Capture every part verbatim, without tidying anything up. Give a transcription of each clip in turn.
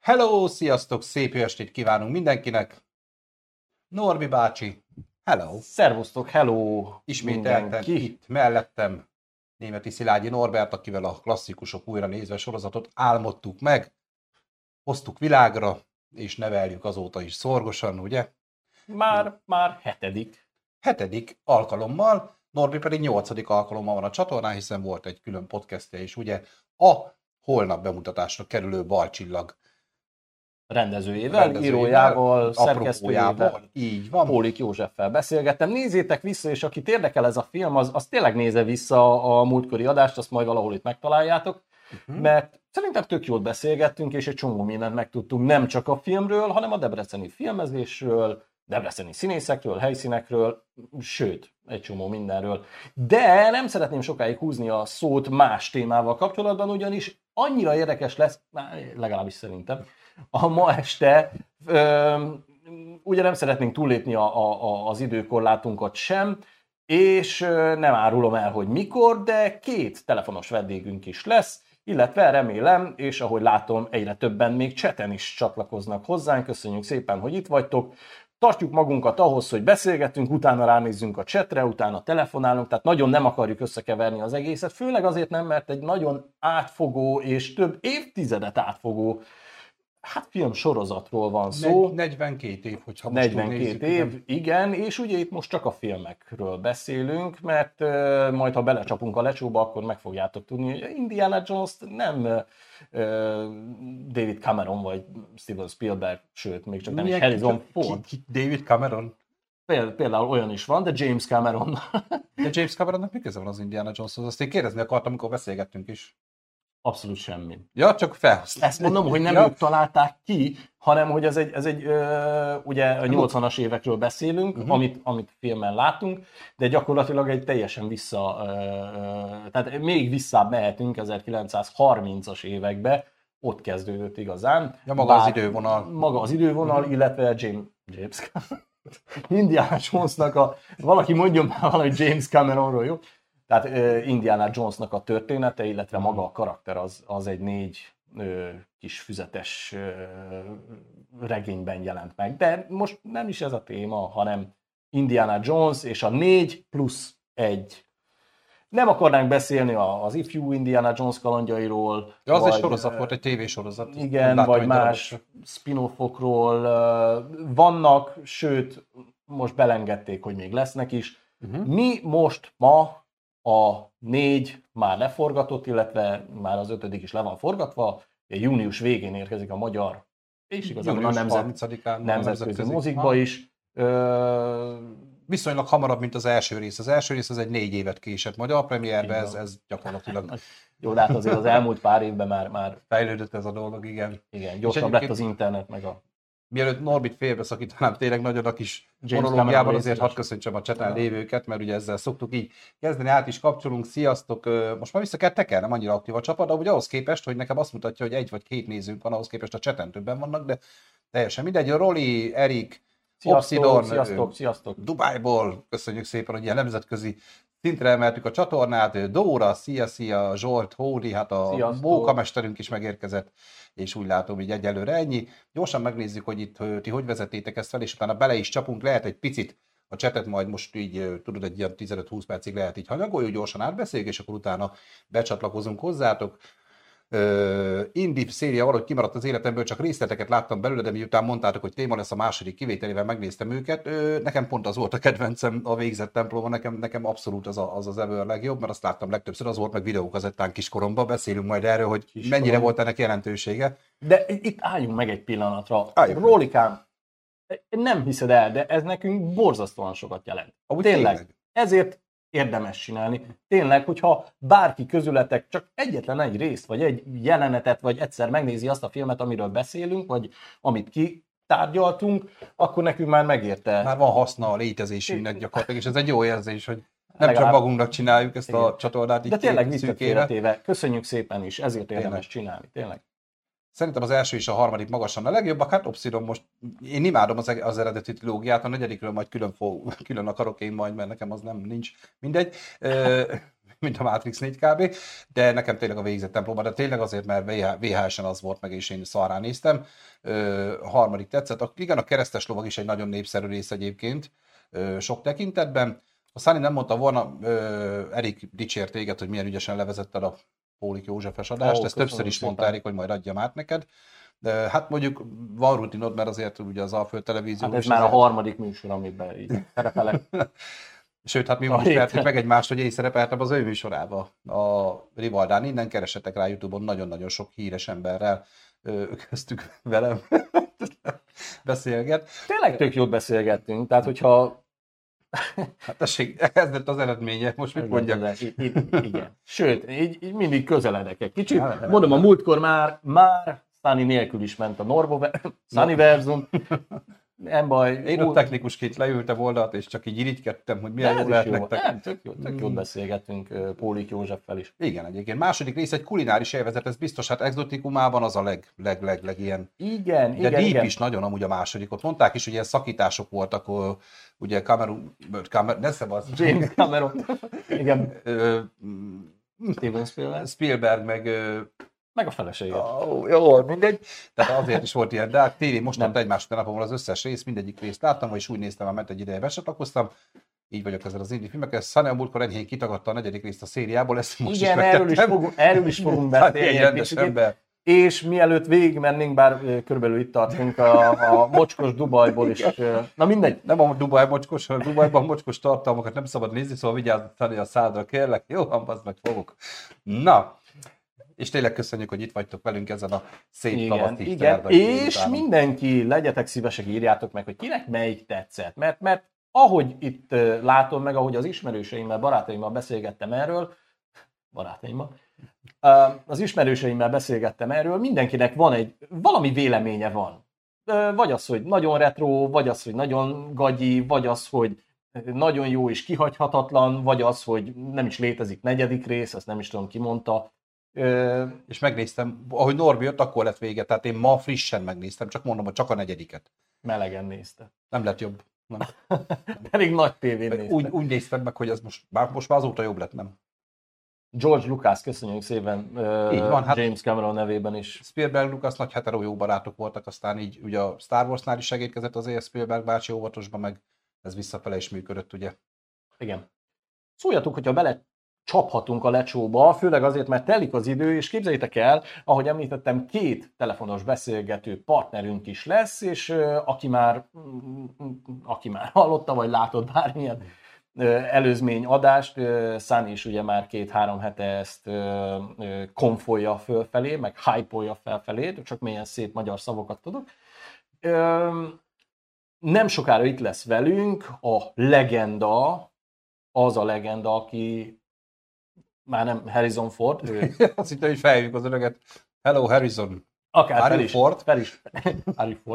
Hello, sziasztok, szép jó estét kívánunk mindenkinek. Norbi bácsi, hello. Szervusztok, hello Ismételten itt mellettem Németi Szilágyi Norbert, akivel a klasszikusok újra nézve sorozatot álmodtuk meg, hoztuk világra, és neveljük azóta is szorgosan, ugye? Már, már hetedik. Hetedik alkalommal, Norbi pedig nyolcadik alkalommal van a csatornán, hiszen volt egy külön podcastja is, ugye a holnap bemutatásra kerülő Balcsillag Rendezőjével, rendezőjével, írójával, szerkesztőjével, így van. Pólik Józseffel beszélgettem. Nézzétek vissza, és akit érdekel ez a film, az, az tényleg nézze vissza a múltkori adást, azt majd valahol itt megtaláljátok, uh-huh. mert szerintem tök jót beszélgettünk, és egy csomó mindent megtudtunk nem csak a filmről, hanem a debreceni filmezésről, debreceni színészekről, helyszínekről, sőt, egy csomó mindenről. De nem szeretném sokáig húzni a szót más témával kapcsolatban, ugyanis annyira érdekes lesz, legalábbis szerintem, a ma este, ö, ugye nem szeretnénk túllépni a, a, az időkorlátunkat sem, és nem árulom el, hogy mikor, de két telefonos vendégünk is lesz, illetve remélem, és ahogy látom, egyre többen még chaten is csatlakoznak hozzánk. Köszönjük szépen, hogy itt vagytok. Tartjuk magunkat ahhoz, hogy beszélgetünk, utána ránézzünk a chatre, utána telefonálunk, tehát nagyon nem akarjuk összekeverni az egészet, főleg azért nem, mert egy nagyon átfogó és több évtizedet átfogó hát filmsorozatról van szó. negyvenkét év, hogyha most negyvenkét év, igen. igen, és ugye itt most csak a filmekről beszélünk, mert uh, majd ha belecsapunk a lecsóba, akkor meg fogjátok tudni, hogy Indiana Jones-t nem uh, David Cameron vagy Steven Spielberg, sőt, még csak nem is Harrison Ford. Ki, ki, David Cameron? Például, például olyan is van, de James Cameron. De James Cameronnak mi köze van az Indiana Joneshoz? Azt én kérdezni akartam, amikor beszélgettünk is. Abszolút semmi. Ja, csak felhasználni. Ezt mondom, hogy nem ja. ők találták ki, hanem hogy ez egy, ez egy ö, ugye a nyolcvanas évekről beszélünk, uh-huh. amit, amit filmen látunk, de gyakorlatilag egy teljesen vissza, ö, ö, tehát még visszább mehetünk ezerkilencszázharmincas évekbe, ott kezdődött igazán. Ja, maga az idővonal. Maga az idővonal, uh-huh. illetve James, James Indiana Jonesnak a, valaki mondjon már valahogy James Cameronról, jó? Tehát uh, Indiana Jonesnak a története, illetve maga a karakter az, az egy négy uh, kis füzetes uh, regényben jelent meg. De most nem is ez a téma, hanem Indiana Jones és a négy plusz egy. Nem akarnánk beszélni az ifjú Indiana Jones kalandjairól. Ja, az vagy, egy sorozat volt, egy tévésorozat. Igen, látom, vagy más darabos spin-offokról. Uh, vannak, sőt, most belengedték, hogy még lesznek is. Uh-huh. Mi most ma a négy már leforgatott, illetve már az ötödik is le van forgatva. Június végén érkezik a magyar, és igazából a nemzet, nemzetközi mozikba ha. is. Ö... Viszonylag hamarabb, mint az első rész. Az első rész az egy négy évet késett. Magyar premierbe ez, ez gyakorlatilag... Jó, de hát azért az elmúlt pár évben már... már... fejlődött ez a dolog, igen. Igen, gyorsabb lett az internet, meg a... Mielőtt Norbit félbeszakítanám tényleg nagyon a kis monológiában, azért hadd köszöntsem a cseten lévőket, mert ugye ezzel szoktuk így kezdeni, át is kapcsolunk. Sziasztok! Most már vissza kell tekernem, nem annyira aktív a csapat, de ugye ahhoz képest, hogy nekem azt mutatja, hogy egy vagy két nézőnk van, ahhoz képest a cseten többen vannak, de teljesen mindegy. Roli, Erik, Obsidon, sziasztok, sziasztok! Dubájból, köszönjük szépen, hogy ilyen nemzetközi szintre emeltük a csatornát. Dóra, szia, szia, Zsolt, Hódi, hát a mókamesterünk is megérkezett, és úgy látom, hogy egyelőre ennyi. Gyorsan megnézzük, hogy itt ti hogy vezettétek ezt fel, és utána bele is csapunk, lehet egy picit a csetet majd most így, tudod, egy ilyen tizenöt-húsz percig lehet így hanyagoljuk, gyorsan átbeszéljük, és akkor utána becsatlakozunk hozzátok. Uh, Indi széria valahogy kimaradt az életemből, csak részleteket láttam belőle, de miután mondtátok, hogy téma lesz a második kivételével, megnéztem őket. Uh, nekem pont az volt a kedvencem a Végzett templomban, nekem, nekem abszolút az, a, az az ever legjobb, mert azt láttam legtöbbször, az volt meg videókazettán kiskoromban, beszélünk majd erről, hogy Kiskorom. mennyire volt ennek jelentősége. De itt álljunk meg egy pillanatra. Rólikám, nem hiszed el, de ez nekünk borzasztóan sokat jelent. Ahogy tényleg. tényleg. Ezért érdemes csinálni. Tényleg, hogyha bárki közületek csak egyetlen egy részt, vagy egy jelenetet, vagy egyszer megnézi azt a filmet, amiről beszélünk, vagy amit kitárgyaltunk, akkor nekünk már megérte. Már van haszna a létezésünknek gyakorlatilag, és ez egy jó érzés, hogy nem Legalább... csak magunknak csináljuk ezt igen. a csatornát. De tényleg visszatérve, köszönjük szépen is, ezért érdemes tényleg. csinálni. Tényleg. Szerintem az első és a harmadik magasan a legjobbak, hát Obsidon most, én imádom az, az eredeti trilógiát, a negyedikről majd külön, fog, külön akarok én majd, mert nekem az nem nincs, mindegy. mint a Matrix négy kb. De nekem tényleg a Végzett temploma, de tényleg azért, mert vé há es-en az volt meg, és én szarrá néztem. Ö, a harmadik tetszett. A, igen, a keresztes lovag is egy nagyon népszerű rész egyébként, ö, sok tekintetben. A Sunny nem mondta volna, ö, Erik dicsért téged, hogy milyen ügyesen levezetted a Pólik Józsefes adást, oh, ezt többször is mondta Erik, hogy majd adjam át neked. De hát mondjuk van rutinod, mert azért ugye az Alföld televízió... Hát ez már azért... a harmadik műsor, amiben így szerepelek. Sőt, hát mi most ismertük meg egymást, hogy én szerepeltem az ő műsorába, a Rivaldán. Innen keresetek rá YouTube-on, nagyon-nagyon sok híres emberrel köztük velem beszélget. Tényleg tök jót beszélgettünk, tehát hogyha... Hát tessék, ez lett az eredménye, most mit mondjak? Igen. Sőt, így, így mindig közeledek egy kicsit. Ja, mondom, a múltkor már, már Sunny nélkül is ment a Norbo, Sunnyverzum. Nem baj. Én ott technikusként leültem oldalt, és csak így irigykedtem, hogy milyen jó lehet nektek. Nem, tök jó, tök jót beszélgettünk Pólik Józseffel is. Igen, egyébként. Második rész egy kulináris élvezet, ez biztos, hát Exotikumában az a leg, leg, leg, leg ilyen. Igen, de igen, Deep igen. is nagyon amúgy a második. Ott mondták is, hogy ilyen szakítások voltak, ugye Cameron, Cameron ne szem James Cameron. Igen. Steven Spielberg. Spielberg, meg... Meg a felesége. Oh, jó, mindegy. Tehát azért is volt ilyen, de hát tévé most nem egymás után napon az összes rész, mindegyik részt láttam, vagyis úgy néztem, hogy ment egy ideje, besatlakoztam. Így vagyok ezzel az indie filmekkel. Sunny a múltkor enyhén kitagadta a negyedik részt a szériából, ezt most igen, is erről is, fogunk, erről is fogunk beszélni. És mielőtt végigmennénk, bár körülbelül itt tartunk a, a mocskos Dubajból is. Na mindegy. Nem a Dubaj mocskos, hanem Dubajban mocskos tartalmakat nem szabad nézni, szóval vigyázz Sunny a szádra, kérlek. Jó, az meg fogok. Na. És tényleg köszönjük, hogy itt vagytok velünk ezen a szép tavaszi. Igen, és utána. Mindenki, legyetek szívesek, írjátok meg, hogy kinek melyik tetszett. Mert, mert ahogy itt látom meg, ahogy az ismerőseimmel, barátaimmal beszélgettem erről, barátaimmal, az ismerőseimmel beszélgettem erről, mindenkinek van egy, valami véleménye van. Vagy az, hogy nagyon retro, vagy az, hogy nagyon gagyi, vagy az, hogy nagyon jó és kihagyhatatlan, vagy az, hogy nem is létezik negyedik rész, ezt nem is tudom, ki mondta. Ö, és megnéztem, ahogy Norbi jött, akkor lett vége, tehát én ma frissen megnéztem, csak mondom, hogy csak a negyediket. Melegen nézte. Nem lett jobb. Nem. Pedig nagy tévén nézte. Úgy, úgy néztem meg, hogy ez most, most már azóta jobb lett, nem? George Lucas, köszönjük szépen uh, így van, hát James Cameron nevében is. Spielberg, Lucas nagy hetero jó barátok voltak, aztán így ugye a Star Warsnál is segítkezett azért Spielberg bácsi óvatosban, meg ez visszafele is működött, ugye? Igen. Szóljatok, hogyha bele csaphatunk a lecsóba, főleg azért, mert telik az idő, és képzeljétek el, ahogy említettem, két telefonos beszélgető partnerünk is lesz, és uh, aki már aki már hallotta, vagy látott bármilyen uh, előzmény adást, uh, Sunny is ugye már két-három hete ezt uh, uh, konfolja fölfelé, meg hype-olja felfelé, csak milyen szép magyar szavakat tudok. Uh, nem sokára itt lesz velünk a legenda, az a legenda, aki már nem Harrison Ford. Ő... Azt hittem, hogy feljövjük az öreget. Hello, Harrison. Akár fel is. Ford. Fel is. Harry Ford.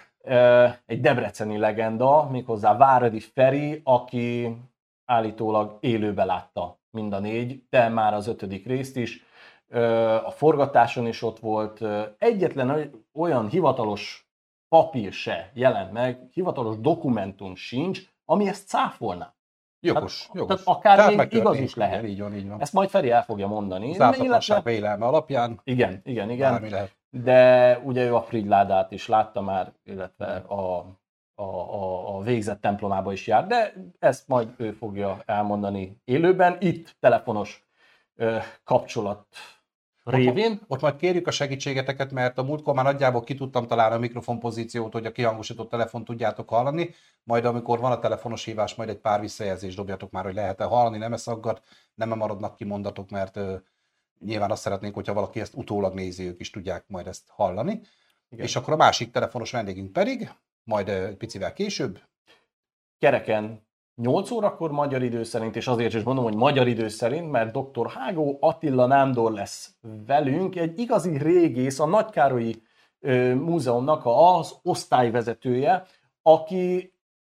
Egy debreceni legenda, méghozzá Váradi Feri, aki állítólag élőbe látta mind a négy, de már az ötödik részt is. A forgatáson is ott volt. Egyetlen olyan hivatalos papír se jelent meg, hivatalos dokumentum sincs, ami ezt cáfolná. Jogos, hát, jogos. Tehát akár tehát még igaz is lehet. Így van, így van. Ezt majd Feri el fogja mondani. Az ártatlanság vélelme alapján. Igen, igen, igen. De ugye ő a Frigyládát is látta már, illetve a, a, a, a végzett templomába is jár, de ezt majd ő fogja elmondani élőben, itt telefonos ö, kapcsolat révén. Ott, ott majd kérjük a segítségeteket, mert a múltkor már nagyjából ki tudtam találni a mikrofon pozíciót, hogy a kihangosított telefon tudjátok hallani, majd amikor van a telefonos hívás, majd egy pár visszajelzést dobjatok már, hogy lehet-e hallani, nem szaggat, nem maradnak ki mondatok, mert uh, nyilván azt szeretnénk, hogyha valaki ezt utólag nézi, ők is tudják majd ezt hallani. Igen. És akkor a másik telefonos vendégünk pedig, majd uh, egy picivel később. Kereken nyolc órakor magyar idő szerint, és azért is mondom, hogy magyar idő szerint, mert doktor Hágó Attila Nándor lesz velünk, egy igazi régész, a Nagykárolyi ö, Múzeumnak az osztályvezetője, aki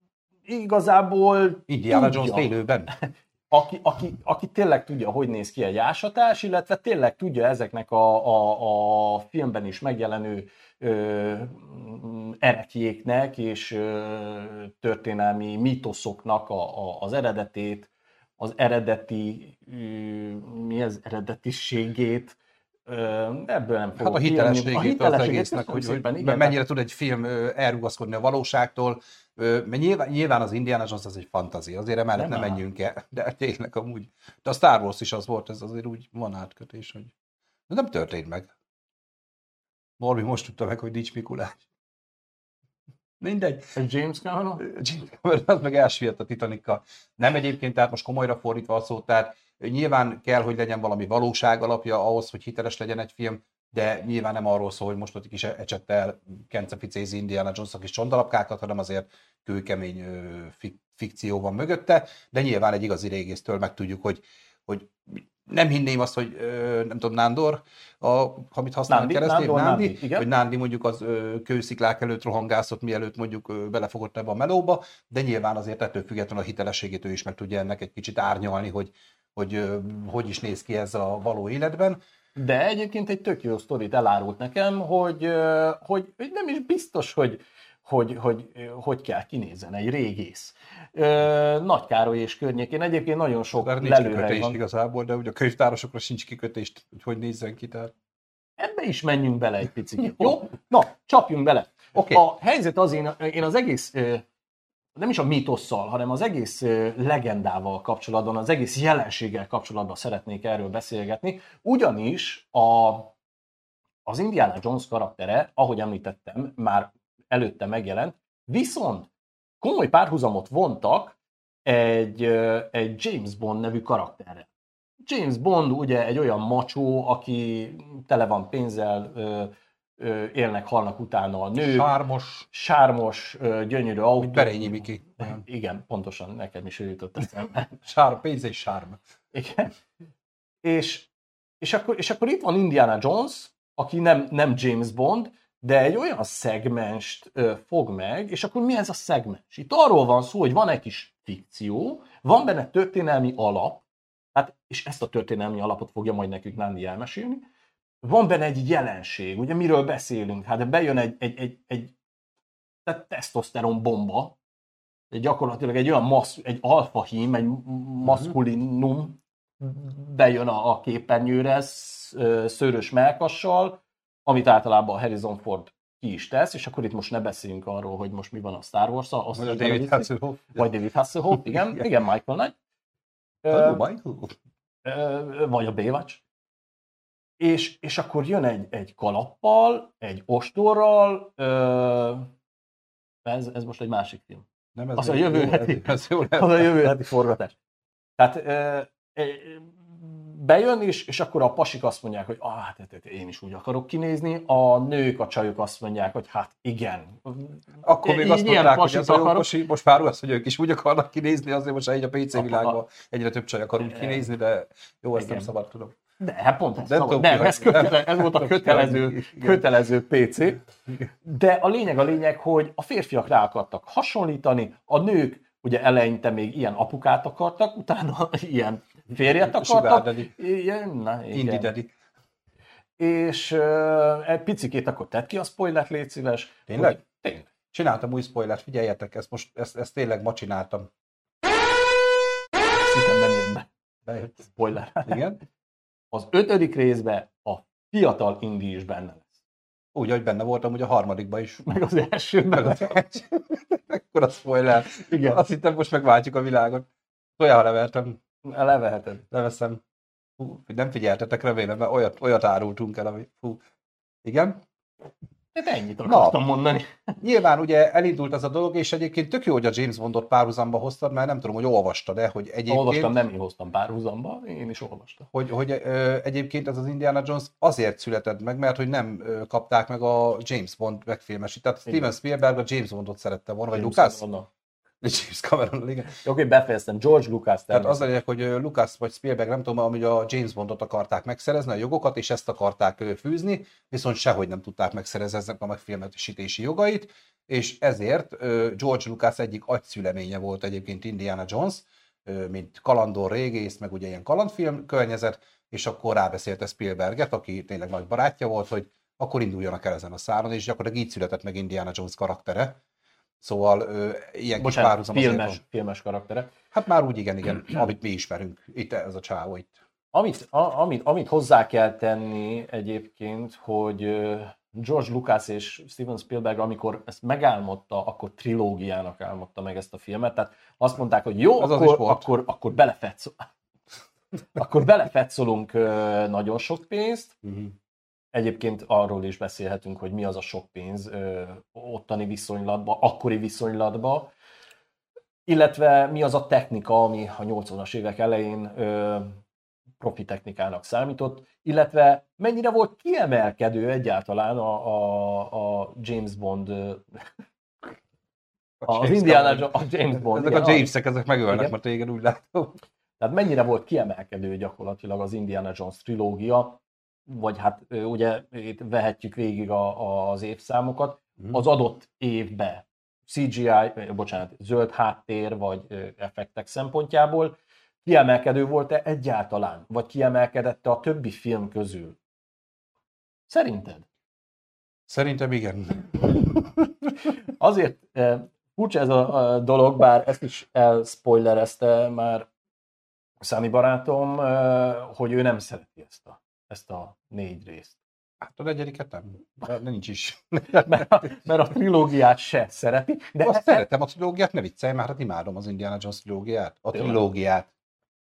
igazából Indiana Jones élőben. Aki, aki, aki tényleg tudja, hogy néz ki egy ásatás, illetve tényleg tudja ezeknek a, a, a filmben is megjelenő ö, ereklyéknek és ö, történelmi mítoszoknak a, a, az eredetét, az eredeti, mi az eredetiségét, ebből nem fogok Hát a hitelességét, a hitelességét az egésznek, hogy, szépen, hogy igen, mennyire tud egy film elrugaszkodni a valóságtól, mert nyilván, nyilván az Indiana Jones az egy fantazi, azért emellett nem, nem menjünk el, de tényleg amúgy. De a Star Wars is az volt, ez azért úgy van átkötés, hogy de nem történt meg. Norbi most tudta meg, hogy nincs Mikulás. Mindegy. James Cameron? James Cameron az meg elsüllyedt a Titanikkal. Nem egyébként, tehát most komolyra fordítva a szót, tehát nyilván kell, hogy legyen valami valóság alapja ahhoz, hogy hiteles legyen egy film, de nyilván nem arról szól, hogy most ott kis ecsettel kenceficézi Indiana Jones-nak is csondalapkákat, hanem azért kőkemény fik- fikció van mögötte, de nyilván egy igazi régésztől megtudjuk, hogy, hogy nem hinném azt, hogy nem tudom, Nándor, a, amit használnak keresztény, Nándi, Nándi hogy Nándi mondjuk az kősziklák előtt rohangászott, mielőtt mondjuk belefogott ebbe a melóba, de nyilván azért ettől függetlenül a hitelességét ő is meg tudja ennek egy kicsit árnyalni, hogy hogy, hogy is néz ki ez a való életben. De egyébként egy tök jó sztorit elárult nekem, hogy, hogy, hogy nem is biztos, hogy hogy, hogy hogy kell kinézzen egy régész. Nagy Károly és környékén egyébként nagyon sok lelőhely van. Igazából, de ugye a könyvtárosokra sincs kikötést, hogy hogy nézzen ki. Tehát... Ebbe is menjünk bele egy picit. Jó? Na, csapjunk bele. Okay. A helyzet az, én, én az egész, nem is a mítosszal, hanem az egész legendával kapcsolatban, az egész jelenséggel kapcsolatban szeretnék erről beszélgetni, ugyanis a, az Indiana Jones karaktere, ahogy említettem, már előtte megjelent, viszont komoly párhuzamot vontak egy, egy James Bond nevű karakterre. James Bond ugye egy olyan macsó, aki tele van pénzzel, élnek, halnak utána a nők. Sármos. Sármos, gyönyörű autó. Berényi Miki. Igen, pontosan, nekem is ő jutott eszembe. Sár, pénz és sárm. Igen. És, és, akkor, és akkor itt van Indiana Jones, aki nem, nem James Bond, de egy olyan szegmenst ö, fog meg, és akkor mi ez a szegmens? Itt arról van szó, hogy van egy kis fikció, van benne történelmi alap, hát, és ezt a történelmi alapot fogja majd nekünk Nándi elmesélni, van benne egy jelenség, ugye miről beszélünk? Hát bejön egy, egy, egy, egy tehát tesztoszteron bomba, egy gyakorlatilag egy olyan massz, egy alfa hím, egy maszkulinum bejön a, a képernyőre szőrös mellkassal, amit általában a Harrison Ford ki is tesz, és akkor itt most ne beszéljünk arról, hogy most mi van a Star Wars-szal. Vagy a David Hasselhoff. Vagy David Hasselhoff, igen, igen, igen, Michael Knight. Hello, Michael. Vagy a Baywatch. És, és akkor jön egy, egy kalappal, egy ostorral, ez, ez most egy másik film. Nem, ez az, a jövő jó, heti, ez, ez jó az a jövő heti forgatás. Tehát bejön is, és akkor a pasik azt mondják, hogy ah, hát én is úgy akarok kinézni, a nők, a csajok azt mondják, hogy hát igen. Akkor még azt mondták, hogy ez a jó pasi, most már az, hogy ők is úgy akarnak kinézni, azért most így a pé cé világban egyre több csaj akar úgy kinézni, de jó, ezt nem szabad, tudom. De hát pont ez, nem, nem, ez, kötele, ez volt a kötelező, kötelező pé cé. De a lényeg a lényeg, hogy a férfiak rá akartak hasonlítani, a nők ugye eleinte még ilyen apukát akartak, utána ilyen férjet akartak. Igen, na, Indi daddy. És uh, egy picikét akkor tedd ki a spoilert, légy szíves. Tényleg? Hogy, tényleg. Csináltam új spoilert, figyeljetek, ezt most ezt, ezt tényleg ma csináltam. Szerintem nem jön be. Bejött. Spoiler. Igen. Az ötödik részben a fiatal Indi is benne lesz. Úgy, hogy benne voltam, ugye a harmadikban is. Meg az elsőben. Meg az első. Akkor a spoiler. Igen. Azt hittem, most megváltjuk a világot. Tojjára levertem. Leveheted. Leveszem. Hú, nem figyeltetek, remélem, mert olyat, olyat árultunk el, ami... Hú. Igen? Hát ennyit akartam Na, mondani. Nyilván ugye elindult ez a dolog, és egyébként tök jó, hogy a James Bondot párhuzamba hoztad, mert nem tudom, hogy olvastad-e, hogy egyébként... Olvastam, nem én hoztam párhuzamba, én is olvastam. Hogy, hogy ö, egyébként ez az Indiana Jones azért született meg, mert hogy nem ö, kapták meg a James Bond megfilmesítést. Tehát Steven Spielberg a James Bondot szerette volna, vagy Lucas? James Cameron, igen. Oké, okay, befejeztem. George Lucas. Tehát az a lényeg, hogy Lucas vagy Spielberg, nem tudom, amíg a James Bondot akarták megszerezni, a jogokat, és ezt akarták fűzni, viszont sehogy nem tudták megszerezni ezek a megfilmesítési jogait, és ezért George Lucas egyik agyszüleménye volt egyébként Indiana Jones, mint kalandor, régész, meg ugye ilyen kalandfilm környezet, és akkor rábeszélte Spielberget, aki tényleg nagy barátja volt, hogy akkor induljanak el ezen a szálon, és gyakorlatilag így született meg Indiana Jones karaktere. Szóval ö, ilyen Bocsánat, kis párhuzam filmes, filmes karaktere. Hát már úgy igen, igen, amit mi ismerünk. Itt ez a csávó itt. Amit, a, amit, amit hozzá kell tenni egyébként, hogy George Lucas és Steven Spielberg, amikor ezt megálmodta, akkor trilógiának álmodta meg ezt a filmet. Tehát azt mondták, hogy jó, az akkor, az akkor, akkor belefetszol. akkor belefetszolunk nagyon sok pénzt. Uh-huh. Egyébként arról is beszélhetünk, hogy mi az a sok pénz ottani viszonylatban, akkori viszonylatban. Illetve mi az a technika, ami a nyolcvanas évek elején profi technikának számított, illetve mennyire volt kiemelkedő egyáltalán a, a, a James Bond, a az Indiana a James Bond. Ezek igen, a Jamesek, ezek megölnek, igen. Mert régen úgy látom. Tehát mennyire volt kiemelkedő gyakorlatilag az Indiana Jones trilógia, vagy hát ugye itt vehetjük végig a, a, az évszámokat, hmm. az adott évben cé gé í, bocsánat, zöld háttér vagy effektek szempontjából kiemelkedő volt-e egyáltalán? Vagy kiemelkedett-e a többi film közül? Szerinted? Szerintem igen. Azért furcsa ez a dolog, bár ezt is elspoilerezte már Számi barátom, hogy ő nem szereti ezt a, ezt a négy részt. Hát a negyediket nem. De nincs is. mert, a, mert a trilógiát se szereti. De azt e- szeretem a trilógiát, ne viccelj már, hát imádom az Indiana Jones trilógiát. A trilógiát.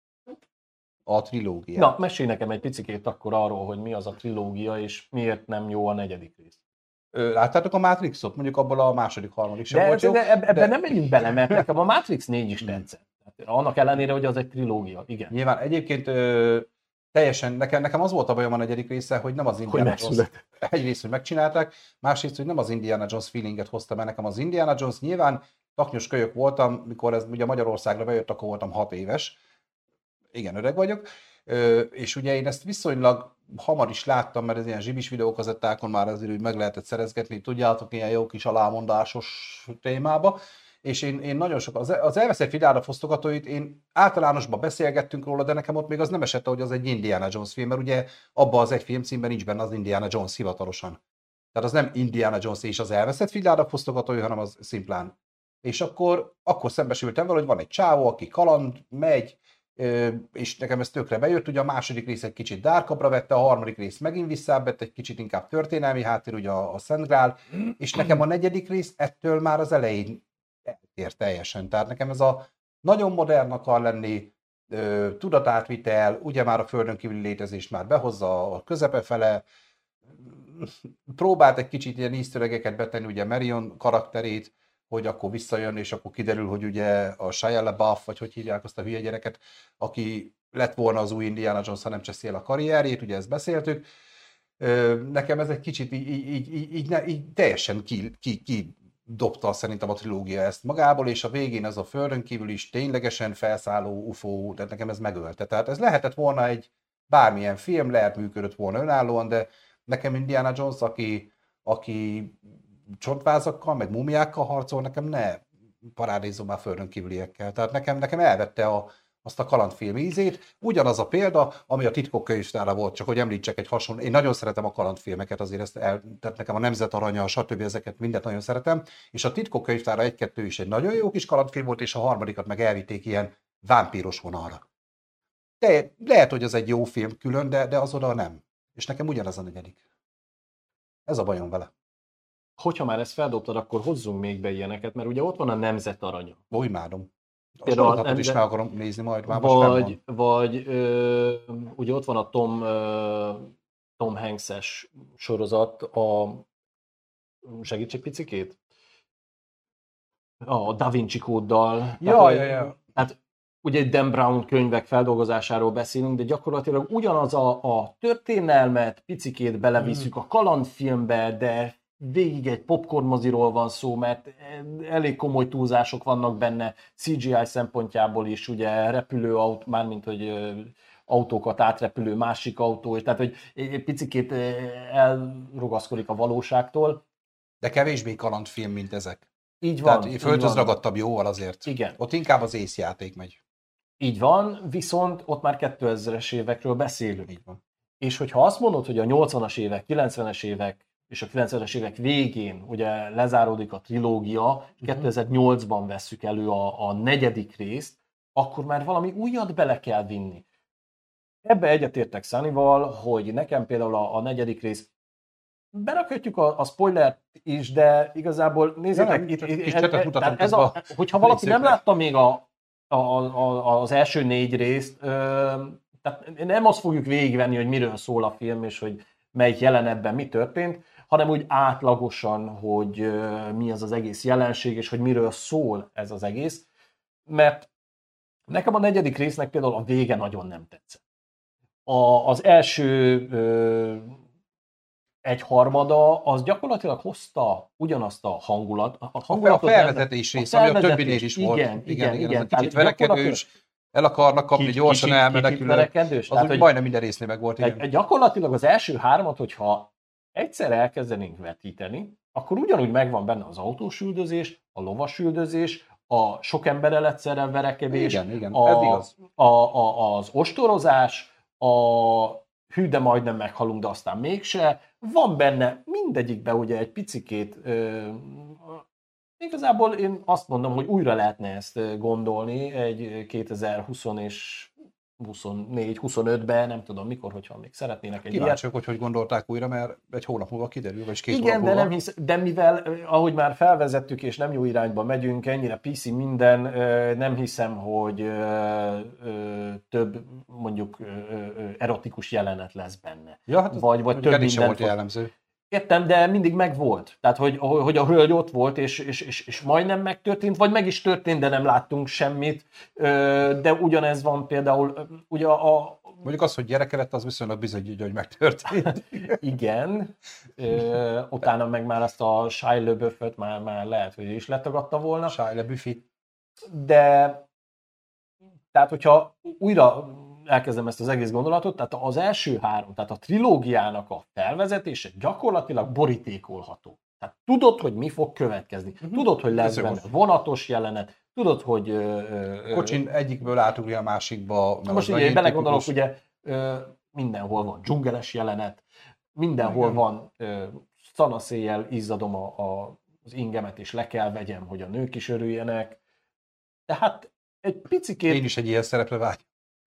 A trilógiát. Na, mesélj nekem egy picikét akkor arról, hogy mi az a trilógia, és miért nem jó a negyedik rész. Láttátok a Matrixot? Mondjuk abból a második, harmadik sem de, volt jó. De ebben de... nem menjünk bele, mert nekem a Matrix négy is tetszett. Annak ellenére, hogy az egy trilógia. Igen. Nyilván egyébként ö, teljesen, nekem, nekem az volt a bajom a negyedik része, hogy nem az Indiana Jones. Egyrészt, hogy megcsinálták, másrészt, hogy nem az Indiana Jones feelinget hozta be nekem az Indiana Jones. Nyilván taknyos kölyök voltam, mikor ez ugye Magyarországra bejött, akkor voltam hat éves. Igen, öreg vagyok. Ö, és ugye én ezt viszonylag hamar is láttam, mert ez ilyen zsibis videókazettákon már azért úgy meg lehetett szerezgetni, tudjátok, ilyen jó kis alámondásos témába. És én, én nagyon sok, az, az elveszett Fidára fosztogatóit, én általánosban beszélgettünk róla, de nekem ott még az nem esett, hogy az egy Indiana Jones film, mert ugye abban az egy filmcímben nincs benne az Indiana Jones hivatalosan. Tehát az nem Indiana Jones és az elveszett Fidára fosztogatói, hanem az szimplán. És akkor, akkor szembesültem vele, hogy van egy csávó, aki kaland, megy, és nekem ez tökre bejött, ugye a második rész egy kicsit dárkabbra vette, a harmadik rész megint visszábbett, egy kicsit inkább történelmi háttér, ugye a, a Szent Grál, és nekem a negyedik rész ettől már az elején eltér teljesen. Tehát nekem ez a nagyon modern akar lenni, ö, tudatátvitel, ugye már a földön kívüli létezést már behozza a közepe fele, próbált egy kicsit ilyen easter betenni, ugye Marion karakterét, hogy akkor visszajön, és akkor kiderül, hogy ugye a Shia LaBeouf, vagy hogy hívják azt a hülye gyereket, aki lett volna az új Indiana Jones, ha nem cseszi el a karrierjét, ugye ezt beszéltük. Nekem ez egy kicsit így, így, így, így, ne, így teljesen ki, ki, ki dobta szerintem a trilógia ezt magából, és a végén ez a földön kívül is ténylegesen felszálló ufó, de nekem ez megölte. Tehát ez lehetett volna egy bármilyen film, lehet működött volna önállóan, de nekem Indiana Jones, aki, aki csontvázakkal, meg mumiákkal harcol, nekem ne parádézzon már földön kívüliekkel. Tehát nekem, nekem elvette a, azt a kalandfilm ízét. Ugyanaz a példa, ami a Titkok könyvtára volt, csak hogy említsek egy hasonló. Én nagyon szeretem a kalandfilmeket, azért ezt el, tehát nekem a Nemzet Aranya, stb. Ezeket mindent nagyon szeretem. És a Titkok könyvtára egy-kettő is egy nagyon jó kis kalandfilm volt, és a harmadikat meg elvitték ilyen vámpíros vonalra. De lehet, hogy az egy jó film külön, de, de az oda nem. És nekem ugyanaz a negyedik. Ez a bajom vele. Hogyha már ezt feldobtad, akkor hozzunk még be ilyeneket, mert ugye ott van a Nemzet Aranya. Ó, imádom. A sorozatot is meg akarom nézni majd. Már vagy vagy ö, ugye ott van a Tom, ö, Tom Hanks-es sorozat, a segíts egy picikét? A Da Vinci kóddal. Ja, tehát, ja, ja. Hát ugye Dan Brown könyvek feldolgozásáról beszélünk, de gyakorlatilag ugyanaz a, a történelmet picikét belevisszük mm. a kalandfilmbe, de végig egy popcorn moziról van szó, mert elég komoly túlzások vannak benne cé gé í szempontjából is, ugye repülőautó, mármint hogy autókat átrepülő másik autó, tehát hogy egy picikét elrugaszkodik a valóságtól. De kevésbé kalandfilm, mint ezek. Így van. Tehát földhöz ragadtabb jóval azért. Igen. Ott inkább az észjáték megy. Így van, viszont ott már kétezres évekről beszélünk. Így van. És hogyha azt mondod, hogy a nyolcvanas évek, kilencvenes évek és a kilencvenes évek végén ugye lezáródik a trilógia, uh-huh. kétezer-nyolcban vesszük elő a, a negyedik részt, akkor már valami újat bele kell vinni. Ebbe egyetértek Sunnyval, hogy nekem például a, a negyedik rész, berakhatjuk a, a spoilert is, de igazából nézzétek, itt, itt, ez, ez, ez a, hogyha valaki nem látta még a, a, a, az első négy részt, ö, tehát nem azt fogjuk végigvenni, hogy miről szól a film, és hogy melyik jelenetben mi történt, hanem úgy átlagosan, hogy ö, mi az az egész jelenség, és hogy miről szól ez az egész, mert nekem a negyedik résznek például a vége nagyon nem tetszett. A, az első ö, egy harmada, az gyakorlatilag hozta ugyanazt a hangulat. A, hangulatot a felvezetés rész, ami a többinél is volt. Igen, igen, igen. igen. Ez kicsit verekedős, el akarnak kapni, kicsit, gyorsan elmenekülők. Az tehát, úgy majdnem minden résznél meg volt. Egy, gyakorlatilag az első hármat, hogyha egyszer elkezdenénk vetíteni, akkor ugyanúgy megvan benne az autósüldözés, a lovasüldözés, a sok emberrel egyszerre verekedés, igen, igen, a, ez igaz. A, a, az ostorozás, a hű, de majdnem meghalunk, de aztán mégse. Van benne mindegyikben ugye egy picikét, ö, igazából én azt mondom, hogy újra lehetne ezt gondolni egy kétezer-húsz és huszonnégy huszonötben, nem tudom mikor, hogyha még szeretnének egy Kíváncsiak, hogy hogy gondolták újra, mert egy hónap múlva kiderül, vagy két igen, hónap de, múlva. nem hisz, de mivel, ahogy már felvezettük, és nem jó irányba megyünk, ennyire pé cé minden, nem hiszem, hogy több mondjuk erotikus jelenet lesz benne. Ja, hát vagy, vagy több minden volt jellemző. Értem, de mindig megvolt. Tehát, hogy, hogy a hölgy ott volt, és, és, és, és majdnem megtörtént, vagy meg is történt, de nem láttunk semmit. De ugyanez van például, ugye a... Mondjuk az, hogy gyereke lett, az viszonylag bizonyítja, hogy megtörtént. Igen. Utána meg már azt a Shia LaBeouf-öt már, már lehet, hogy is letagadta volna. Shia LaBeouf. De, tehát hogyha újra elkezdem ezt az egész gondolatot, tehát az első három, tehát a trilógiának a felvezetése gyakorlatilag borítékolható. Tehát tudod, hogy mi fog következni. Uh-huh. Tudod, hogy lesz benne vonatos jelenet, tudod, hogy... Ö, Kocsin egyikből átugri a másikba. Most ugye belegondolok, ugye ö, mindenhol van dzsungeles jelenet, mindenhol igen. van ö, szanaszéjjel izzadom a, a, az ingemet, és le kell vegyem, hogy a nők is örüljenek. Tehát egy picikét... Én is egy ilyen szerepre vágy.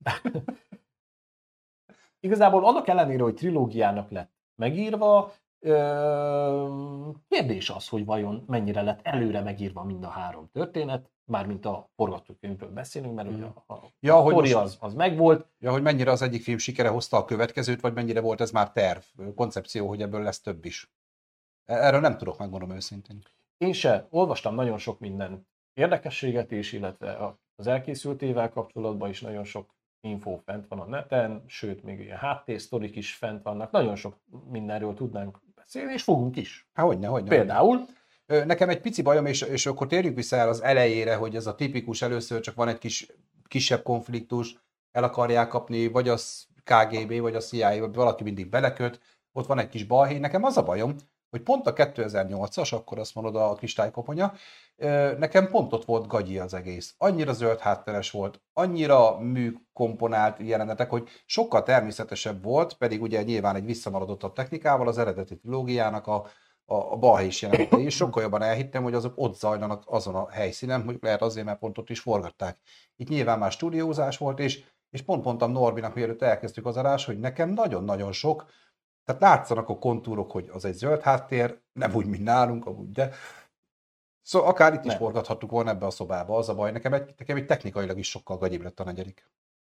Igazából annak ellenére, hogy trilógiának lett megírva, ö, kérdés az, hogy vajon mennyire lett előre megírva mind a három történet, mármint a forgatókönyvből beszélünk, mert ugye a, a ja, sztori az, az megvolt. Ja, hogy mennyire az egyik film sikere hozta a következőt, vagy mennyire volt ez már terv, koncepció, hogy ebből lesz több is. Erről nem tudok, megmondom őszintén. Én se. Olvastam nagyon sok minden érdekességet is, illetve az elkészültével kapcsolatban is nagyon sok info fent van a neten, sőt, még ilyen háttérsztorik is fent vannak. Nagyon sok mindenről tudnánk beszélni, és fogunk is. Há, hogyne, hogyne. Például. Nekem egy pici bajom, és, és akkor térjük vissza el az elejére, hogy ez a tipikus, először csak van egy kis, kisebb konfliktus, el akarják kapni, vagy az ká gé bé, vagy a cé i á, vagy valaki mindig beleköt, ott van egy kis balhé. Nekem az a bajom, hogy pont a kétezer-nyolcas, akkor azt mondod a kristálykoponya, nekem pont ott volt gagyi az egész. Annyira zöld hátteres volt, annyira műkomponált jelenetek, hogy sokkal természetesebb volt, pedig ugye nyilván egy visszamaradottabb technikával az eredeti trilógiának a, a, a balhés jelenetei, és sokkal jobban elhittem, hogy azok ott zajlanak azon a helyszínen, hogy lehet azért, mert pont ott is forgatták. Itt nyilván már stúdiózás volt, és, és pont mondtam Norbinak, mielőtt elkezdtük az adást, hogy nekem nagyon-nagyon sok. Tehát látszanak a kontúrok, hogy az egy zöld háttér, nem úgy, mint nálunk, amúgy, de... Szóval akár itt is nem. forgathattuk volna ebbe a szobába, az a baj. Nekem egy, nekem egy technikailag is sokkal gagyibb lett a negyedik.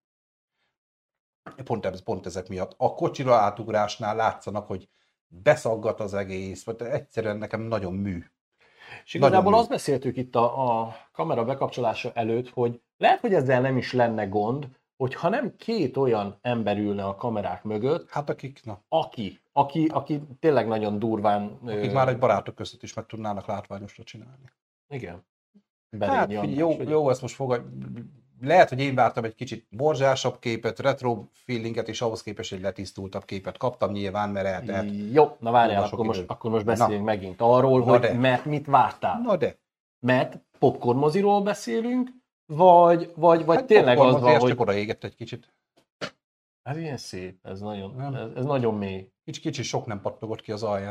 Pont, pont ezek miatt. A kocsira átugrásnál látszanak, hogy beszaggat az egész, vagy egyszerűen nekem nagyon mű. És igazából nagyon azt mű. Beszéltük itt a, a kamera bekapcsolása előtt, hogy lehet, hogy ezzel nem is lenne gond, hogyha nem két olyan ember ülne a kamerák mögött, hát akik, na. Aki, aki, aki tényleg nagyon durván... Akik ö... már egy barátok között is meg tudnának látványosra csinálni. Igen. Berényi hát figyelj, jó, vagy... jó, ezt most fogadj. Lehet, hogy én vártam egy kicsit morzsásabb képet, retro feelinget, és ahhoz képest egy letisztultabb képet kaptam nyilván, mert eltelt. Jó, na várjál, akkor most, akkor most beszéljünk na. megint arról, na hogy de. mert mit vártál. Na de. Mert popcorn moziról beszélünk, Vagy, vagy, vagy hát tényleg az van, hogy... csak oda égett egy kicsit. Hát ilyen szép, ez nagyon, ez, ez nagyon mély. Kicsi, kicsi sok nem pattogott ki az alján.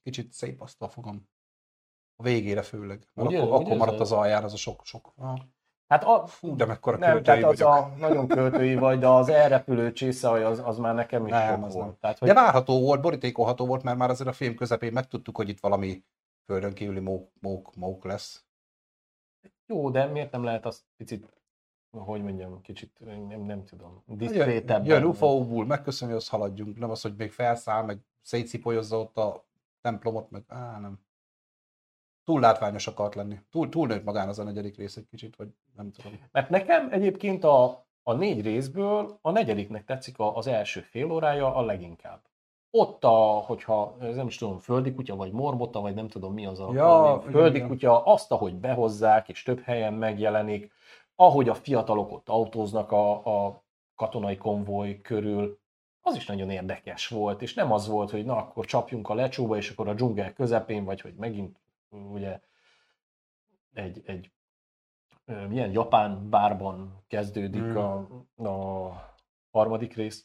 kicsit szétbaszta a fogam. A végére főleg. Mert ugye, akkor, ugye akkor maradt az alján az a sok, sok. Ah. Hát a, Fú, de mekkora nem, költői tehát az vagyok. a, nagyon költői vagy, de az elrepülő csészehaj az, az már nekem is nem, sok az volt. nem. Tehát, hogy... De várható volt, borítékolható volt, mert már azért a film közepén megtudtuk, hogy itt valami földön kívüli mók, mók, mók lesz. Jó, de miért nem lehet azt picit, hogy mondjam, kicsit, nem, nem tudom, diszkrétebben. Jön u f o-ból, megköszönjük, azt haladjunk. Nem az, hogy még felszáll, meg szétszipolyozza ott a templomot, meg á, nem. Túl látványos akart lenni. Túl, túl nőtt magán az a negyedik rész egy kicsit, vagy nem tudom. Mert nekem egyébként a, a négy részből a negyediknek tetszik az első fél órája a leginkább. Ott, a, hogyha nem is tudom, földi kutya, vagy morbota, vagy nem tudom mi az a ja, földi igen, kutya, azt, ahogy behozzák, és több helyen megjelenik, ahogy a fiatalok ott autóznak a, a katonai konvoj körül, az is nagyon érdekes volt, és nem az volt, hogy na, akkor csapjunk a lecsóba, és akkor a dzsungel közepén, vagy hogy megint ugye egy, egy milyen japán bárban kezdődik hmm. a, a harmadik rész.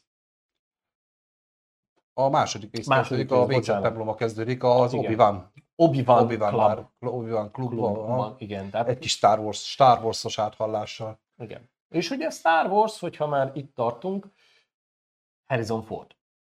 A második rész második kezdődik, a végzett temploma kezdődik, az Obi-Wan. Obi-Wan, Obi-Wan Club. Bar, Obi-Wan Clubban, Clubban, igen. Tehát... Egy kis Star Wars, Star Wars-os áthallással. Igen. És ugye Star Wars, hogyha már itt tartunk, Harrison Ford.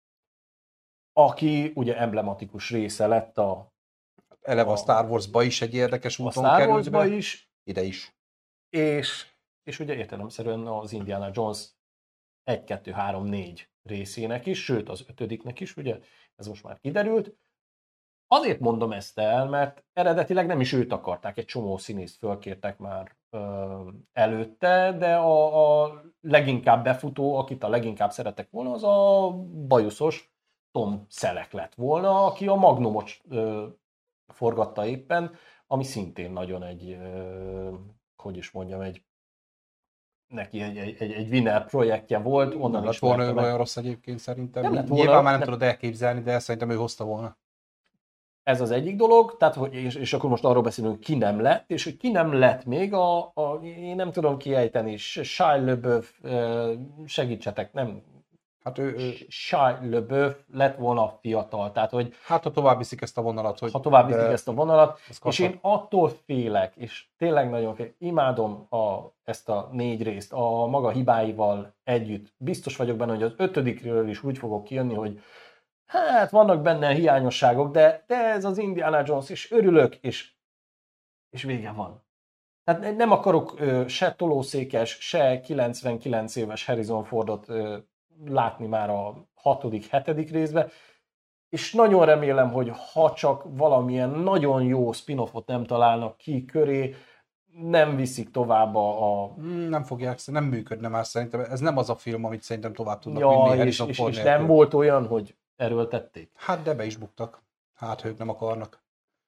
Aki ugye emblematikus része lett a... Eleve a, a Star Wars-ba is egy érdekes úton került be. A Star Wars-ba is. Ide is. És, és ugye értelemszerűen az Indiana Jones egy, kettő, három, négy részének is, sőt az ötödiknek is, ugye ez most már kiderült. Azért mondom ezt el, mert eredetileg nem is őt akarták, egy csomó színészt fölkértek már ö, előtte, de a, a leginkább befutó, akit a leginkább szerettek volna, az a bajuszos Tom Selleck lett volna, aki a Magnumot ö, forgatta éppen, ami szintén nagyon egy, ö, hogy is mondjam, egy neki egy, egy, egy, egy winner projektje volt. Onnan nem lett volna olyan rossz egyébként szerintem. Nem lett volna, nyilván már nem, nem tudod elképzelni, de szerintem ő hozta volna. Ez az egyik dolog, tehát, és, és akkor most arról beszélünk, hogy ki nem lett, és hogy ki nem lett még a, a én nem tudom kiejteni, Shia LaBeouf, segítsetek, nem, hát ő, ő Shia LaBeouf lett volna fiatal, tehát hogy... Hát ha tovább viszik ezt a vonalat, hogy... Ha tovább viszik ezt a vonalat, és én attól félek, és tényleg nagyon félek, imádom a, ezt a négy részt, a maga hibáival együtt. Biztos vagyok benne, hogy az ötödikről is úgy fogok kijönni, hogy hát vannak benne hiányosságok, de, de ez az Indiana Jones, és örülök, és, és vége van. Tehát nem akarok ö, se tolószékes, se kilencvenkilenc éves Harrison Fordot ö, látni már a hatodik, hetedik részbe, és nagyon remélem, hogy ha csak valamilyen nagyon jó spin-offot nem találnak ki köré, nem viszik tovább a... a... Nem fogják, nem működne már szerintem. Ez nem az a film, amit szerintem tovább tudnak ja, vinni Harrison Ford nélkül. És nem volt olyan, hogy erőltették? Hát de be is buktak. Hát ők nem akarnak.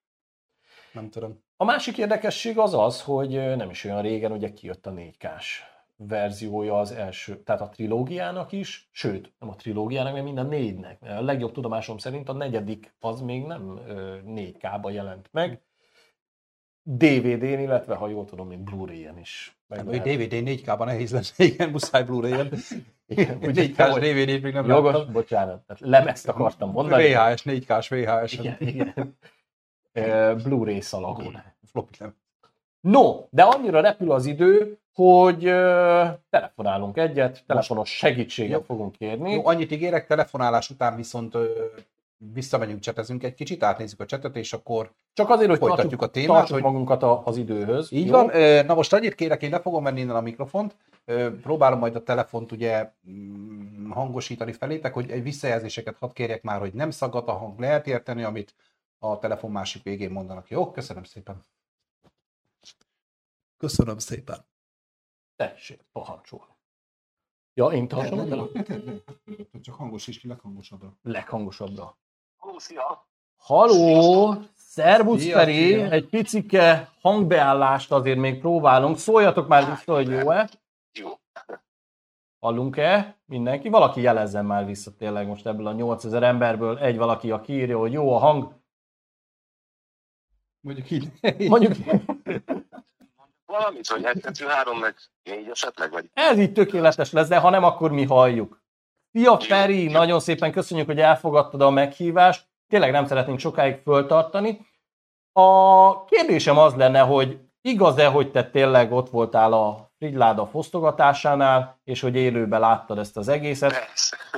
Nem tudom. A másik érdekesség az az, hogy nem is olyan régen ugye kijött a négy kás verziója az első, tehát a trilógiának is, sőt, nem a trilógiának, mert mind a négynek. A legjobb tudomásom szerint a negyedik az még nem négy ká-ba jelent meg. dé vé dén, illetve ha jól tudom, még Blu-ray-en is. Meg dé vé dé négy ká-ban nehéz lesz, igen, muszáj Blu-ray-en. négy kás dé vé dét még nem jogos, láttam. Bocsánat, tehát lemezt akartam mondani. vé há es, négy kás vé há es. Igen, igen. Blu-ray szalagon. No, de annyira repül az idő, hogy uh, telefonálunk egyet, telefonos segítséget fogunk kérni. Jó, annyit ígérek, telefonálás után viszont uh, visszamegyünk, csetezünk egy kicsit, átnézzük a csetet, és akkor csak azért, hogy folytatjuk tartsuk, a témát, tartsuk hogy magunkat a, az időhöz. Így jó? Van. Na most annyit kérek, én le fogom venni innen a mikrofont, próbálom majd a telefont ugye hangosítani felétek, hogy egy visszajelzéseket hadd kérjek már, hogy nem szaggat a hang, lehet érteni, amit a telefon másik végén mondanak. Jó, köszönöm szépen. Köszönöm szépen. Tessék, pahancsol. Ja, én tartom el? Csak hangosíts ki leghangosabbra. Leghangosabbra. Halló, szia! Halló! Szervusz, szia, Feri! Szia. Egy picike hangbeállást azért még próbálunk. Szóljatok már vissza, hogy jó-e? Jó. Hallunk-e? Mindenki? Valaki jelezzen már vissza tényleg most ebből a nyolcezer emberből. Egy valaki, aki írja, hogy jó a hang. Mondjuk így. Mondjuk valamit, hogy egy, kettő, három, meg négy esetleg, vagy? Ez így tökéletes lesz, de ha nem, akkor mi halljuk. Szia Feri, nagyon szépen köszönjük, hogy elfogadtad a meghívást. tényleg nem szeretnénk sokáig föltartani. A kérdésem az lenne, hogy igaz-e, hogy te tényleg ott voltál a Frigyláda fosztogatásánál, és hogy élőben láttad ezt az egészet?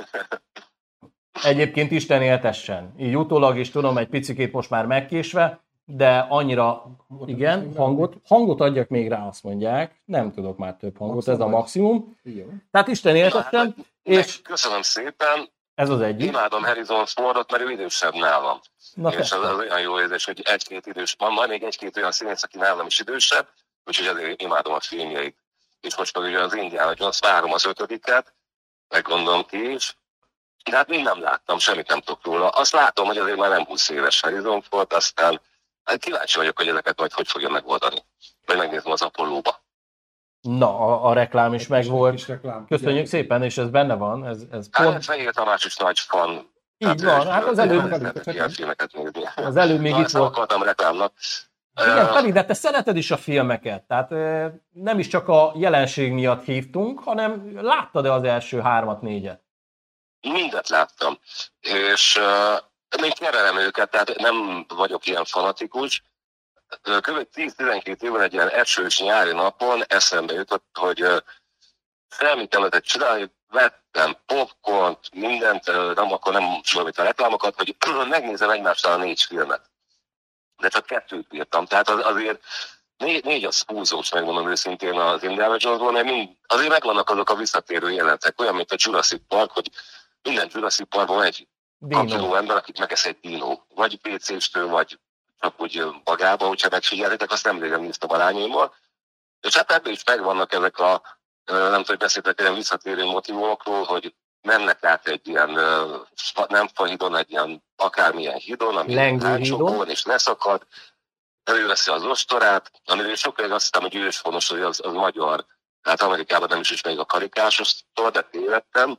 Egyébként Isten éltessen. Így utólag is tudom, egy picikét most már megkésve, de annyira, igen, hangot, hangot adjak még rá, azt mondják. Nem tudok már több hangot, ez a maximum. Tehát Isten éltessen. És köszönöm szépen. Ez az egyik. Imádom Harrison Fordot, mert ő idősebb nálam. Na, és az, az olyan jó érzés, hogy egy-két idős, van majd még egy-két olyan színész, aki nálam is idősebb, úgyhogy azért imádom a filmjeit. És most meg ugye az Indiana Jones, várom az ötödiket, meg gondolom ki is. De hát még nem láttam, semmit nem tudok róla. Azt látom, hogy azért már nem húsz éves Harrison Ford, aztán hát kíváncsi vagyok, hogy ezeket majd hogy fogja megoldani. Vagy megnézem az Apollóba. Na, a, a reklám is megvolt. Reklám, Köszönjük igen. szépen, és ez benne van. Ez, ez Hát pont... Fehér Tamás is nagy fan. Így van, hát az előbb, ilyen filmeket nézni. az előbb még Na, itt ezt nem volt. akartam reklámnak. Igen, Feri, de te szereted is a filmeket, tehát nem is csak a jelenség miatt hívtunk, hanem láttad-e az első hármat, négyet? Mindent láttam, és uh, még nyerelem őket, tehát nem vagyok ilyen fanatikus. Kb. tíz-tizenkét évvel egy ilyen esős nyári napon eszembe jutott, hogy uh, semmit nem lehetett csinálni, vettem popcornt, mindent, uh, nem akkor nem sorolom a reklámokat, hogy megnézem egymással a négy filmet. De csak kettőt bírtam, tehát az, azért négy, négy az húzós, megmondom őszintén az Indiana Jonesból, mert mind, azért megvannak azok a visszatérő jelentek, olyan, mint a Jurassic Park, hogy minden Jurassic Parkban van egy kapcsoló ember, akit megesz egy dinó. Vagy pé céstől, vagy csak úgy magába, hogyha megfigyelitek, azt nem régen néztem a lányommal. És hát ebből is megvannak ezek a, nem tudom, hogy beszéltek ilyen visszatérő motivumokról, hogy mennek át egy ilyen, nem fahidon, egy ilyen akármilyen hidon, ami hátsókon és leszakad, előveszi az ostorát, amiről sokáig azt hittem, hogy őshonos, hogy az, az magyar, tehát Amerikában nem is ismerik a karikásos ostor, de tévedtem.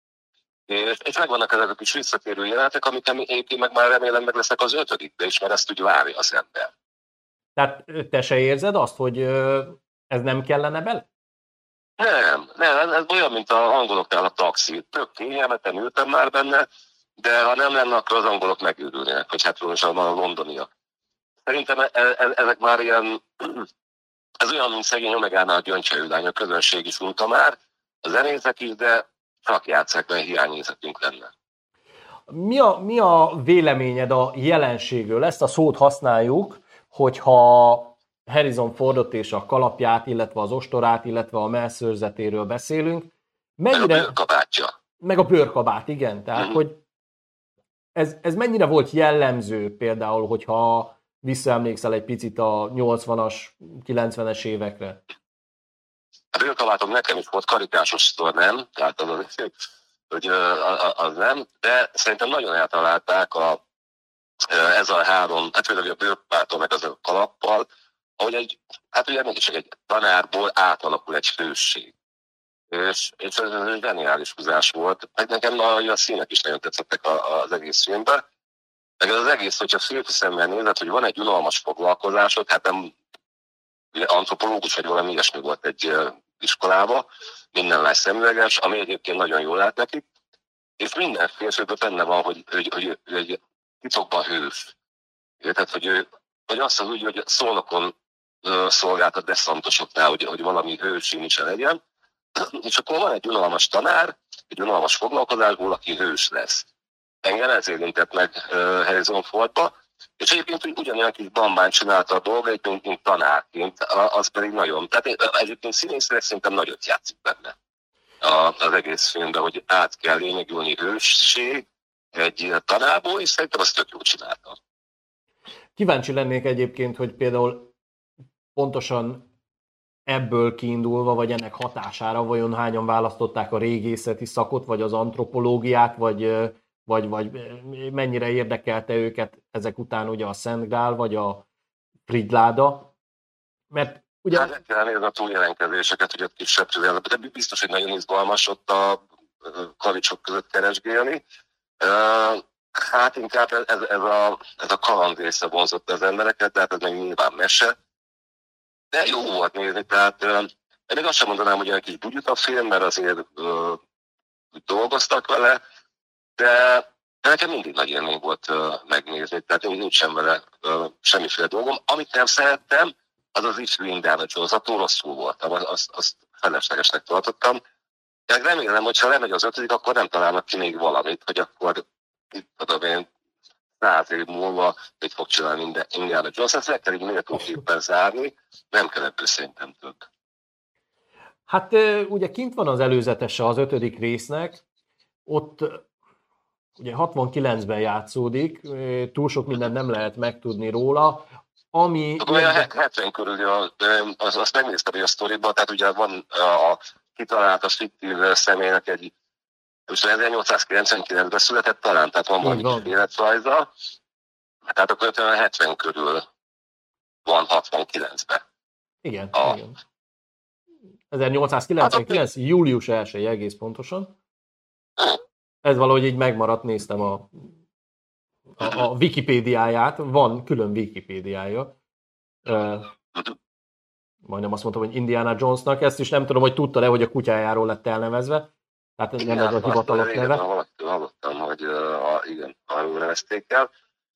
És, és megvannak ezek a kis visszatérő jelenetek, amik egyébként meg már remélem meg lesznek az ötödikbe is, mert ezt úgy várja az ember. Tehát te se érzed azt, hogy ez nem kellene bele? Nem, nem, ez, ez olyan, mint a angoloknál a taxi. Tök kényelmeten ültem már benne, de ha nem lenne, akkor az angolok megőrülnének, vagy hát különösen a londoniak. Szerintem e, e, ezek már ilyen, ez olyan, mint szegény Omegánál a gyöngycsejűlány, a közönség is unta már, a zenészek is, de csak játsszák, mert hiányérzetünk lenne. Mi a, mi a véleményed a jelenségről? Ezt a szót használjuk, hogyha Harrison Fordot és a kalapját, illetve az ostorát, illetve a mellszőrzetéről beszélünk. Mennyire... Meg a bőrkabátja. Meg a bőrkabát, igen. Tehát, mm-hmm. hogy ez, ez mennyire volt jellemző például, hogyha visszaemlékszel egy picit a nyolcvanas, kilencvenes évekre? A bőrkabátom nekem is volt, karikásos sztor nem, tehát az, az, hogy az nem, de szerintem nagyon eltalálták a, ez a három, hát például a bőrkabátom meg az a kalappal, ahogy egy, hát ugye mégis egy tanárból átalakul egy hősség. És, és ez egy zseniális húzás volt. Meg nekem a, a színek is nagyon tetszettek az egész filmben. Meg ez az egész, hogyha félfi szemmel nézed, hogy van egy unalmas foglalkozásod, hát nem antropológus vagy valami ilyesmi volt egy iskolába, minden lány szemüveges, ami egyébként nagyon jól állt nekik, és minden férfőben benne van, hogy, hogy, hogy, hogy egy titokban hős. Tehát, hogy ő, vagy azt az úgy, hogy Szolnokon szolgált a deszantosoknál, hogy, hogy valami hős image legyen, és akkor van egy unalmas tanár, egy unalmas foglalkozásból, aki hős lesz. Engem ez érintett meg uh, Harrison Fordba, és egyébként úgy ugyanilyen kis bambán csinálta a dolgait, mint, mint tanárként, az pedig nagyon, tehát egyébként színészre szerintem nagyot játszik benne a, az egész filmben, hogy át kell lényegülni hősség egy tanárból, és szerintem azt tök jól csinálta. Kíváncsi lennék egyébként, hogy például pontosan ebből kiindulva, vagy ennek hatására vajon hányan választották a régészeti szakot, vagy az antropológiát, vagy, vagy, vagy mennyire érdekelte őket ezek után ugye a Szent Grál, vagy a Frigyláda. Mert ugye... Hát kell nézni a túljelenkezéseket, hogy ott kisebb de biztos, hogy nagyon izgalmas ott a kavicsok között keresgélni. Hát inkább ez, ez, a, ez a kaland része vonzott az embereket, tehát ez meg nyilván mese. De jó volt nézni, tehát én még azt sem mondanám, hogy egy kis bugyuta film, mert azért uh, dolgoztak vele, de De nekem mindig nagy élmény volt uh, megnézni, tehát nincsen vele uh, semmiféle dolgom. Amit nem szerettem, az az ifjú Indiana Jones, attól rosszul voltam, azt, azt feleslegesnek tartottam. De remélem, hogy ha lemegy az ötödik, akkor nem találnak ki még valamit, hogy akkor itt tudom én, száz év múlva mit fog csinálni Indiana Jones. Ezt le kell így méltóképpen zárni, nem kell ebből szerintem több. Hát ugye kint van az előzetese az ötödik résznek, ott ugye hatvankilencben játszódik, túl sok mindent nem lehet megtudni róla, ami... Akkor olyan hetven körül, az, azt megnéztem, hogy a sztoriban, tehát ugye van a kitalált a fiktív személynek egy, most ezernyolcszázkilencvenkilencben született talán, tehát van valami életrajza, tehát akkor olyan hetven körül van hatvankilencben. Igen, a... igen. ezernyolcszázkilencvenkilenc. Hát, július elseje egész pontosan. Ez valahogy így megmaradt, néztem a, a, a Wikipédiáját, van külön Wikipédiája. Uh, majdnem azt mondtam, hogy Indiana Jonesnak, ezt is nem tudom, hogy tudta-e, hogy a kutyájáról lett elnevezve. Tehát ez nem ez a hivatalos neve. Valaktól hallottam, hogy uh, a, igen, arról nevezték el.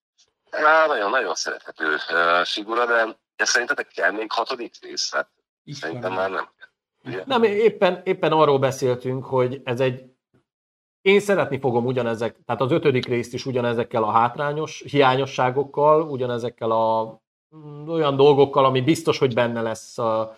Há, nagyon-nagyon szerethető uh, figura, de, de szerintetek kell még hatodik rész? Hát, szerintem már nem kell. Ugye? Nem, éppen, éppen arról beszéltünk, hogy ez egy én szeretni fogom ugyanezek, tehát az ötödik részt is ugyanezekkel a hátrányos hiányosságokkal, ugyanezekkel a olyan dolgokkal, ami biztos, hogy benne lesz a,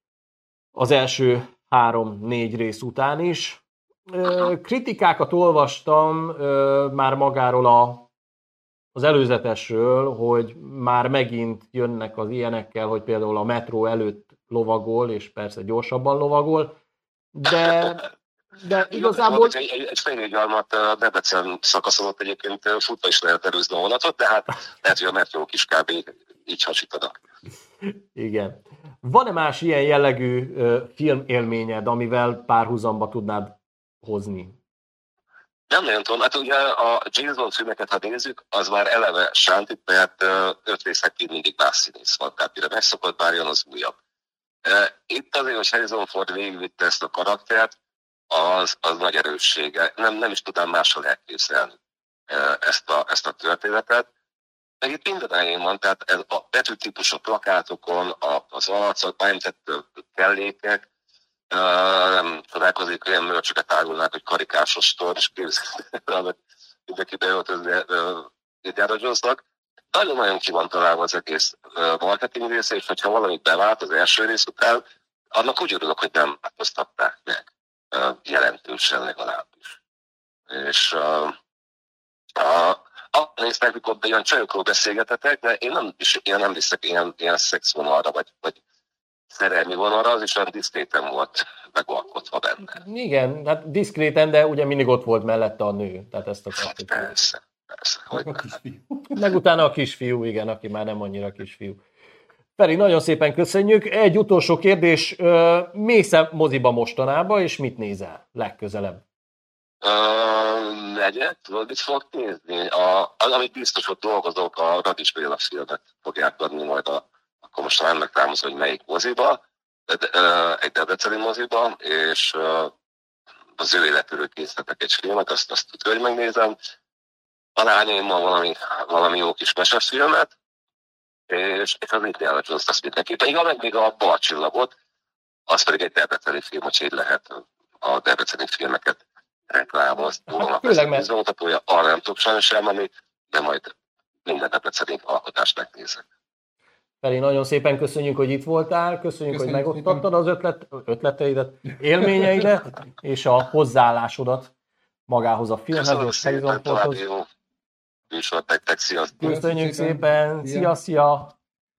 az első három-négy rész után is. Kritikákat olvastam már magáról a, az előzetesről, hogy már megint jönnek az ilyenekkel, hogy például a metró előtt lovagol, és persze gyorsabban lovagol, de... De igazából... Egy, egy, egy fényégyalmat a Debrecen szakaszon ott egyébként futva is lehet előzni a vonatot, de hát lehet, hogy a metrók is kb. Így hasítanak. Igen. Van-e más ilyen jellegű uh, filmélményed, amivel párhuzamba tudnád hozni? Nem nagyon tudom. Hát ugye a James Bond filmeket, ha nézzük, az már eleve sántít, mert uh, öt részekként mindig más színész van. Tehát mire megszokott, bár jön az újabb. Uh, itt azért, hogy Harrison Ford végigvitte ezt a karaktert, Az, az nagy erőssége. Nem, nem is tudám máshol elképzelni ezt a, ezt a történetet. Meg itt minden elején van, tehát ez a betűtípusú plakátokon, az arcok, beemlített kellékek, nem találkozik, olyan mörcsöket árulnák, hogy karikásos tor, és képzelni, mindenki beöltözni Indiana Jonesnak. Nagyon-nagyon ki van találva az egész marketing része, és hogyha valamit bevált az első rész után, annak úgy örülök, hogy nem változtatták meg. Jelentősen legalábbis. És uh, uh, azt néztek, mikor ilyen csajokról beszélgetetek, de én nem, is, én nem hiszek ilyen, ilyen szexvonalra, vagy, vagy szerelmi vonalra, az is olyan diszkréten volt megalkotva benne. Igen, hát diszkréten, de ugye mindig ott volt mellette a nő. Tehát ezt a hát persze, persze. Hogy a kisfiú. Meg utána a kisfiú, igen, aki már nem annyira kisfiú. Feri, nagyon szépen köszönjük. Egy utolsó kérdés. Mész-e moziba mostanában, és mit nézel legközelebb? Uh, megyek, tudod, mit fogok nézni? A, az, amit biztos, hogy dolgozok, a Radics Béla filmet fogják adni majd, a, akkor most nem megtámozom, hogy melyik moziba, de, uh, egy debreceni moziba, és uh, az ő életéről készítettek egy filmet, azt, azt tudja, hogy megnézem. A lányaimmal valami, valami jó kis mesefilmet, és, és az Indiana Jones azt mindenképpen. Igen, meg még a Balcsillagot, az pedig egy debreceni film, hogy lehet a debreceni filmeket reklámozni. Hát, főleg mert... Bizonyítatója, arra nem tudok sajnos elmenni, de majd minden debreceni alkotást megnézek. Feri, nagyon szépen köszönjük, hogy itt voltál, köszönjük, köszönjük hogy megosztottad az ötlet, ötleteidet, élményeidet, és a hozzáállásodat magához a filmhez. Köszönöm szépen, további jó műsort nektek, sziasztok! Köszönjük szépen, szia, szia!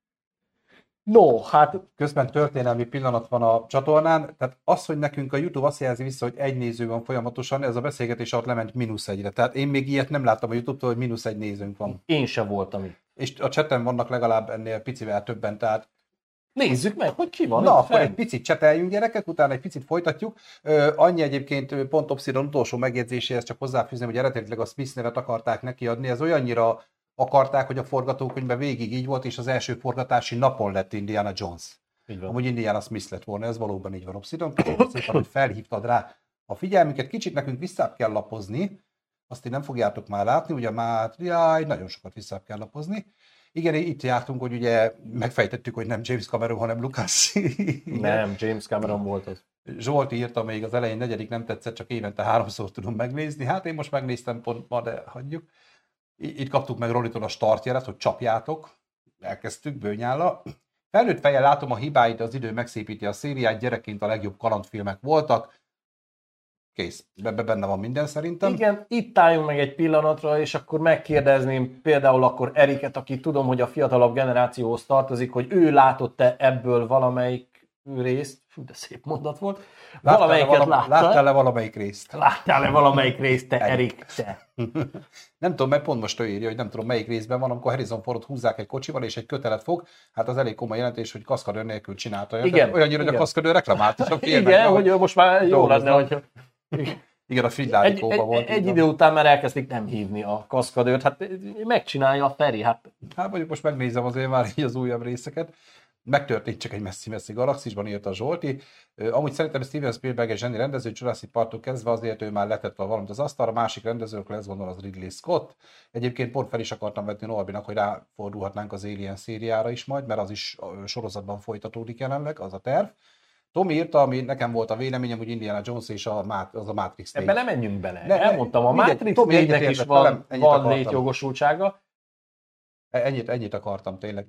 No, hát... Közben történelmi pillanat van a csatornán, tehát az, hogy nekünk a YouTube azt jelzi vissza, hogy egy néző van folyamatosan, ez a beszélgetés alatt lement mínusz egyre. Tehát én még ilyet nem láttam a YouTube-tól, hogy mínusz egy nézőnk van. Én sem voltam itt. És a chaten vannak legalább ennél picivel többen, tehát... Nézzük meg, hogy ki van. Na, akkor fenn. Egy picit cseteljünk, gyerekek, utána egy picit folytatjuk. Ö, annyi egyébként pont Obsidian utolsó megjegyzéséhez csak hozzáfűzném, hogy eredetileg a Smith nevet akarták neki adni, ez olyannyira akarták, hogy a forgatókönyvben végig így volt, és az első forgatási napon lett Indiana Jones. Amúgy Indiana Smith lett volna, ez valóban így van. Obsidian, köszönöm szépen, hogy felhívtad rá a figyelmünket. Kicsit nekünk vissza kell lapozni, azt így nem fogjátok már látni, ugye már jaj, nagyon sokat vissza kell lapozni. Igen, itt jártunk, hogy ugye megfejtettük, hogy nem James Cameron, hanem Lucas. Nem, James Cameron volt az. Zsolt írta, még az elején negyedik nem tetszett, csak évente háromszor tudom megnézni. Hát én most megnéztem pont ma, de hagyjuk. Itt kaptuk meg Rolitól a startjelet, hogy csapjátok. Elkezdtük bőnyállal. Felnőtt fejjel látom a hibáit, az idő megszépíti a szériát, gyerekként a legjobb kalandfilmek voltak. Kész, ebben benne van minden szerintem. Igen, itt álljunk meg egy pillanatra, és akkor megkérdezném például akkor Eriket, aki tudom, hogy a fiatalabb generációhoz tartozik, hogy ő látott-e ebből valamelyik részt, fú, de szép mondat volt, valamelyiket láttál látta. Láttál-e valamelyik részt? Láttál-e valamelyik részt, te Erik, te? Nem tudom, mert pont most ő írja, hogy nem tudom melyik részben van, amikor Harrison Fordot húzzák egy kocsival, és egy kötelet fog, hát az elég komoly jelentés, hogy kaszkadőr nélkül csinálta. Igen, olyannyira, hogy a kaszkadőr reklamált is a filmben. Igen, hogy most már jó lenne, hogyha... Igen, a Fridládikóban volt. Egy, egy idő után már elkezdték nem hívni a kaszkadőrt, hát megcsinálja a Feri, hát... Hát mondjuk most megnézem azért már így az újabb részeket. Megtörtént csak egy messzi-messzi galaxisban, írta Zsolti. Amúgy szerintem Steven Spielberg egy zseni rendező, Jurassic Parktól kezdve azért ő már letett valamit az asztalra, a másik rendezők lesz gondol az Ridley Scott. Egyébként pont fel is akartam vetni Norbinak, hogy ráfordulhatnánk az Alien szériára is majd, mert az is sorozatban folytatódik jelenleg, az a terv. Tomi írta, ami nekem volt a véleményem, hogy Indiana Jones és a, az a Matrix négy. Ebben nem menjünk bele. Ne, Elmondtam, a Matrix négynek is van, van létjogosultsága. Ennyit, ennyit akartam tényleg.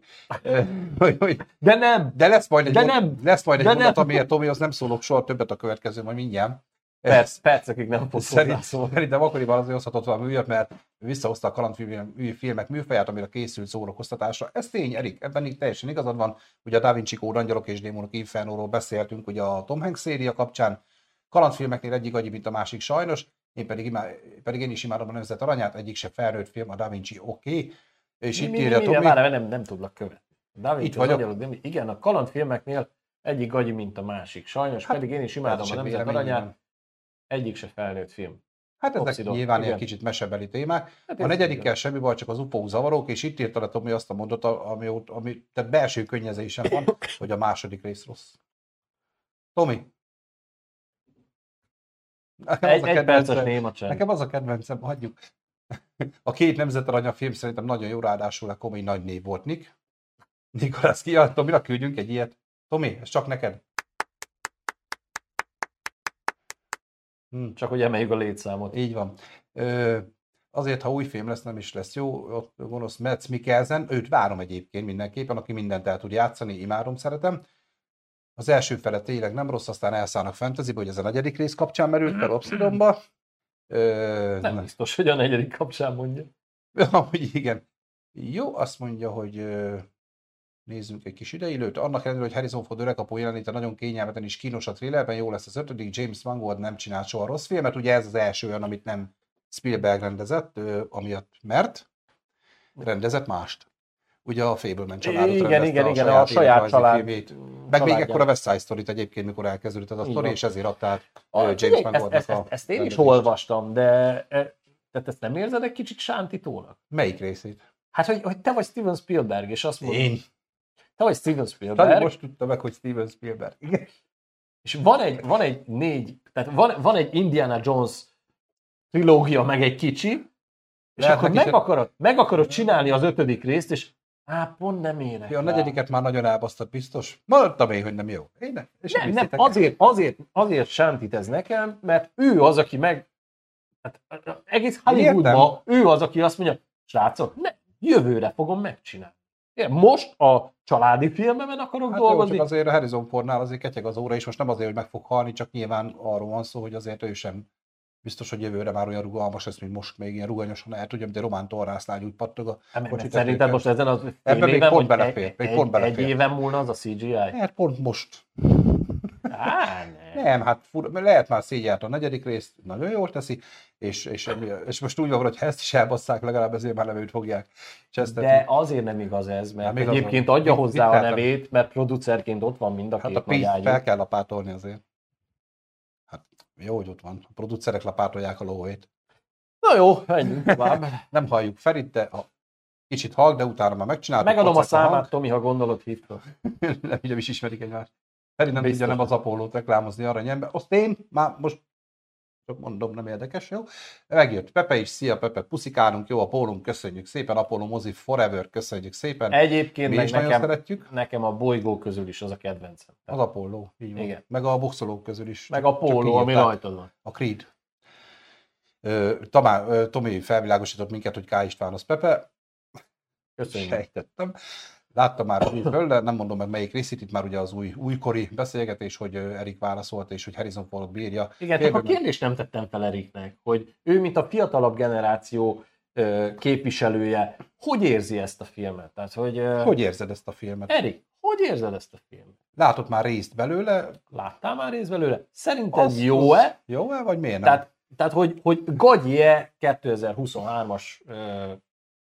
De nem! De lesz majd egy, de mond, nem, lesz majd egy de mondat, nem. amiért Tomihoz nem szólok soha többet a következő, majd mindjárt. Perc, percekig nem fogsz hozzászólni. Szerintem akkoriban azért hozhatott valami újat, mert visszahozta a kalandfilmek műfaját, amire készült szórakoztatásra. Ez tény, Erik, ebben így teljesen igazad van. Ugye a Da Vinci Code, Angyalok és Démonok Infernóról beszéltünk ugye a Tom Hanks széria kapcsán. Kalandfilmeknél egyik agyi, mint a másik sajnos. Én pedig, imá, pedig én is imádom a Nemzet Aranyát, egyik se felnőtt film, a Da Vinci oké. Okay. És mi, itt mi, írja mi, Tomi... Várj, nem, nem tudlak követni. Da Vinci, itt vagyok. Angyalok, igen, a kalandfilmeknél egyik agyi, mint a másik. Sajnos hát, pedig én is imádom a Nemzet Aranyát. Egyik se felnőtt film. Hát ezek Obszidon. Nyilván ilyen kicsit mesebeli témák. Hát a negyedikkel semmi baj, csak az ufók zavarok, és itt írta le Tomi azt a mondatot, ami, ami tehát belső könnyezésen van, hogy a második rész rossz. Tomi. Nekem egy, az a egy perces néma csend. Nekem az a kedvencem, hagyjuk. A két Nemzet Aranya film szerintem nagyon jó, ráadásul a komoly nagy név volt, Nick. Nikolász ki, Tomira küldjünk egy ilyet. Tomi, ez csak neked. Hmm. Csak hogy emeljük a létszámot. Így van. Ö, azért, ha új film lesz, nem is lesz jó. Ott gonosz Mads Mikkelsen, őt várom egyébként mindenképpen, aki mindent el tud játszani, imádom, szeretem. Az első fele tényleg nem rossz, aztán elszállnak fantasyba, hogy ez a negyedik rész kapcsán merült fel Obszidonba. Ö, nem, nem biztos, hogy a negyedik kapcsán mondja. Amúgy igen. Jó, azt mondja, hogy nézzünk egy kis ideillőt. Annak ellenére, hogy Harrison Ford öregapó jeleníte nagyon kényelmetlen és kínos a thrillerben, jó lesz az ötödik. James Mangold nem csinált soha rossz filmet, ugye ez az első olyan, amit nem Spielberg rendezett, amiatt mert rendezett mást. Ugye a Fableman családot igen, rendezte igen, a igen, saját, a saját család. Filmét. Meg még ekkor a West Side Story-t egyébként, mikor elkezdődött az a sztori, és ezért adták James Mangoldnak ezt, a... Ezt, ezt én is olvastam, de tehát ezt nem érzed egy kicsit sántítónak? Melyik részét? Hát, hogy, hogy te vagy Steven Spielberg, és azt mondod... Én? Te vagy Steven Spielberg. Tani most tudta meg, hogy Steven Spielberg. Igen. És van egy, van egy négy, tehát van, van egy Indiana Jones trilógia, meg egy kicsi, és lehet, akkor meg, is akarod, meg akarod csinálni az ötödik részt, és á, pont nem ének. Ja, a negyediket már nagyon elbasztott, biztos. Mondtam én, hogy nem jó. Én nem, és nem, nem azért, azért, azért sántít ez nekem, mert ő az, aki meg, hát, egész Hollywoodban ő az, aki azt mondja, srácok, ne, jövőre fogom megcsinálni. Én most a családi filmben akarok hát dolgozni. Jó, csak azért a Harrison Fordnál azért ketyeg az óra, és most nem azért, hogy meg fog halni, csak nyilván arról van szó, hogy azért ő sem biztos, hogy jövőre már olyan rugalmas lesz, mint most még ilyen ruganyosan el tudja, mint egy Román torrásznál úgy pattog a kocsit. Szerinted most ezen az ebben még pont belefér. Egy, egy, egy éven múlna az a cé gé i? Hát pont most. Á, nem. nem, hát fura, lehet már szégyelt a negyedik részt, nagyon jól teszi, és, és, és most úgy van, hogy ha ezt is elbasszák, legalább ezért már nevét fogják csesztetni. De azért nem igaz ez, mert hát egyébként adja mit, hozzá mit a nevét, mert producerként ott van mind a hát két nagy ágyú. Hát a pénzt fel kell lapátolni azért. Hát jó, hogy ott van. A producerek lapátolják a lóvét. Na jó, menjünk tovább. Nem halljuk Ferit, de a kicsit hallg, de utána már megcsináltuk. Megadom a számát, a Tomi, ha gondolod, hívta. Nem, ugye is ismerik egymást. Feri nem tudja nem az Apollót reklámozni aranyember. Azt én már most Csak mondom, nem érdekes, jó? Megjött Pepe is, szia Pepe, puszikálunk, jó, Apollo, köszönjük szépen, Apollo mozi forever, köszönjük szépen. Egyébként mi meg is nekem, nagyon szeretjük. Nekem a bolygó közül is az a kedvencem. Az Apollo, így van. Igen. Meg a boxolók közül is. Meg a póló, ami rajtad van. A Creed. Tamá, Tomi felvilágosított minket, hogy K. István az Pepe. Köszönjük. Sejtettem. Láttam már a belőle, nem mondom meg melyik részét, itt már ugye az új, újkori beszélgetés, hogy Erik válaszolt, és hogy Harrison Ford bírja. Igen, csak a kérdést nem tettem fel Eriknek, hogy ő, mint a fiatalabb generáció képviselője, hogy érzi ezt a filmet? Tehát, hogy, hogy érzed ezt a filmet? Erik, hogy érzed ezt a filmet? Látott már részt belőle? Láttál már részt belőle? Szerinted jó-e? Jó-e, vagy miért nem? Tehát, tehát hogy, hogy gagyi-e kétezer-huszonhármas ö,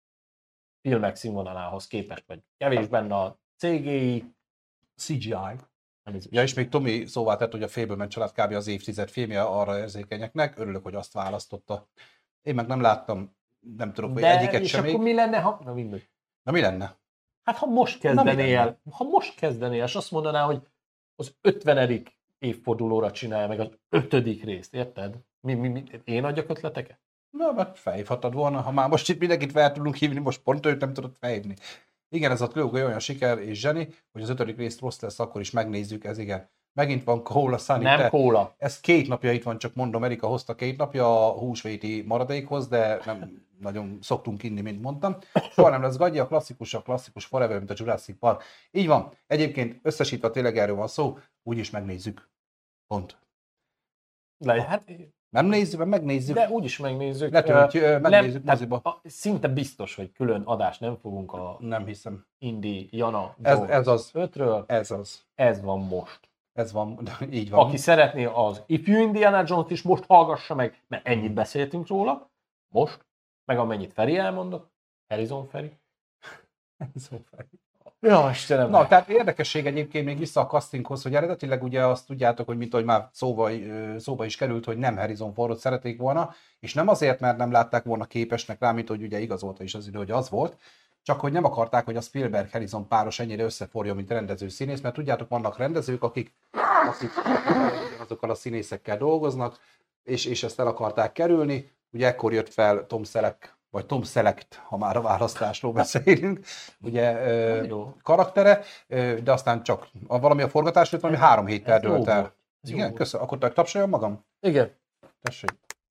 filmek színvonalához képest, vagy kevés benne a cé gé i, cé gé i. Ja, és még Tomi szóvá tett, hogy a Fableman család kb. Az évtized filmje arra érzékenyeknek. Örülök, hogy azt választotta. Én meg nem láttam, nem tudok, hogy egyiket és sem akkor még. mi lenne, ha... Na mindegy. Na mi lenne? Hát ha most kezdenél, ha most kezdenél, és azt mondaná, hogy az ötvenedik évfordulóra csinálja meg az ötödik részt, érted? Mi, mi, mi, én adjak ötleteket? Na, mert felhívhatod volna, ha már most itt mindenkit fel tudunk hívni, most pont őt nem tudod felhívni. Igen, ez a trilógia olyan siker és zseni, hogy az ötödik rész rossz lesz, akkor is megnézzük, ez igen. Megint van kóla, Sunny. Nem te. kóla. Ez két napja itt van, csak mondom, Erika hozta két napja a húsvéti maradékhoz, de nem nagyon szoktunk inni, mint mondtam. Soha nem lesz gagyi, a klasszikus, a klasszikus forever, mint a Jurassic Park. Így van. Egyébként összesítve tényleg erről van szó, úgyis megnézzük. Pont. Le, hát, nem nézzük, megnézzük. De úgyis megnézzük. Letöltjük, megnézzük nem, moziba. A, szinte biztos, hogy külön adást nem fogunk a nem hiszem. Indi Jana ez, ez az. ötről. Ez az. Ez van most. Ez van, így van. Aki szeretné az ifjú Indiana Jones is most hallgassa meg, mert ennyit beszéltünk róla, most, meg amennyit Feri elmondott, Harrison Feri. Harrison Feri. Ja, Istenem. Na, tehát érdekesség egyébként még vissza a castinghoz, hogy eredetileg ugye azt tudjátok, hogy mint ahogy már szóba, szóba is került, hogy nem Harrison Fordot szerették volna, és nem azért, mert nem látták volna képesnek rá, mint hogy ugye igazolta is az idő, hogy az volt, csak hogy nem akarták, hogy a Spielberg-Harrison páros ennyire összeforjon, mint rendező színész, mert tudjátok, vannak rendezők, akik, akik azokkal a színészekkel dolgoznak, és, és ezt el akarták kerülni. Ugye ekkor jött fel Tom Selleck, vagy Tom Selleck, ha már a választásról beszélünk, ugye ö, karaktere, ö, de aztán csak a, valami a forgatás lett, valami három héttel dőlt el. Igen, köszönöm. Akkor tapsoljam magam? Igen. Tessék.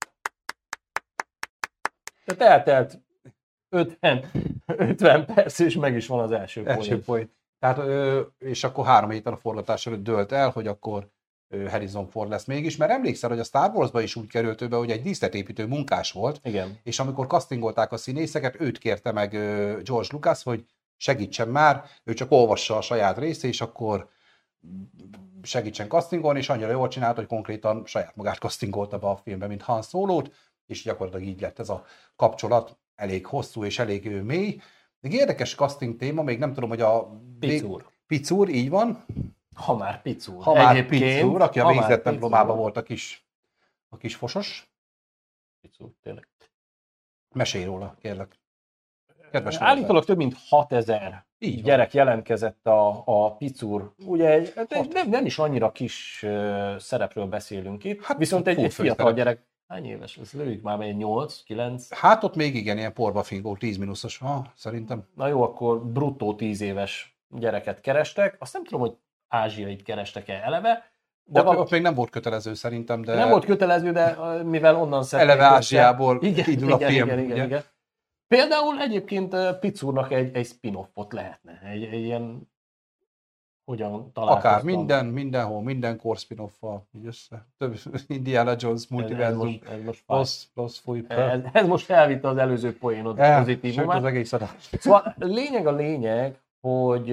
Tehát eltelt ötven, ötven perc, és meg is van az első poén. Első poén. Tehát, ö, és akkor három héten a forgatás előtt dőlt el, hogy akkor Harrison Ford lesz mégis, mert emlékszel, hogy a Star Wars-ba is úgy került ő be, hogy egy díszletépítő munkás volt, igen. És amikor castingolták a színészeket, őt kérte meg George Lucas, hogy segítsen már, ő csak olvassa a saját részét, és akkor segítsen castingolni, és annyira jól csinált, hogy konkrétan saját magát castingolta be a filmbe, mint Han Solo-t, és gyakorlatilag így lett ez a kapcsolat, elég hosszú és elég mély. Még érdekes casting téma, még nem tudom, hogy a... Picúr. Picúr, így van. Ha már Picúr. Ha már Picúr, aki a végzett templomában volt a kis, a kis fosos. Picúr, tényleg. Mesélj róla, kérlek. Kedves állítólag több mint hatezer gyerek jelentkezett a, a Picúr. Ugye egy, nem, nem is annyira kis uh, szerepről beszélünk itt, hát, viszont egy, egy fiatal szerep. Gyerek. Hány éves lesz? Lőjük már egy nyolc, kilenc. Hát ott még igen, ilyen porbafingó, tíz mínuszos, ha, szerintem. Na jó, akkor bruttó tíz éves gyereket kerestek. Azt nem tudom, hogy ázsiait kerestek-e eleve. De ott, val- ott még nem volt kötelező szerintem, de... Nem volt kötelező, de mivel onnan szedték... Eleve Ázsiából igen, indul a igen, film. Igen, igen, igen. Például egyébként Picúrnak egy, egy spin-offot lehetne. Egy, egy ilyen... Hogyan találkoztam? Akár minden, mindenhol, mindenkor spin-off-val, így össze. Több Indiana Jones multiverzum. Ez, ez most, plusz, plusz fúj. Ez, ez most elvitte az előző poénod el, pozitívumát. az egész adás. Szóval lényeg a lényeg, hogy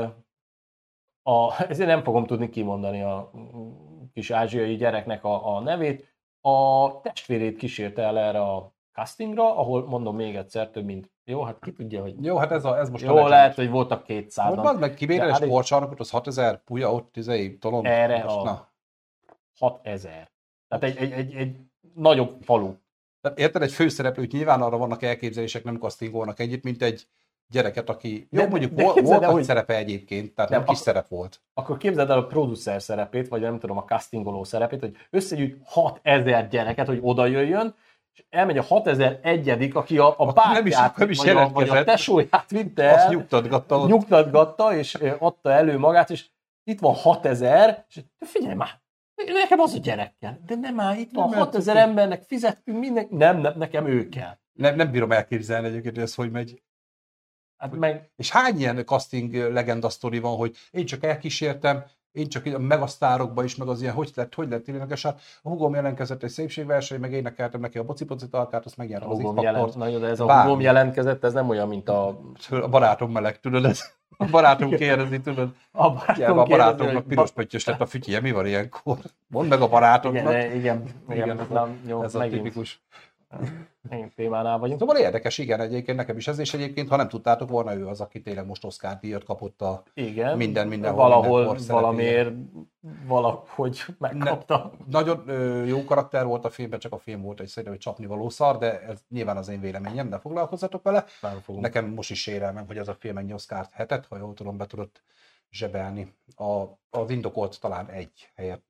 a, ezért nem fogom tudni kimondani a kis ázsiai gyereknek a, a nevét. A testvérét kísérte el erre a castingra, ahol mondom még egyszer több mint, jó, hát ki tudja, hogy... Jó, hát ez, a, ez most jó, a lehet, hogy voltak kétszázan. Most meg kibéreles sportcsarnokot, az hatezer, puja ott, tizei, tolon. Erre most, a na. hatezer. Tehát egy, egy, egy, egy nagyobb falu. Tehát érted, egy főszereplőt nyilván arra vannak elképzelések, nem castingolnak együtt, mint egy gyereket, aki jó, de, mondjuk de volt, volt hogy... szerepe egyébként, tehát nem, nem kis ak- szerep volt. Akkor képzeld el a producer szerepét, vagy nem tudom, a castingoló szerepét, hogy összegyűjt hatezer gyereket, hogy oda jöjjön, és elmegy a hatezer-egyedik, aki a, a bátyját, vagy, a, vagy a tesóját vitte el, azt nyugtatgatta, nyugtatgatta, és adta elő magát, és itt van hatezer, és figyelj már, nekem az a gyerek kell. De nem már, itt van hatezer embernek fizettünk minden, nem, nem, nekem ő kell. Nem, nem bírom elképzelni egyébként, hogy ez hogy megy. Hát meg... És hány ilyen casting legenda sztori van, hogy én csak elkísértem, én csak a megasztárokba is, meg az ilyen, hogy lett, hogy lett tényleges, hát a hugom jelentkezett egy szépségverseny, meg énekeltem neki a boci-poci talkát, azt megnyertem az X-faktort. Na jó, de ez a hugom jelentkezett, ez nem olyan, mint a... A barátom meleg, tudod, ez a barátom kérdezi, tudod. A barátom, a barátomnak piros pöttyös lett a fütyje, mi van ilyenkor? Mondd meg a barátomnak. Igen, igen, igen, igen nem, jó, ez a tipikus. Megint témánál vagyunk. Szóval érdekes, igen, egyébként nekem is ez, és egyébként, ha nem tudtátok volna, ő az, aki tényleg most Oscar-díjat kapott a igen, minden, minden valahol, minden valamiért, valahogy megkapta. Ne, nagyon ö, jó karakter volt a filmben, csak a film volt egy szerintem egy csapnivaló szar, de ez nyilván az én véleményem, ne foglalkozzatok vele. Nekem most is sérelmem, hogy az a film ennyi Oscart hetet, ha jól tudom, be tudott zsebelni. A, az indokolt talán egy helyett.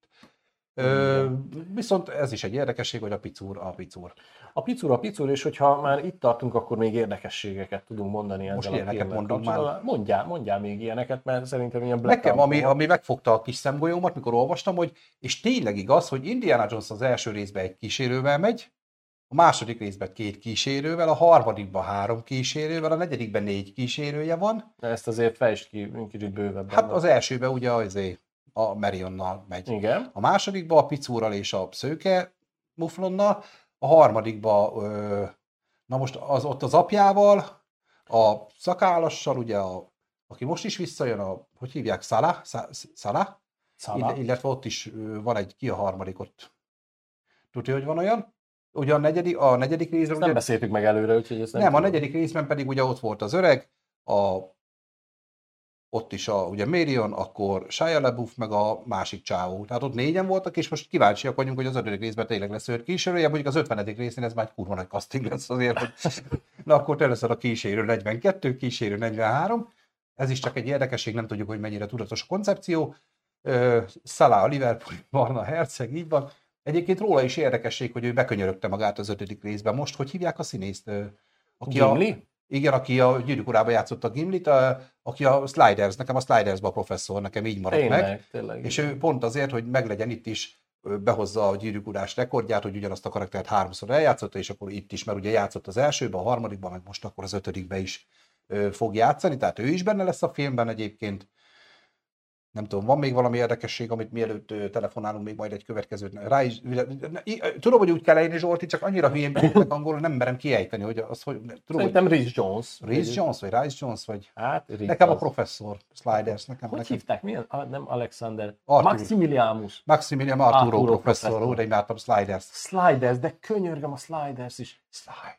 Ö, viszont ez is egy érdekesség, hogy a picúr a picúr. A picúr a picúr, és hogyha már itt tartunk, akkor még érdekességeket tudunk mondani ezzel. Most ilyeneket mondunk már. Mondjál, mondjál még ilyeneket, mert szerintem ilyen Black Nekem, ami, ami megfogta a kis szemgolyómat, mikor olvastam, hogy és tényleg igaz, hogy Indiana Jones az első részben egy kísérővel megy, a második részben két kísérővel, a harmadikban három kísérővel, a negyedikben négy kísérője van. Ezt azért fejtsd ki kicsit bővebben. Hát az elsőben ugye azért a Marionnal megy. Igen. A másodikban a picúrral és a szőke muflonnal, a harmadikban, na most az, ott az apjával, a szakállassal, ugye, a, aki most is visszajön, a, hogy hívják, Szala, Szala, illetve ott is van egy, ki a harmadik ott. Tudja, hogy van olyan? Ugye a negyedik, a negyedik részben... Ezt nem ugye, beszéltük meg előre, úgyhogy ezt nem Nem, tudom. A negyedik részben pedig ugye ott volt az öreg, a ott is a, ugye Marion, akkor Shia LaBeouf, meg a másik csávó. Tehát ott négyen voltak, és most kíváncsiak vagyunk, hogy az ötödik részben tényleg lesz őt kísérője, mondjuk az ötvenedik részén ez már egy kurva nagy casting lesz azért, hogy na akkor először a kísérő negyvenkettő, kísérő negyvenhárom. Ez is csak egy érdekesség, nem tudjuk, hogy mennyire tudatos a koncepció. Salah a Liverpool, Barna Herceg, így van. Egyébként róla is érdekesség, hogy ő bekönyörögte magát az ötödik részben. Most, hogy hívják a színészt? Aki Gimli? A, igen, aki a Gyűrűk Urában játszott a Gimlit, a, aki a Sliders, nekem a Slidersben a professzor, nekem így maradt tényleg, meg. Tényleg. És ő pont azért, hogy meglegyen itt is, behozza a Gyűrűk Urás rekordját, hogy ugyanazt a karaktert háromszor eljátszotta, és akkor itt is, mert ugye játszott az elsőben, a harmadikban, meg most akkor az ötödikben is fog játszani, tehát ő is benne lesz a filmben egyébként. Nem tudom, van még valami érdekesség, amit mielőtt telefonálunk még majd egy következőt. Rá is, tudom, hogy úgy kell leírni, Zsolti, csak annyira hülyén beszélek angolul, nem merem kiejteni, hogy az, hogy... Tudom, szerintem Rhys Jones. Rhys Jones, vagy Rhys Jones, vagy... Hát, Rhys nekem az. A professzor, Sliders. Nekem, hogy nekem. hívták? Milyen? Ah, nem Alexander. Arthur. Maximilianus. Maximilian Arturo, Arturo professzor, professzor. Ó, de imádtam Sliders. Sliders, de könyörgöm a Sliders is. Slide.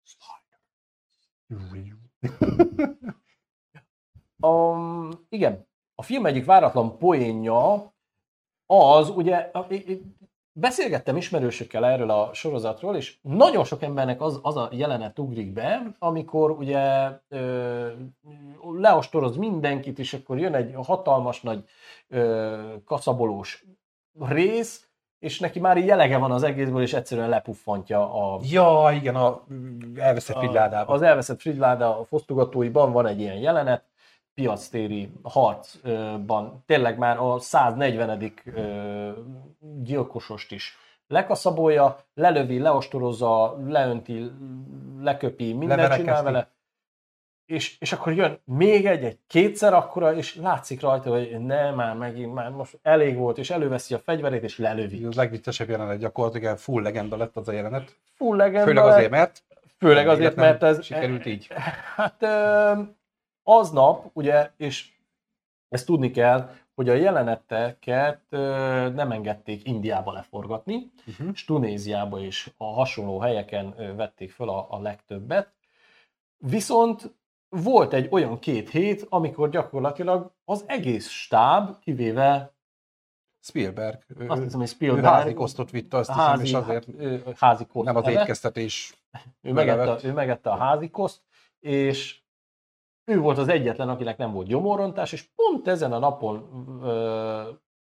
um, igen. A film egyik váratlan poénja az, ugye, beszélgettem ismerősökkel erről a sorozatról, és nagyon sok embernek az, az a jelenet ugrik be, amikor ugye ö, leostoroz mindenkit, és akkor jön egy hatalmas nagy ö, kaszabolós rész, és neki már így jelege van az egészből, és egyszerűen lepuffantja a... Ja, igen, a elveszett frigyládában. Az elveszett frigyláda a fosztogatóiban van egy ilyen jelenet, piactéri harcban tényleg már a száznegyvenedik gyilkosost is lekaszabolja, lelövi, leostorozza, leönti, leköpi, mindent csinál vele, és, és akkor jön még egy, egy kétszer akkora, és látszik rajta, hogy nem, már megint, már most elég volt, és előveszi a fegyverét, és lelövi. Az legviccesebb jelenet gyakorlatilag, full legenda lett az a jelenet. Full legenda Főleg azért, mert... Főleg azért, mert ez... Sikerült így. Hát... Aznap, ugye, és ezt tudni kell, hogy a jeleneteket ö, nem engedték Indiába leforgatni, uh-huh. és Tunéziába és a hasonló helyeken ö, vették fel a, a legtöbbet. Viszont volt egy olyan két hét, amikor gyakorlatilag az egész stáb, kivéve Spielberg. Azt hiszem, hogy Spielberg. Ő házi kosztot vitte, azt hiszem, házi, és azért házi koszt nem az étkeztetés. Ő megette, ő megette a házi koszt, és ő volt az egyetlen, akinek nem volt gyomorrontás, és pont ezen a napon uh,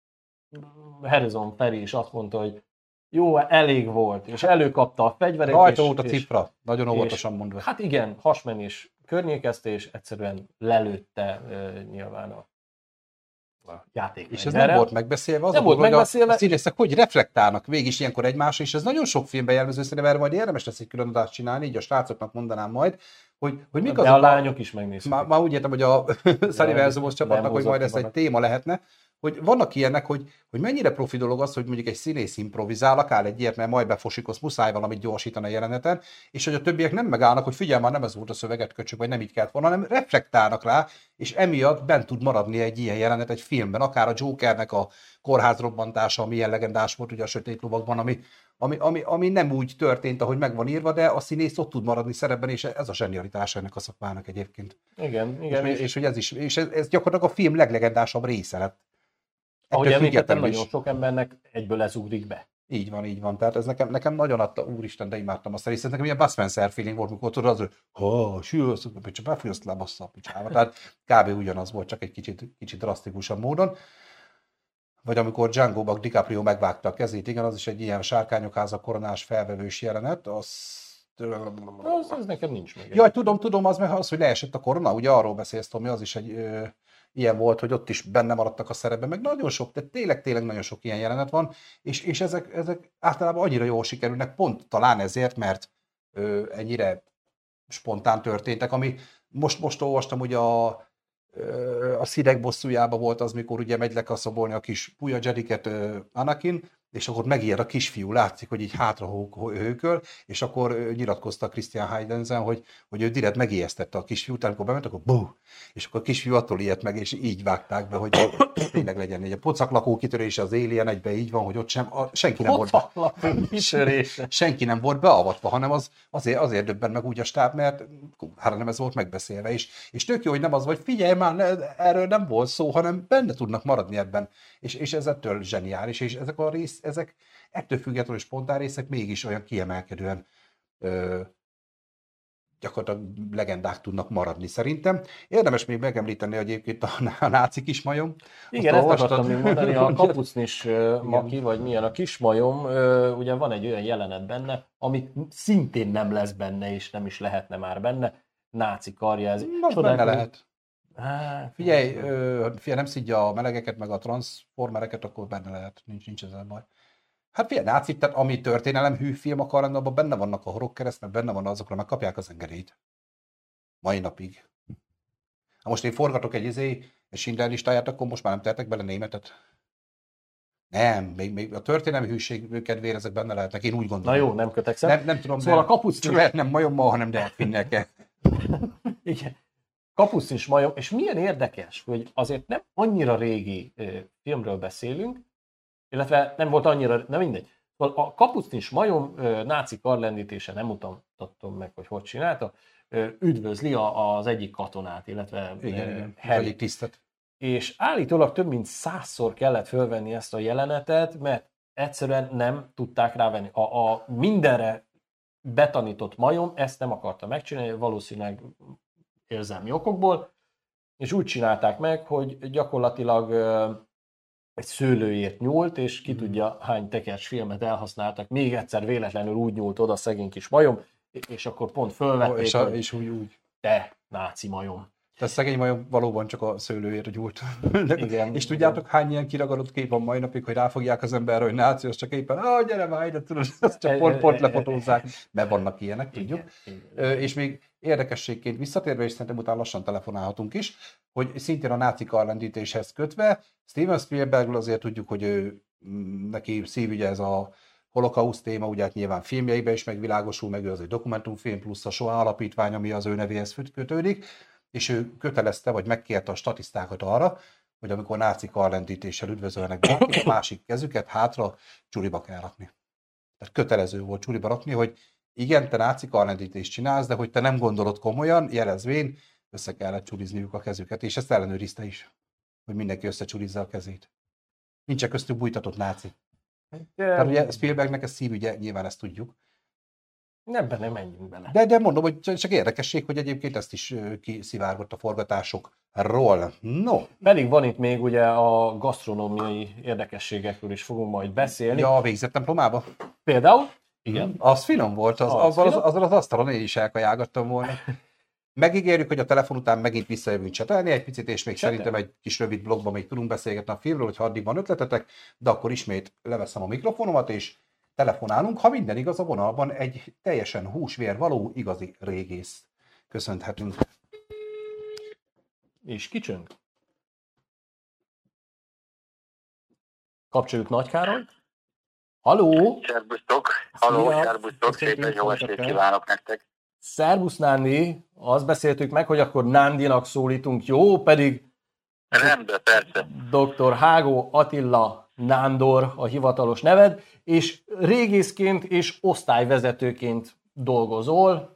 Harrison Feri is azt mondta, hogy jó, elég volt, és előkapta a fegyverét. Rajta volt a cifra, nagyon óvatosan mondva. Hát igen, hasmenés környékeztés, egyszerűen lelőtte uh, nyilván a, a játék. És ez nem volt megbeszélve, az nem a volt dolog, megbeszélve. A színészek hogy reflektálnak végig is ilyenkor egymásra, és ez nagyon sok filmben jellemző, szerintem erre majd érdemes lesz egy külön adást csinálni, így a srácoknak mondanám majd, hogy, hogy mik de azok a lányok is megnézték. Már, már úgy értem, hogy a Szaliverzumos csapatnak, hogy majd ez egy téma lehetne, hogy vannak ilyenek, hogy, hogy mennyire profi dolog az, hogy mondjuk egy színész improvizál, akár egy ilyet, mert majd befosikosz, muszáj valamit gyorsítani a jeleneten, és hogy a többiek nem megállnak, hogy figyelj, már nem ez volt a szöveget köcsök, vagy nem így kellett volna, hanem reflektálnak rá, és emiatt bent tud maradni egy ilyen jelenet egy filmben, akár a Jokernek a kórházrobbantása, ami ilyen legendás volt ugye a Sötét Lovagban, ami, ami, ami, ami nem úgy történt, ahogy meg van írva, de a színész ott tud maradni szerepben, és ez a zsenialitása ennek a szakmának egyébként. Igen, igen. És, és, és hogy ez is, és ez, ez gyakorlatilag a film leglegendásabb része lett. Ahogy említettem, nagyon sok embernek egyből ez ugrik be. Így van, így van. Tehát ez nekem, nekem nagyon adta, úristen, de imádtam azt a részt. Nekem ilyen Bud Spencer feeling volt, mikor tudod az, hogy ha, sűrűsz, csak befűrsz le, bassza a picsába. Tehát kb. Ugyanaz volt, csak egy kicsit, kicsit drasztikusabb módon. Vagy amikor Django-ban DiCaprio megvágta a kezét, igen, az is egy ilyen sárkányokháza koronás felvevős jelenet, az... Az, az nekem nincs meg. Jaj, tudom, tudom, az meg az, hogy leesett a korona, ugye arról beszélsz, Tomi, az is egy ö, ilyen volt, hogy ott is benne maradtak a szerepben, meg nagyon sok, de tényleg, tényleg nagyon sok ilyen jelenet van, és, és ezek, ezek általában annyira jól sikerülnek, pont talán ezért, mert ö, ennyire spontán történtek, ami most, most olvastam, hogy a, ö, a Szidek bosszújában volt az, mikor ugye megy lekaszabolni a kis Puja Jediket ö, Anakin, és akkor megijed a kisfiú, látszik, hogy így hátra hőköl, és akkor nyilatkozta Christian Heidensen, hogy, hogy ő direkt megijesztette a kisfiút, amikor bement, akkor bú, és akkor a kisfiú attól ijedt meg, és így vágták be, hogy tényleg legyen egy. A pocaklakó kitörése az Alien egyben így van, hogy ott sem, a, senki nem volt be, senki nem volt beavatva, hanem az, azért, azért döbben meg úgy a stáb, mert hát nem ez volt megbeszélve is. És tök jó, hogy nem az, vagy figyelj már, ne, erről nem volt szó, hanem benne tudnak maradni ebben. És, és ez ettől zseniális, és ezek a rész, ezek ettől függetlenül spontán részek mégis olyan kiemelkedően ö, gyakorlatilag legendák tudnak maradni szerintem. Érdemes még megemlíteni egyébként a, a náci kismajom. Igen, ezt akartam még mondani, a kapucnis maki, vagy milyen a kismajom, ugye van egy olyan jelenet benne, ami szintén nem lesz benne, és nem is lehetne már benne. Náci karjáz. Most benne lehet. Hát, figyelj, ö, figyelj, nem szidja a melegeket, meg a transformereket, akkor benne lehet, nincs, nincs ezzel baj. Hát figyelj, nácik, tehát ami történelem hű film akar lenni, abban benne vannak a horogkereszt, meg benne van azokra, meg kapják az engedélyt. Mai napig. Ha most én forgatok egy izé, egy Schindler listáját, akkor most már nem tehetek bele németet. Nem, még, még a történelmi hűség kedvére ezek benne lehetnek, én úgy gondolom. Na jó, nem kötekszem. Nem, nem tudom, szóval nem, a kapucnis... lehet nem majommal, hanem delfinnel kell. Igen. Kapucnis majom, és milyen érdekes, hogy azért nem annyira régi ö, filmről beszélünk, illetve nem volt annyira, nem mindegy. A kapucnis majom ö, náci karlendítése, nem mutattam meg, hogy hogy csinálta, ö, üdvözli a, az egyik katonát, illetve igen, ö, igen. Harry. Egyik tisztet. És állítólag több mint százszor kellett fölvenni ezt a jelenetet, mert egyszerűen nem tudták rávenni. A, a mindenre betanított majom ezt nem akarta megcsinálni, valószínűleg érzelmi okokból, és úgy csinálták meg, hogy gyakorlatilag egy szőlőért nyúlt, és ki tudja hány tekercs filmet elhasználtak, még egyszer véletlenül úgy nyúlt oda szegény kis majom, és akkor pont fölvették, oh, és, a, és úgy, úgy. Te, náci majom. Tehát szegény majom valóban csak a szőlőért gyújt. Igen, és tudjátok, hány ilyen kiragadott kép van mai napig, hogy ráfogják az emberre, hogy náci, az csak éppen, ah, gyere már ide, tudod, azt csak pont-pont lefotózzák, mert vannak ilyenek, tudjuk. Igen, igen. És még érdekességként visszatérve, és szerintem utána lassan telefonálhatunk is, hogy szintén a náci karlendítéshez kötve, Steven Spielbergről azért tudjuk, hogy ő, neki szívügye ez a holokauszt téma, ugye hát nyilván filmjeiben is megvilágosul, meg ő az egy dokumentumfilm, plusz a SOA alapítvány, ami az ő nevéhez kötődik, és ő kötelezte, vagy megkérte a statisztákat arra, hogy amikor náci karlendítéssel üdvözölnek bárkit, a másik kezüket hátra csuriba kell rakni. Tehát kötelező volt csuriba rakni, hogy igen, te náci karlendítést csinálsz, de hogy te nem gondolod komolyan, jelezvén, össze kellett csurizniuk a kezüket, és ezt ellenőrizte is, hogy mindenki összecsurizza a kezét. Nincs köztük bújtatott náci. Tehát ugye Spielbergnek ez szívügye, nyilván ezt tudjuk. Ebben nem menjünk bele. De, de mondom, hogy csak érdekesség, hogy egyébként ezt is kiszivárgott a forgatásokról. No. Pedig van itt még ugye a gasztronómiai érdekességekről is fogunk majd beszélni. Ja, a végzett templomába. Például? Igen. Az finom volt, az, az, az, az, az asztalon én is elkajálgattam volna. Megígérjük, hogy a telefon után megint visszajövünk csetelni egy picit, és még Csetel. Szerintem egy kis rövid blogban még tudunk beszélgetni a filmről, hogyha addig van ötletetek, de akkor ismét leveszem a mikrofonomat, és telefonálunk, ha minden igaz, a vonalban egy teljesen húsvér való igazi régész köszönhetünk. És kicsöng. Kapcsoljuk Nagy Károlyt. Halló! Szerbusztok! Halló, szerbusztok! Szépen jó estét kívánok nektek! Szerbusz Nándi, azt beszéltük meg, hogy akkor Nándinak szólítunk, jó? Pedig rendben, persze. doktor Hágó Attila Nándor a hivatalos neved, és régészként és osztályvezetőként dolgozol.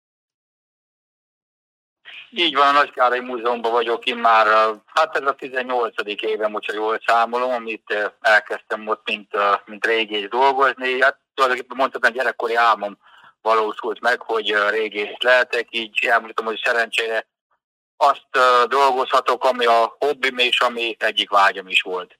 Így van, a Nagykároly Múzeumban vagyok én már, hát ez a tizennyolcadik évem, hogyha jól számolom, amit elkezdtem ott, mint, mint régész dolgozni. Hát tulajdonképpen mondhatom, hogy gyerekkori álmom valósult meg, hogy régész lehetek, így elmondtam, hogy szerencsére azt dolgozhatok, ami a hobbim és ami egyik vágyam is volt.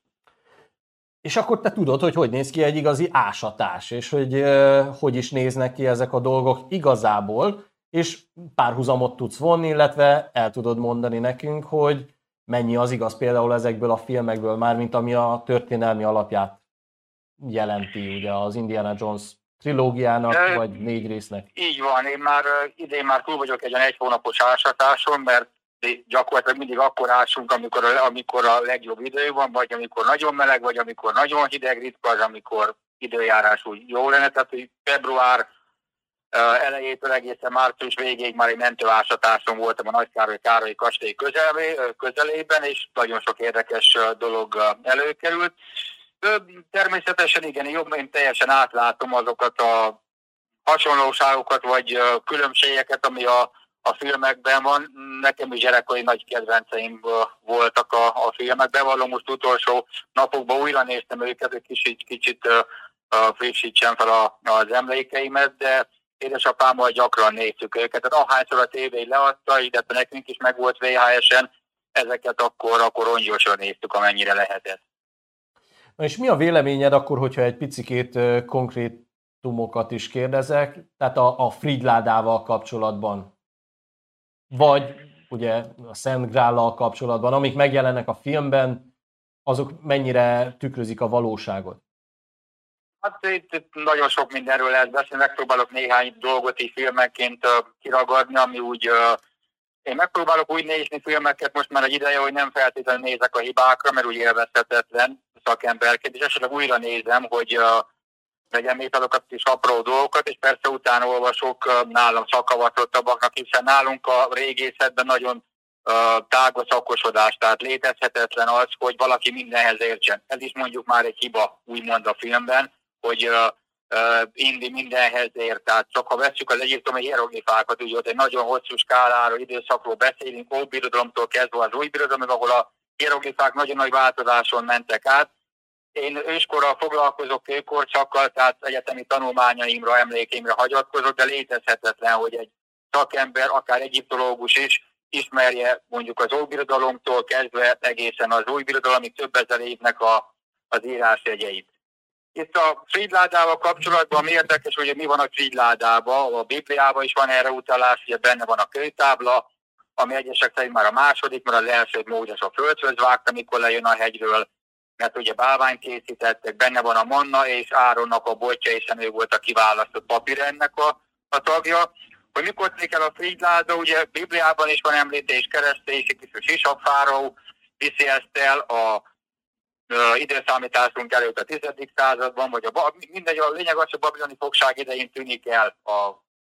És akkor te tudod, hogy hogy néz ki egy igazi ásatás, és hogy uh, hogy is néznek ki ezek a dolgok igazából, és párhuzamot tudsz vonni, illetve el tudod mondani nekünk, hogy mennyi az igaz például ezekből a filmekből, mármint ami a történelmi alapját jelenti, ugye az Indiana Jones trilógiának, De, vagy négy résznek. Így van, én már idén már túl vagyok egy egy hónapos ásatáson, mert gyakorlatilag mindig akkor ásunk, amikor a, amikor a legjobb idő van, vagy amikor nagyon meleg, vagy amikor nagyon hideg, ritka az, amikor időjárás úgy jó lenne. Tehát, hogy február elejétől egészen március végéig már egy mentőásatáson voltam a Nagykároly Károlyi kastély közelé, közelében, és nagyon sok érdekes dolog előkerült. Természetesen igen, jobb, én teljesen átlátom azokat a hasonlóságokat, vagy különbségeket, ami a, a filmekben van. Nekem is gyerekkori nagy kedvenceim voltak a, a filmek. Bevallom, most utolsó napokban újra néztem őket, hogy kicsit, kicsit uh, frissítsem fel a, az emlékeimet, de édesapámmal gyakran néztük őket. Tehát ahányszor a tévé leadta, illetve nekünk is meg volt vé há es-en, ezeket akkor, akkor rongyosra néztük, amennyire lehetett. Na és mi a véleményed akkor, hogyha egy picikét konkrétumokat is kérdezek, tehát a, a Fridládával kapcsolatban, vagy ugye a Szent Grállal kapcsolatban, amik megjelennek a filmben, azok mennyire tükrözik a valóságot? Hát itt, itt nagyon sok mindenről lehet beszélni, megpróbálok néhány dolgot így filmekként uh, kiragadni, ami úgy... Uh, én megpróbálok úgy nézni filmeket most már egy ideje, hogy nem feltétlenül nézek a hibákra, mert úgy élvezhetetlen szakemberként, és esetleg újra nézem, hogy uh, legyen még azokat is apró dolgokat, és persze utána olvasok uh, nálam szakavatottabbaknak, hiszen nálunk a régészetben nagyon uh, tág a szakosodás, tehát létezhetetlen az, hogy valaki mindenhez értsen. Ez is mondjuk már egy hiba, úgymond a filmben, hogy uh, uh, Indi mindenhez ért. Tehát csak ha vesszük az egyiptomi hieroglifákat, úgy ott egy nagyon hosszú skáláról, időszakról beszélünk, Óbirodalomtól kezdve az új birodalomig, ahol a hieroglifák nagyon nagy változáson mentek át. Én őskorral foglalkozok kőkorszakkal, tehát egyetemi tanulmányaimra, emlékeimre hagyatkozok, de létezhetetlen, hogy egy szakember, akár egyiptológus is ismerje mondjuk az Óbirodalomtól kezdve egészen az új birodalomig több ezer évnek a, az írásjegyeit. Itt a Fridládával kapcsolatban érdekes, hogy mi van a Fridládában, a Bibliában is van erre utalás, ugye benne van a kőtábla, ami egyesek szerint már a második, mert az elsőt Mózes a földhöz vágta, mikor lejön a hegyről, mert ugye bálványt készítettek, benne van a manna, és Áronnak a botja, hiszen ő volt a kiválasztott papírendnek a, a tagja. Hogy mikor telik el a Fridláda, ugye Bibliában is van említés, keresztélyiség, és a Sisak fáraó viszi ezt el a Uh, időszámításunk előtt a tizedik században, vagy a, mindegy, a lényeg az, hogy a babiloni fogság idején tűnik el a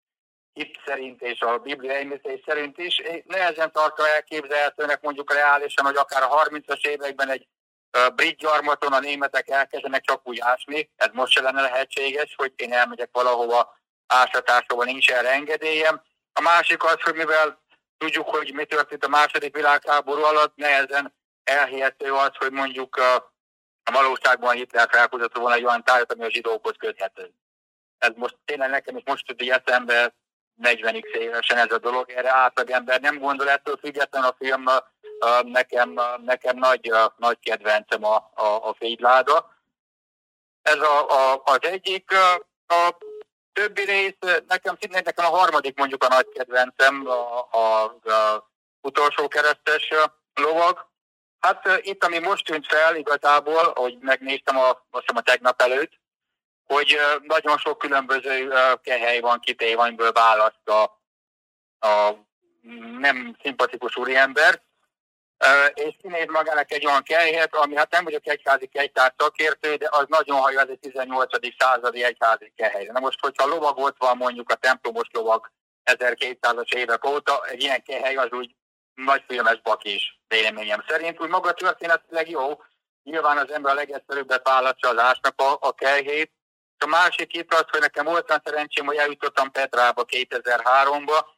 hit szerint és a Biblia említés szerint is. Én nehezen tartom elképzelhetőnek mondjuk reálisan, hogy akár a harmincas években egy uh, brit gyarmaton a németek elkezdenek csak úgy ásni. Ez most se lenne lehetséges, hogy én elmegyek valahova ásatásról, nincs erre engedélyem. A másik az, hogy mivel tudjuk, hogy mi történt a második világháború alatt, nehezen elhihető az, hogy mondjuk a, a valóságban Hitler felkutató volna egy olyan tájat, ami a zsidókhoz köthető. ez most tényleg nekem is most jut eszembe negyven évesen ez a dolog, erre átlagember nem gondol, ettől független a film nekem, nekem nagy, nagy kedvencem a, a, a Fégyláda. Ez a, a, az egyik, a többi rész, nekem szintén nekem a harmadik mondjuk a nagy kedvencem, a, a, a utolsó keresztes lovag. Hát itt, ami most tűnt fel igazából, hogy megnéztem a, azt a tegnap előtt, hogy nagyon sok különböző kehely van kitéve, amiből választ a, a nem szimpatikus úriember, és kinéz magának egy olyan kelyhet, ami hát nem vagyok egyházi kegytár szakértő, de az nagyon hajó, ez egy tizennyolcadik századi egyházi kehely. Na most, hogyha lovag ott van, mondjuk a templomos lovag ezerkétszázas évek óta, egy ilyen kehely az úgy nagy filmes bakis, véleményem szerint. Úgy maga történetileg jó, nyilván az ember a legegyszerűbbet választja az ásnak a, a kelyhét. A másik itt az, hogy nekem volt olyan szerencsém, hogy eljutottam Petrába kétezer-háromba,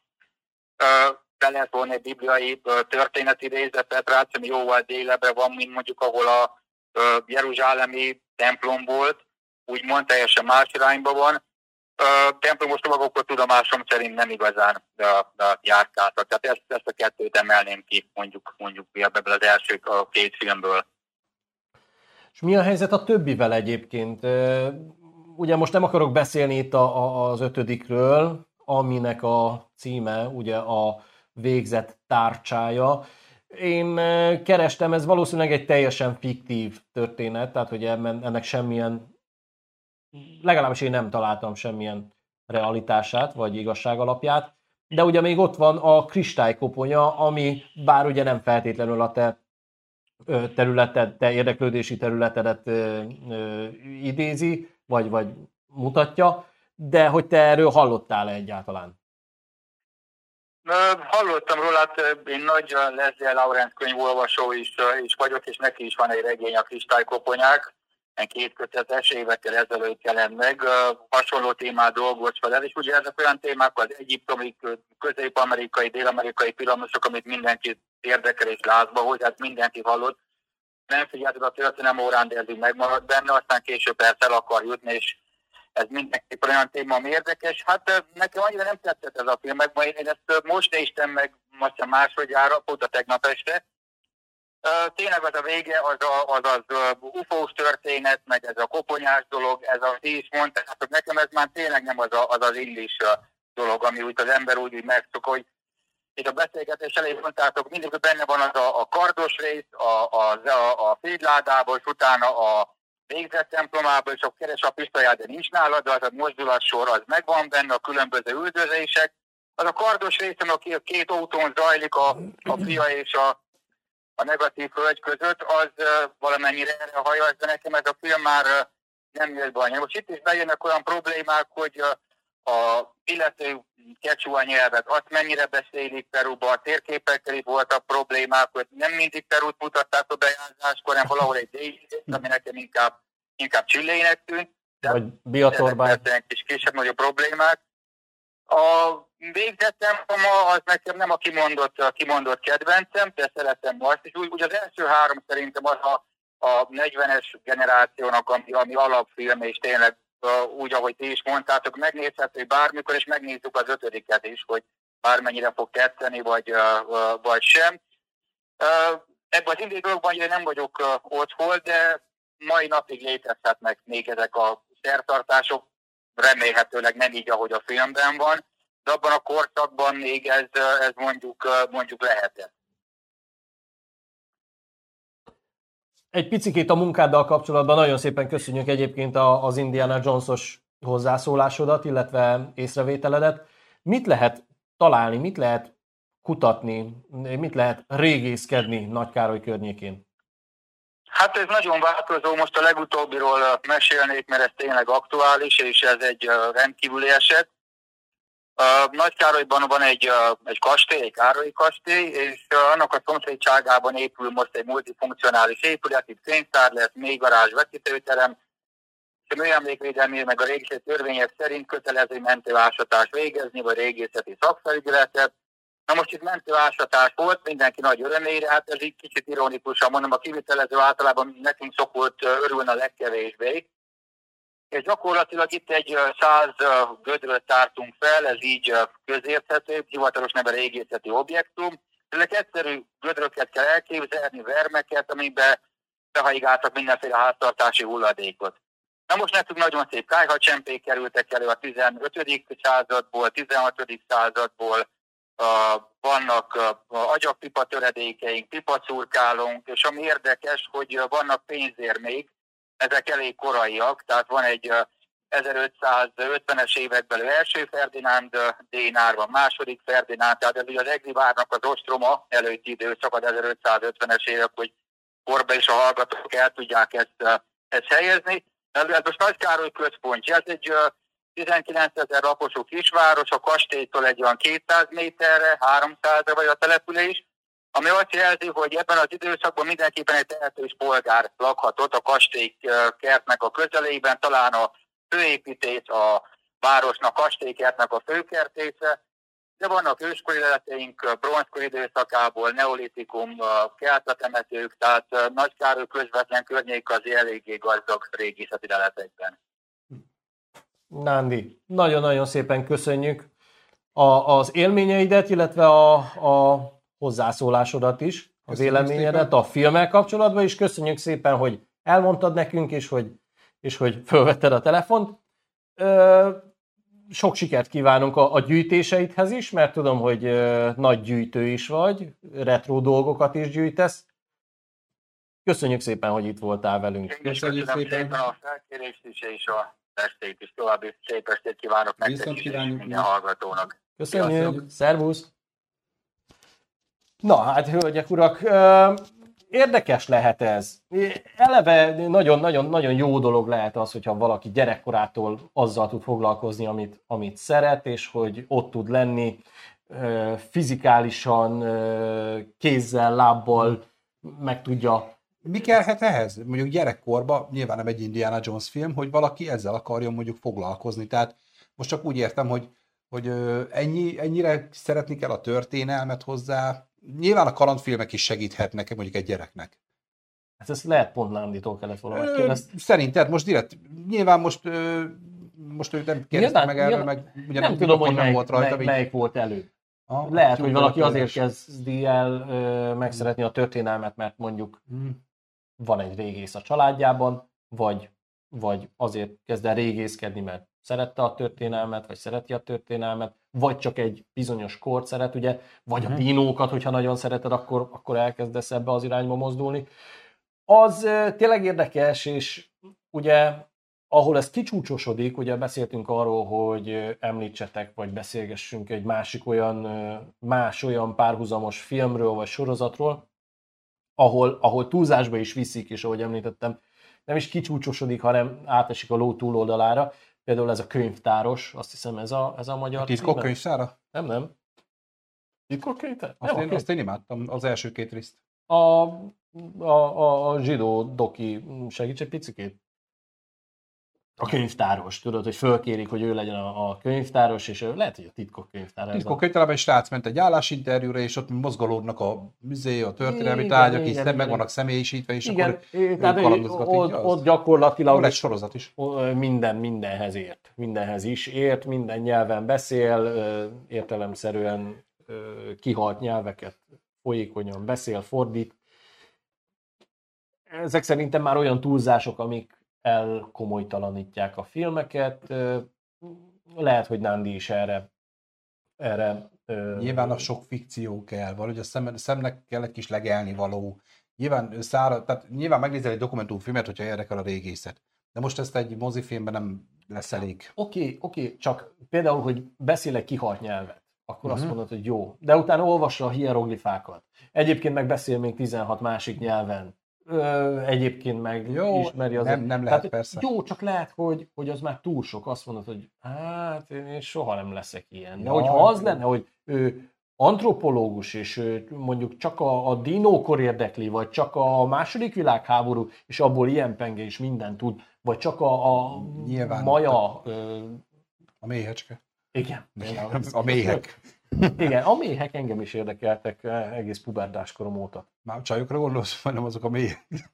be lehet volna egy bibliai történeti része Petrát, ami jóval délebbre van, mint mondjuk ahol a jeruzsálemi templom volt, úgymond teljesen más irányba van. Templomos lovagokkal tudomásom szerint nem igazán járkáltak. Tehát ezt, ezt a kettőt emelném ki, mondjuk, mondjuk ebből az első a két filmből. És mi a helyzet a többivel egyébként? Ugye most nem akarok beszélni itt a, a, az ötödikről, aminek a címe ugye a végzett tárcsája. Én kerestem, ez valószínűleg egy teljesen fiktív történet, tehát hogy ennek semmilyen, legalábbis én nem találtam semmilyen realitását, vagy igazság alapját, de ugye még ott van a kristálykoponya, ami bár ugye nem feltétlenül a te területed, te érdeklődési területedet idézi, vagy, vagy mutatja, de hogy te erről hallottál-e egyáltalán? Hallottam róla, én nagy Leslie Lawrence könyvolvasó is, is vagyok, és neki is van egy regény, a Kristálykoponyák, két kötetes évekkel ezelőtt jelent meg, hasonló témát dolgoz fel, és ugye ezek olyan témák, az egyiptomi, közép-amerikai, dél-amerikai piramisok, amit mindenki érdekel és lázba hoz, hát mindenki hallott. Nem figyelted a történelem órán, de ez megmaradt benne, aztán később persze el akar jutni, és ez mindenképpen olyan téma, ami érdekes. Hát nekem annyira nem tetszett ez a film, meg ma én ezt most néztem meg, azt másodjára, pont a tegnap este. Tényleg az a vége, az az, az, az ufós történet, meg ez a koponyás dolog, ez a ti is mondtátok, nekem ez már tényleg nem az a, az, az indis dolog, ami úgy az ember úgy, úgy megszok, hogy itt a beszélgetés elég mondtátok, mindig benne van az a, a kardos rész, a, a, a, a fégyládából, és utána a végzett templomából, és akkor keres a pisztolyát, de nincs nálad, de az a mozdulatsor, az megvan benne, a különböző üldözések. Az a kardos részen, aki a két autón zajlik, a, a fia és a, a negatív hölgy között, az uh, valamennyire erre hajaz, de nekem ez a film már uh, nem jött be annyira. Most itt is bejönnek olyan problémák, hogy uh, a illető kecsuá nyelvet azt mennyire beszélik Peruba, a térképekkel is voltak problémák, hogy nem mindig Perut mutatták a bejátszáskor, hanem valahol egy déjét, ami nekem inkább, inkább Csillének tűnt. Vagy Biatorbán. Kis kisebb-nagyobb problémák. A végzett temploma az nekem nem a kimondott, a kimondott kedvencem, de szeretem azt, és úgy, úgy az első három szerintem az a, a negyvenes generációnak, ami, ami alapfilm, és tényleg úgy, ahogy ti is mondtátok, megnézhető bármikor, és megnézzük az ötödiket is, hogy bármennyire fog tetszeni, vagy, vagy sem. Ebben az indai dologban én nem vagyok otthon, de mai napig létezhetnek még ezek a szertartások, remélhetőleg nem így, ahogy a filmben van, de abban a korszakban még ez, ez mondjuk, mondjuk lehetett. Egy picikét a munkáddal kapcsolatban nagyon szépen köszönjük egyébként az Indiana Jones-os hozzászólásodat, illetve észrevételedet. Mit lehet találni, mit lehet kutatni, mit lehet régészkedni Nagykároly környékén? Hát ez nagyon változó, most a legutóbbiról mesélnék, mert ez tényleg aktuális, és ez egy rendkívüli eset. Nagykárolyban van egy, egy kastély, egy Károlyi kastély, és annak a szomszédságában épül most egy multifunkcionális épület, itt könyvtár lesz, mélygarázs, vetítőterem, és a műemlékvédelmi meg a régészeti törvények szerint kötelező mentőásatást végezni, vagy régészeti szakfelügyeletet. Na most itt mentőásatás volt, mindenki nagy örömére, hát ez így kicsit ironikusan mondom, a kivitelező általában nekünk szokott örülni a legkevésbé. és gyakorlatilag itt egy száz gödröt tártunk fel, ez így közérthető, hivatalos neve régészeti objektum. Ezek egyszerű gödröket kell elképzelni, vermeket, amiben behaigáltak mindenféle háztartási hulladékot. Na most nekünk nagyon szép kályhacsempék kerültek elő a tizenötödik századból, tizenhatodik századból, uh, vannak uh, agyagpipa töredékeink, pipacurkálónk, és ami érdekes, hogy uh, vannak pénzérmék, ezek elég koraiak, tehát van egy uh, ezerötszázötvenes évekbeli első Ferdinánd uh, dénár, van második Ferdinánd, tehát ez ugye az Egri várnak az ostroma előtti időszak, az ezerötszázötvenes évek, hogy korba is a hallgatók el tudják ezt, uh, ezt helyezni. Ez most Nagykároly központja, ez egy uh, tizenkilencezer lakosú kisváros, a kastélytól egy olyan kétszáz méterre, háromszázra vagy a település, ami azt jelzi, hogy ebben az időszakban mindenképpen egy tehetős polgár lakhatott a kastélykertnek a közelében, talán a főépítés a városnak, kastélykertnek a főkertésze, de vannak őskori leleteink bronzkori időszakából, neolitikum, keltatemetők, tehát Nagykároly közvetlen környék az eléggé gazdag régészeti leletekben. Nándi, nagyon-nagyon szépen köszönjük a, az élményeidet, illetve a, a hozzászólásodat is, az véleményedet a filmmel kapcsolatban, és köszönjük szépen, hogy elmondtad nekünk, és hogy, és hogy fölvetted a telefont. Ö, sok sikert kívánunk a, a gyűjtéseidhez is, mert tudom, hogy ö, nagy gyűjtő is vagy, retro dolgokat is gyűjtesz. Köszönjük szépen, hogy itt voltál velünk. Köszönjük szépen a felkérést is, és a estét is. További szép estét kívánok nektek is, és minden hallgatónak. Köszönjük, szervusz! Na hát, hölgyek, urak, érdekes lehet ez. Eleve nagyon-nagyon jó dolog lehet az, hogyha valaki gyerekkorától azzal tud foglalkozni, amit, amit szeret, és hogy ott tud lenni fizikálisan, kézzel, lábbal meg tudja. Mi kellhet ehhez? Mondjuk gyerekkorban, nyilván nem egy Indiana Jones film, hogy valaki ezzel akarjon mondjuk foglalkozni. Tehát most csak úgy értem, hogy, hogy ennyi, ennyire szeretni kell a történelmet hozzá. Nyilván a kalandfilmek is segíthetnek mondjuk egy gyereknek. Hát ezt lehet pont Nánditól kellett volna kérdezni. Szerinted most direkt, nyilván most, most ő nem kérdezte meg erről, meg ugye nem, nem tudom, hogy melyik, volt rajta, melyik, melyik volt elő. Ah, lehet, hogy valaki azért kezdi el ö, megszeretni a történelmet, mert mondjuk hmm. van egy régész a családjában, vagy, vagy azért kezd el régészkedni, mert szerette a történelmet, vagy szereti a történelmet, vagy csak egy bizonyos kort szeret, ugye, vagy a dinókat, hogyha nagyon szereted, akkor, akkor elkezdesz ebbe az irányba mozdulni. Az ö, tényleg érdekes, és ugye, ahol ez kicsúcsosodik, ugye beszéltünk arról, hogy említsetek, vagy beszélgessünk egy másik olyan, más olyan párhuzamos filmről, vagy sorozatról, ahol, ahol túlzásba is viszik, és ahogy említettem, nem is kicsúcsosodik, hanem átesik a ló túloldalára. Például ez a könyvtáros, azt hiszem ez a, ez a magyar. A Titkok könyvtára? Nem, nem. Titkok könyvtára? Azt, én, azt én imádtam, az első két részt. A, a, a, a zsidó doki, segíts egy picikét. A könyvtáros, tudod, hogy fölkérik, hogy ő legyen a, a könyvtáros, és lehet, hogy a titkok könyvtára. A titkok könyvtárában egy srác ment egy állásinterjúra, és ott mozgolódnak a műzé, a történelmi tárgyak, és meg vannak személyisítve, és igen, akkor tehát kalandozgat. Ott, ott gyakorlatilag ott egy sorozat is. Minden, mindenhez ért. Mindenhez is ért, minden nyelven beszél, értelemszerűen kihalt nyelveket folyékonyan beszél, fordít. Ezek szerintem már olyan túlzások, amik elkomolytalanítják a filmeket. Lehet, hogy Nándi is erre... erre nyilván a sok fikció kell, valahogy a szem, szemnek kell egy kis legelni való. Nyilván, szára, tehát nyilván megnézel egy dokumentumfilmet, hogyha érdekel a régészet. De most ezt egy mozifilmben nem lesz elég. Oké, okay, oké, okay. Csak például, hogy beszélek kihalt nyelvet, akkor uh-huh. azt mondod, hogy jó. De utána olvassa a hieroglifákat. Egyébként meg beszél még tizenhat másik nyelven. Ö, egyébként meg jó, ismeri az... Nem, nem lehet, tehát, persze. Jó, csak lehet, hogy, hogy az már túl sok. Azt mondod, hogy hát én soha nem leszek ilyen. De ja, hogyha az lenne, hogy ő antropológus, és ő mondjuk csak a, a dinókor érdekli, vagy csak a második világháború, és abból ilyen penge is mindent tud, vagy csak a, a nyilván, maja... Ö... A méhecske. Igen. A méhek. Igen, a méhek engem is érdekeltek egész pubertás korom óta. Már csajokra gondolsz, vagy nem azok a méhek? Jó,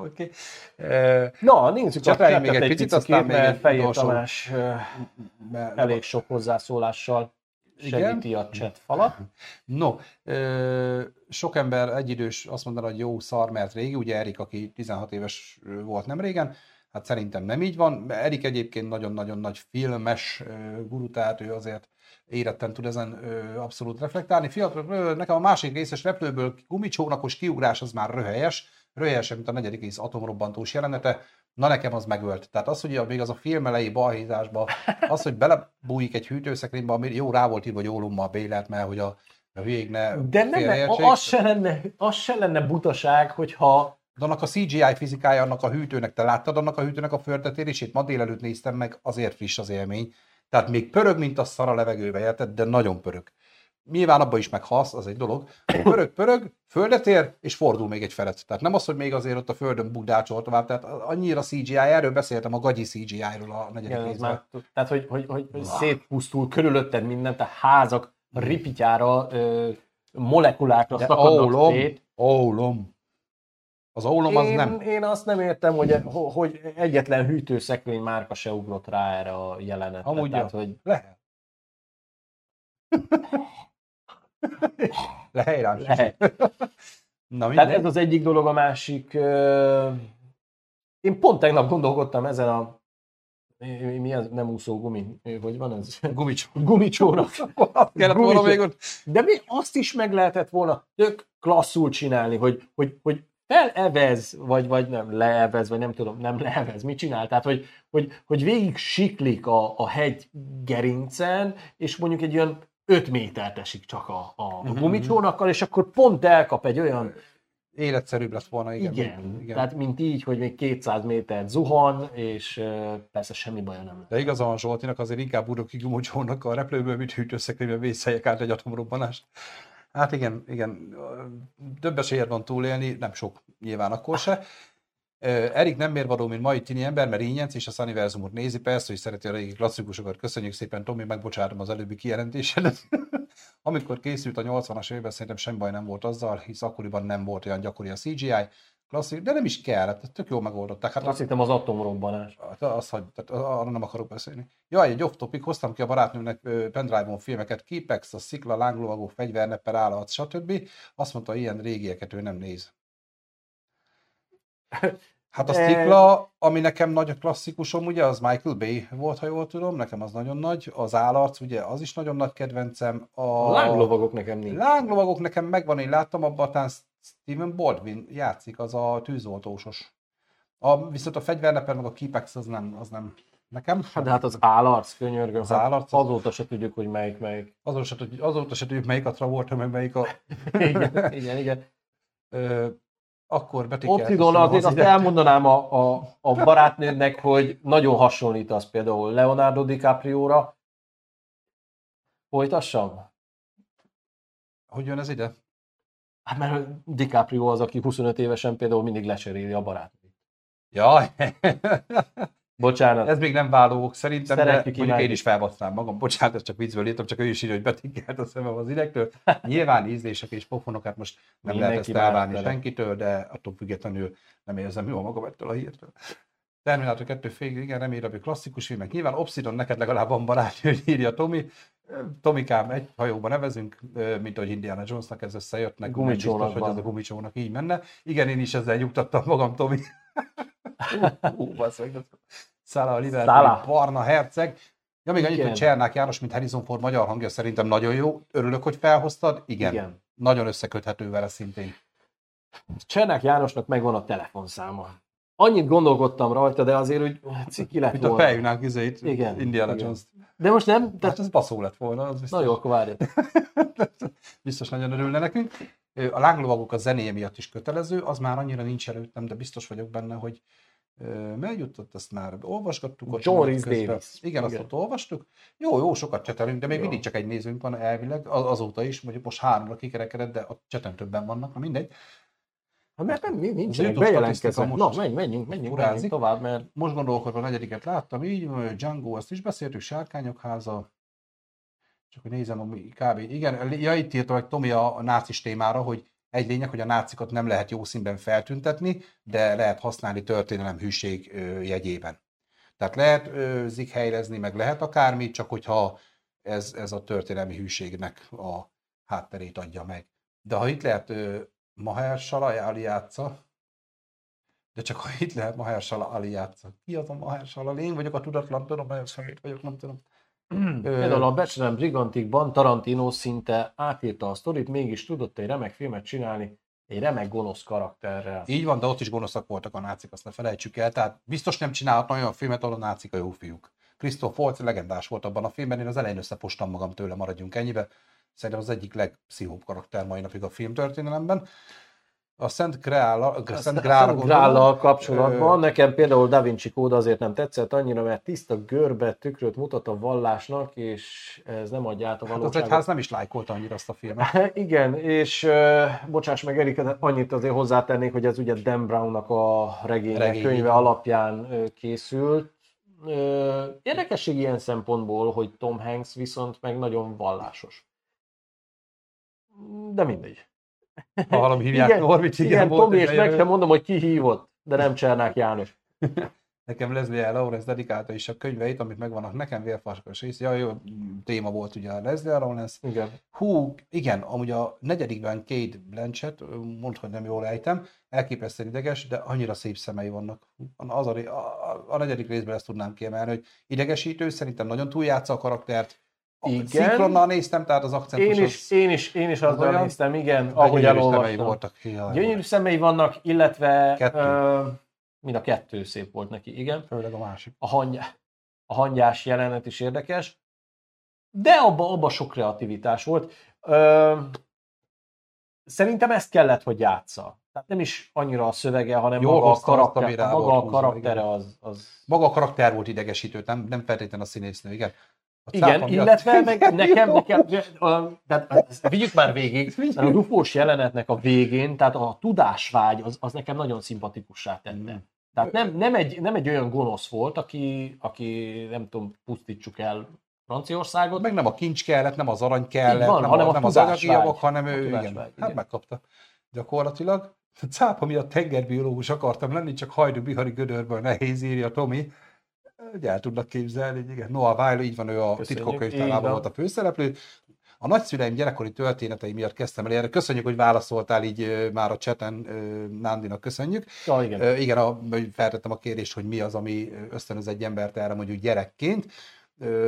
Oké. Okay. Na, nézzük a csetet még egy picit, aztán még egy Fejér Tamás elég sok hozzászólással segíti igen? a chat falat. No, sok ember egyidős azt mondaná, hogy jó szar, mert régi, ugye Erik, aki tizenhat éves volt nem régen, hát szerintem nem így van. Erik egyébként nagyon-nagyon nagy filmes guru, tehát ő azért éretten tud ezen abszolút reflektálni. Fiatal, nekem a másik részes repülőből gumicsónakos kiugrás az már röhelyes, röhelyesebb, mint a negyedik rész atomrobbantós jelenete. Na nekem az megölt. Tehát az, hogy még az a film elejé balhézásba, az, hogy belebújik egy hűtőszekrénybe, ami jó rá volt írva, hogy ólommal bélelt, mert hogy a, a hülyék ne de nem, az se, lenne, az se lenne butaság, hogyha... De annak a cé gé í fizikája, annak a hűtőnek, te láttad annak a hűtőnek a földetérését? Ma délelőtt néztem meg, azért friss az élmény. Tehát még pörög, mint a szar a levegőbe, érted? De nagyon pörög. Nyilván abban is meghalsz, az egy dolog. Pörög, pörög, földet ér, és fordul még egy felet. Tehát nem az, hogy még azért ott a földön bugdácsol tovább. Tehát annyira cé gé í, erről beszéltem a gagyi cé gé í-ről a negyedik ja, részben. Tehát, hogy, hogy, hogy, hogy szétpusztul körülötted minden, tehát házak ripityára, ö, molekulákra szakadnak szét. Ólom. Az ólom az én, nem. Én azt nem értem, hogy, hogy egyetlen hűtőszekrény márka se ugrott rá erre a jelenetre. Amúgy tehát, hogy... lehet. Lehet. Lehet. Na, tehát ez az egyik dolog, a másik... Euh... Én pont tegnap gondolkodtam ezen a... Mi az? Nem úszó gumi. Hogy van ez? Gumicsó. Gumicsónak. Kellett volna még ott. De mi azt is meg lehetett volna tök klasszul csinálni, hogy, hogy, hogy felevez, vagy, vagy nem leevez, vagy nem tudom, nem leevez, mit csinál? Tehát, hogy, hogy, hogy végig siklik a, a hegy gerincen, és mondjuk egy olyan öt métert esik csak a, a mm-hmm. gumicsónakkal, és akkor pont elkap egy olyan... Életszerűbb lett volna, igen. Igen, igen. Tehát mint így, hogy még kétszáz métert zuhan, és uh, persze semmi baja nem lett. De igazán van Zsoltinak, azért inkább ugrok ki gumicsónak a repülőből, mint hűtőszekrényben vészeljek át egy atomrobbanást. Hát igen, igen, több esélyed van túlélni, nem sok, nyilván akkor se. Erik nem mérvadó, mint mai tini ember, mert ínyenc és a Sunniversumot nézi, persze, hogy szereti a régi klasszikusokat. Köszönjük szépen, Tomi, megbocsátom az előbbi kijelentésedet. Amikor készült a nyolcvanas években, szerintem semmi baj nem volt azzal, hisz akkoriban nem volt olyan gyakori a cé gé í, klasszik, de nem is kell, hát tök jól megoldották. Hát azt hittem az atomrobbanás. Azt hagy, tehát arra nem akarok beszélni. Jaj, egy off-topic, hoztam ki a barátnőmnek pendrive-on filmeket, Képex, a szikla, lánglovagó, fegyvernepper, állat, stb. Azt mondta, ilyen régieket ő nem néz. Hát a szikla, ami nekem nagy klasszikusom, ugye, az Michael Bay volt, ha jól tudom, nekem az nagyon nagy. Az állarc, ugye, az is nagyon nagy kedvencem. A, a lánglovagok nekem nincs. Lánglovagok nekem megvan, én láttam, abban talán Steven Baldwin játszik, az a tűzoltósos. A, viszont a fegyvernepper, meg a Képex, az nem, az nem nekem. Hát, de hát az állarc, könyörgöm, az hát állarc, azóta se tudjuk, hogy melyik, melyik. Azóta se tudjuk, azóta se tudjuk melyik a Travolta, meg melyik a... igen, igen, igen. Ö, akkor betikelt. Optidon azért azt elmondanám a, a, a barátnőnek, hogy nagyon hasonlít az például Leonardo DiCaprio-ra. Folytassam? Hogy jön ez ide? Hát mert DiCaprio az, aki huszonöt évesen például mindig lecseréli a barátnőt. Jaj! Bocsánat. Ez még nem válók szerintem, Szeretjük, de mondjuk én is felbasznám magam. Bocsánat, ezt csak viccből írtam, csak ő is írja, hogy betikelt a szemem az idektől. Nyilván ízlések és pofonok, hát most nem lehet ezt elvárni senkitől, de attól függetlenül nem érzem jól magam ettől a hírtől. Terminátor kettő fél, igen, remélem, klasszikus filmek. Nyilván Obsidian, neked legalább van barátja, hogy írja Tomi. Tomikám, egy hajóban nevezünk, mint ahogy Indiana Jonesnak ez összejött, meg gumicsónak, hogy az a gumicsónak így menne. Igen, én is ezzel nyugtattam magam, Tomi. Hú, basz meg, Szála a Liverpool, Barna herceg. Ja, még annyit, hogy Csernák János, mint Harrison Ford magyar hangja szerintem nagyon jó. Örülök, hogy felhoztad. Igen, Igen. Nagyon összeköthető vele szintén. Csernák Jánosnak megvan a telefonszáma. Annyit gondolkodtam rajta, de azért, hogy ciki lett volna. Mint a feljönánk izét, Indiana Jones-t. De most nem? Tehát... Hát ez baszó lett volna. Az na jó, akkor várjad. Biztos nagyon örülne nekünk. A lánglovagok a zenéje miatt is kötelező, az már annyira nincs előttem, de biztos vagyok benne, hogy mely jutott, ezt már olvasgattuk. John Rhys Davies. Igen, Igen, azt ott olvastuk. Jó, jó, sokat csetelünk, de még jó. mindig csak egy nézőnk van elvileg, azóta is, mondjuk most háromra kikerekedett, de a cseten többen vannak, na mindegy. Hát mert nem, nincsenek bejelentkezve. Na, menjünk, menjünk, menjünk, menjünk tovább, mert... Most gondolkodva a negyediket láttam, így, Django, azt is beszéltük, Sárkányok háza, csak hogy nézem, ami kb. Igen, ja, itt írta, hogy Tomi a, a nácis témára, hogy Egy lényeg, hogy a nácikat nem lehet jó színben feltüntetni, de lehet használni történelemhűség jegyében. Tehát lehet zighelyrezni, meg lehet akármi, csak hogyha ez, ez a történelmi hűségnek a hátterét adja meg. De ha itt lehet Mahershala Ali játsza, de csak ha itt lehet Mahershala Ali játsza. Ki az a Mahershala Ali? Én vagyok a tudatlan, tudom, nagyon szemét vagyok, nem tudom. Például a Becslem Brigantikban Tarantino szinte átírta a sztorit, mégis tudott egy remek filmet csinálni, egy remek gonosz karakterrel. Így van, de ott is gonoszak voltak a nácik, azt ne felejtsük el. Tehát biztos nem csinálhatna olyan filmet, ahol a nácik a jó fiúk. Christoph Waltz legendás volt abban a filmben, én az elején összepostam magam tőle, maradjunk ennyibe. Szerintem az egyik legpszichóbb karakter mai napig a filmtörténelemben. A Szent Grállal kapcsolatban, ö... nekem például Da Vinci Code azért nem tetszett annyira, mert tiszta görbe tükröt mutat a vallásnak, és ez nem adja át a valóságot. Hát az egyház nem is lájkolta annyira azt a filmet. Igen, és uh, bocsáss meg Erik, annyit azért hozzátennék, hogy ez ugye Dan Brownnak a regénye, Regény, könyve alapján uh, készült. Uh, érdekesség ilyen szempontból, hogy Tom Hanks viszont meg nagyon vallásos. De mindegy. Ha valami hívják igen, Norvics, igen, igen Tomi, és meg sem mondom, hogy ki hívott, de nem Csernák János. Nekem Leslie Lawrence dedikálta is a könyveit, amik megvannak nekem, Vérfarkas rész. Ja, jó téma volt ugye a Leslie Lawrence. Igen. Hú, igen, amúgy a negyedikben Cate Blanchett, mondd, hogy nem jól ejtem, elképesztően ideges, de annyira szép szemei vannak. Az a, a, a negyedik részben ezt tudnám kiemelni, hogy idegesítő, szerintem nagyon túljátsza a karaktert. Igen. Szinkronnal néztem, tehát az akcentus én is, az... Én is, én is azzal olyan, néztem, igen, ahogy elolvastam. Voltak. Jaj, gyönyörű szemei vannak, illetve uh, mind a kettő szép volt neki, igen. Főleg a másik. A, hangy, a hangyás jelenet is érdekes, de abban abba sok kreativitás volt. Uh, szerintem ezt kellett, hogy játsza. Tehát nem is annyira a szövege, hanem Jól maga a, karakter, a, maga a karaktere az, az... Maga a karakter volt idegesítő, nem, nem feltétlenül a színésznő, igen. Igen, illetve meg nekem, nekem tehát vigyük már végig, mert a dufós jelenetnek a végén, tehát a tudásvágy az, az nekem nagyon szimpatikussá tette. Tehát nem, nem, egy, nem egy olyan gonosz volt, aki, aki nem tudom, pusztítsuk el Franciaországot. Meg nem a kincs kellett, nem az arany kellett, van, nem, hanem a, a nem az anyagi javak, hanem ő, igen, igen. Hát megkapta gyakorlatilag. Cápa miatt tengerbiológus akartam lenni, csak Hajdú-Bihari Gödörből nehéz, írja Tomi. Ugye el tudnak képzelni, igen. Noah Wyle, így van, ő a titkokönyvtárában volt a főszereplő. A nagyszüleim gyerekkori történetei miatt kezdtem el erre. Köszönjük, hogy válaszoltál így már a chaten, Nándinak köszönjük. Ja, igen, uh, igen a, feltettem a kérdést, hogy mi az, ami ösztönöz egy embert erre mondjuk gyerekként. Uh,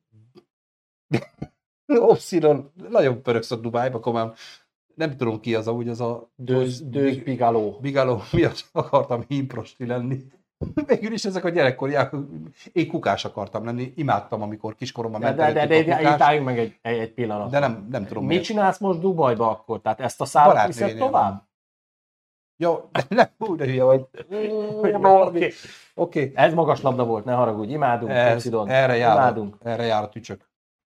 Obszidon, nagyon pörökszött Dubájba, komám. Nem tudom ki az, ahogy az a... Dőz, Dőz Bigaló. Bigaló miatt akartam hímprosti lenni. Végül is ezek a gyerekkoriák, én kukás akartam lenni, imádtam, amikor kiskoromban de, de, de, de, de itt álljunk meg egy, egy pillanat. De nem, nem tudom. Mit miért. Csinálsz most Dubajba akkor? Tehát ezt a szállát viszed tovább? Jó, nem úgy, de hülye vagy. Oké. Okay. Ez magas labda volt, ne haragudj, imádunk. Ez, erre, jár, imádunk. erre jár a tücsök.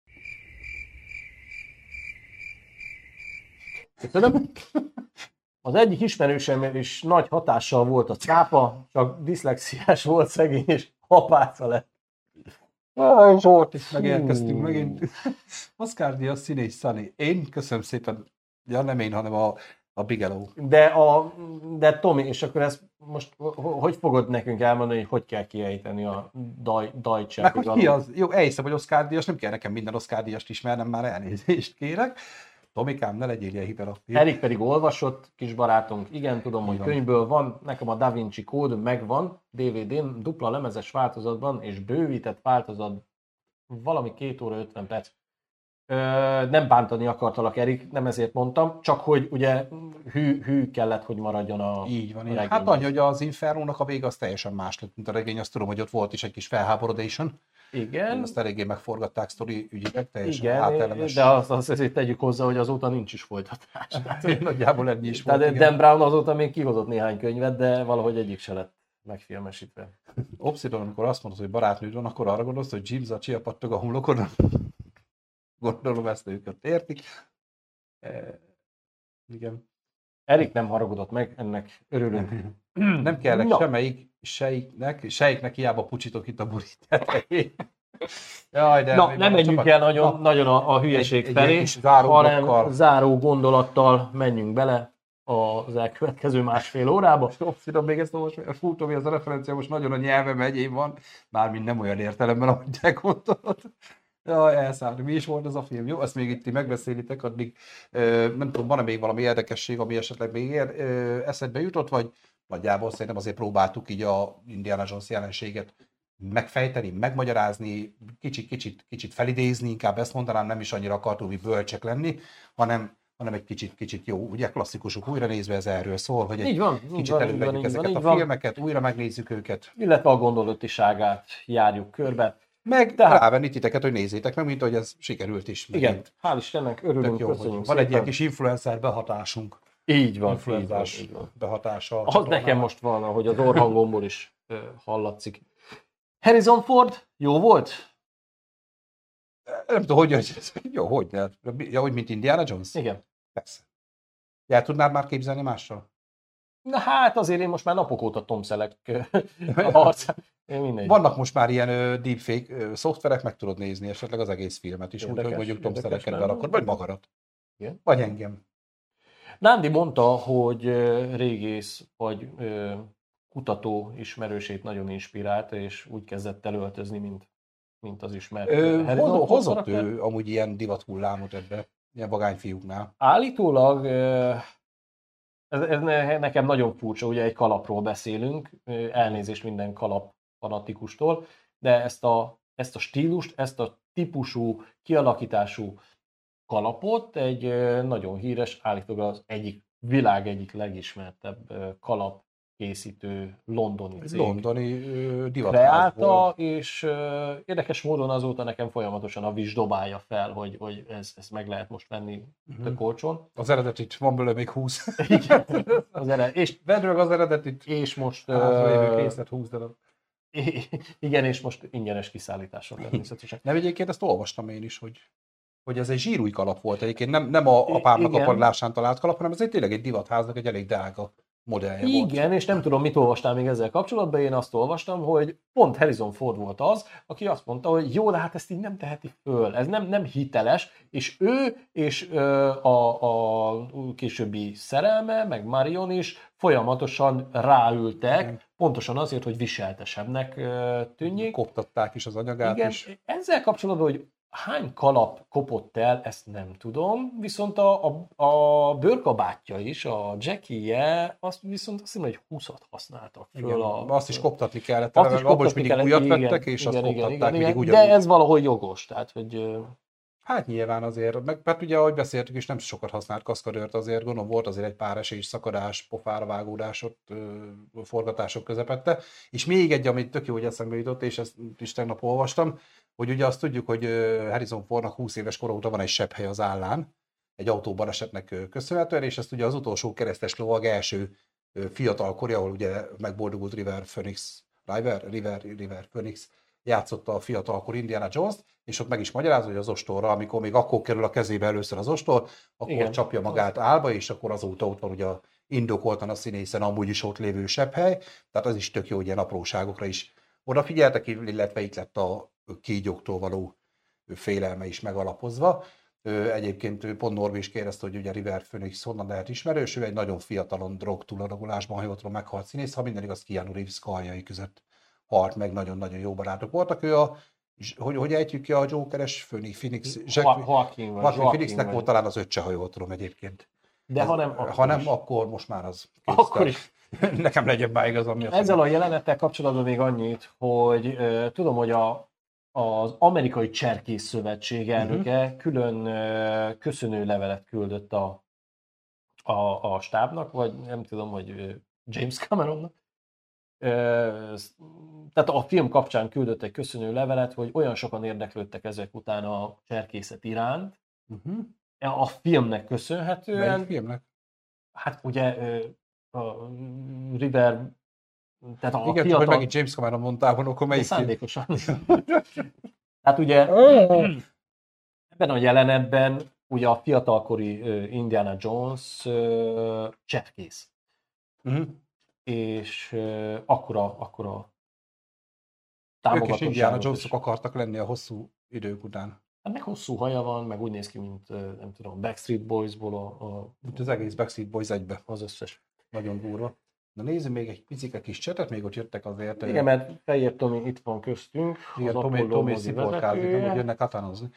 Köszönöm. Az egyik ismerősem is nagy hatással volt a cápa, csak diszlexiás volt szegény, és apáca lett. Ah, Zsolt is megérkeztünk megint. Oscar Díaz színész Sunny. Én köszönöm szépen, ja nem én, hanem a, a Bigelow. De, a, de Tomi, és akkor ezt most hogy fogod nekünk elmondani, hogy hogy kell kiejteni a Deutsche Meg hogy ki az? Jó, elhiszem, hogy Oscar Díjas, nem kell nekem minden Oscar Díjast ismernem, már elnézést kérek. Tomikám, ne legyél ilyen hiperaktív. Erik pedig olvasott, kis barátunk, igen, tudom, igen, hogy könyvből van, nekem a Da Vinci Code megvan, dé vé dén, dupla lemezes változatban, és bővített változat, valami két óra ötven perc. Ö, nem bántani akartalak, Erik, nem ezért mondtam, csak hogy ugye hű, hű kellett, hogy maradjon a Így van, a így. Hát annyi, hogy az Infernónak a vége az teljesen más lett, mint a regény, azt tudom, hogy ott volt is egy kis felháborodation. Igen. Ezt eléggé megforgatták sztori ügyileg, teljesen igen, átellenes. De azt, azt azért tegyük hozzá, hogy azóta nincs is folytatás. Nagyjából ennyi is volt. Tehát Dan Brown azóta még kihozott néhány könyvet, de valahogy egyik se lett megfilmesítve. Obszidon, amikor azt mondod, hogy barátnőd van, akkor arra gondolsz, hogy Jim Zacsia pattog a homlokodon. Gondolom ezt őket értik. E, igen. Erik nem haragudott meg, ennek örülünk. Nem kellek no. semmelyik sejiknek, sejiknek hiába pucsitok itt a buri tetején. Jaj, de Na, nem menjünk el nagyon, nagyon a, a hülyeség egy, felé, egy hanem záró gondolattal menjünk bele. az elkövetkező másfél órában. Tudom, még ezt most fútom, hogy az a referencia most nagyon a nyelvem egyén van, mármint nem olyan értelemben, ahogy te gondolod. Jaj, elszállni. Mi is volt ez a film? Jó, ezt még itt megbeszélitek, addig nem tudom, van-e még valami érdekesség, ami esetleg még ér, eszedbe jutott, vagy nagyjából szerintem azért próbáltuk így a Indiana Jones jelenséget megfejteni, megmagyarázni, kicsit, kicsit, kicsit felidézni, inkább ezt mondanám, nem is annyira akartunk mi bölcsek lenni, hanem, hanem egy kicsit, kicsit jó, ugye klasszikusok újra nézve ez erről szól, hogy egy így van, kicsit van, elővegyük ezeket van, a van. filmeket, újra megnézzük őket. Illetve a gondolatiságát járjuk körbe. Meg Tehát... rávenni titeket, hogy nézzétek meg, mint hogy ez sikerült is. Igen, megint. Hál' Istennek, örülünk, jó, köszönjük Van szépen. egy ilyen kis influencer behatásunk. Így van, influenzás így van, így van. behatása. Az nekem most van, ahogy az orrhangomból is uh, hallatszik. Harrison Ford, jó volt? Nem tudom, hogy ez. Jó, hogy ne. Ja, hogy mint Indiana Jones? Igen. Persze. El tudnád már képzelni mással? Na hát azért én most már napok óta Tom Selleck arcán. Vannak most már ilyen uh, deepfake uh, szoftverek, meg tudod nézni esetleg az egész filmet is, úgyhogy mondjuk Tom Sellecket berakod, vagy magadat. Igen? Vagy engem. Nándi mondta, hogy régész vagy ö, kutató ismerősét nagyon inspirált, és úgy kezdett előöltözni, mint, mint az ismert. Ö, hozott, hozott ő amúgy ilyen divathullámot ebbe, ilyen vagányfiúknál. Állítólag ez, ez nekem nagyon furcsa, ugye egy kalapról beszélünk, elnézést minden kalap fanatikustól, de ezt a, ezt a stílust, ezt a típusú, kialakítású kalapot egy nagyon híres, állítólag az egyik világ egyik legismertebb kalapkészítő londoni cég. Londoni uh, divatházból. És uh, érdekes módon azóta nekem folyamatosan a vis dobálja fel, hogy, hogy ez, ez meg lehet most venni uh-huh. tök olcsón. Az eredetit, van belőle még húsz. Igen, az eredet, és vedrög az eredetit. És most... Uh, részlet húsz darab. Igen, és most ingyenes kiszállításra természetesen. Nem, egyébként ezt olvastam én is, hogy hogy ez egy zsírúj kalap volt egyébként, nem, nem a apámnak igen. a padlásán talált kalap, hanem ez egy tényleg egy divatháznak egy elég drága modellje igen, volt. Igen, és nem tudom, mit olvastál még ezzel kapcsolatban, én azt olvastam, hogy pont Harrison Ford volt az, aki azt mondta, hogy jó, de hát ezt így nem teheti föl, ez nem, nem hiteles, és ő és ö, a, a későbbi szerelme, meg Marion is folyamatosan ráültek, igen. pontosan azért, hogy viseltesebbnek ö, tűnjék. Koptatták is az anyagát igen, is. Ezzel kapcsolatban, hogy hány kalap kopott el, ezt nem tudom, viszont a, a, a bőrkabátja is, a Jackie-je, azt viszont azt hiszem, hogy húszat használtak föl. Igen, a, azt is koptatni kellett, azt is abból is mindig kellett, újat igen, vettek, és igen, azt igen, koptatták igen, mindig igen. ugyanúgy. De ez valahogy jogos, tehát, hogy... Hát nyilván azért, meg hát ugye ahogy beszéltük is, nem sokat használt kaszkadőrt azért, gondolom volt azért egy pár esély szakadás, pofára vágódás ott forgatások közepette. És még egy, amit tök jó, hogy eszembe jutott, és ezt is tegnap olvastam, hogy ugye azt tudjuk, hogy Harrison Fordnak húsz éves kora óta van egy sebhely az állán, egy autóban esetnek köszönhetően, és ezt ugye az utolsó keresztes lovag első fiatal korja, ahol ugye megboldogult River Phoenix, River, River, River Phoenix játszotta a fiatalkor Indiana Jones-t, és ott meg is magyarázza, hogy az ostorra, amikor még akkor kerül a kezébe először az ostor, akkor igen, csapja magát állba, és akkor azóta ott van ugye indokoltan a színészen amúgy is ott lévő sebhely, tehát az is tök jó, hogy ilyen apróságokra is odafigyeltek, illetve itt lett a kígyóktól való félelme is megalapozva. Egyébként pont Norbi is kérdezte, hogy ugye River Phoenix honnan lehet ismerős, ő egy nagyon fiatalon drogtúladagolásban, ha jól tudom, meghalt színész, ha minden igaz, Keanu Reeves karjai között halt meg, nagyon-nagyon jó barátok voltak. Ő a, hogy, hogy ejtjük ki a Jokeres Phoenix, Phoenix Joaquin Phoenixnek volt talán az öccse, ha jól tudom egyébként. De Ez, ha nem, akkor, ha nem, akkor most már az kész. Akkor is. Nekem legyen már igaz, ami ezzel a jelenettel kapcsolatban még annyit, hogy uh, tudom, hogy a, az Amerikai Cserkész Szövetség elnöke uh-huh. külön uh, köszönő levelet küldött a, a, a stábnak, vagy nem tudom, hogy uh, James Cameronnak. Uh, tehát a film kapcsán küldött egy köszönő levelet, hogy olyan sokan érdeklődtek ezek után a cserkészet iránt, uh-huh. a filmnek köszönhetően. Melyik filmnek? Hát ugye uh, a River, tehát a igen, fiatal... csak hogy megint James Cameron mondtál, hogy akkor melyik film? Szándékosan. Hát ugye ebben a jelenetben ugye a fiatalkori uh, Indiana Jones uh, cserkész. Uh-huh. És uh, akkora, akkora támogatosságot. Ők is Indiana Jonesok akartak lenni a hosszú idők után. Ennek hosszú haja van, meg úgy néz ki, mint nem tudom, Backstreet Boysból a, a... az egész Backstreet Boys egybe. Az összes. Nagyon durva. Na nézzük még egy picike kis csetet, még ott jöttek azért. Igen, mert Fehér Tomi itt van köztünk. Igen, Tomi, Tomi sziporkázik, nem, hogy jönnek katánozni.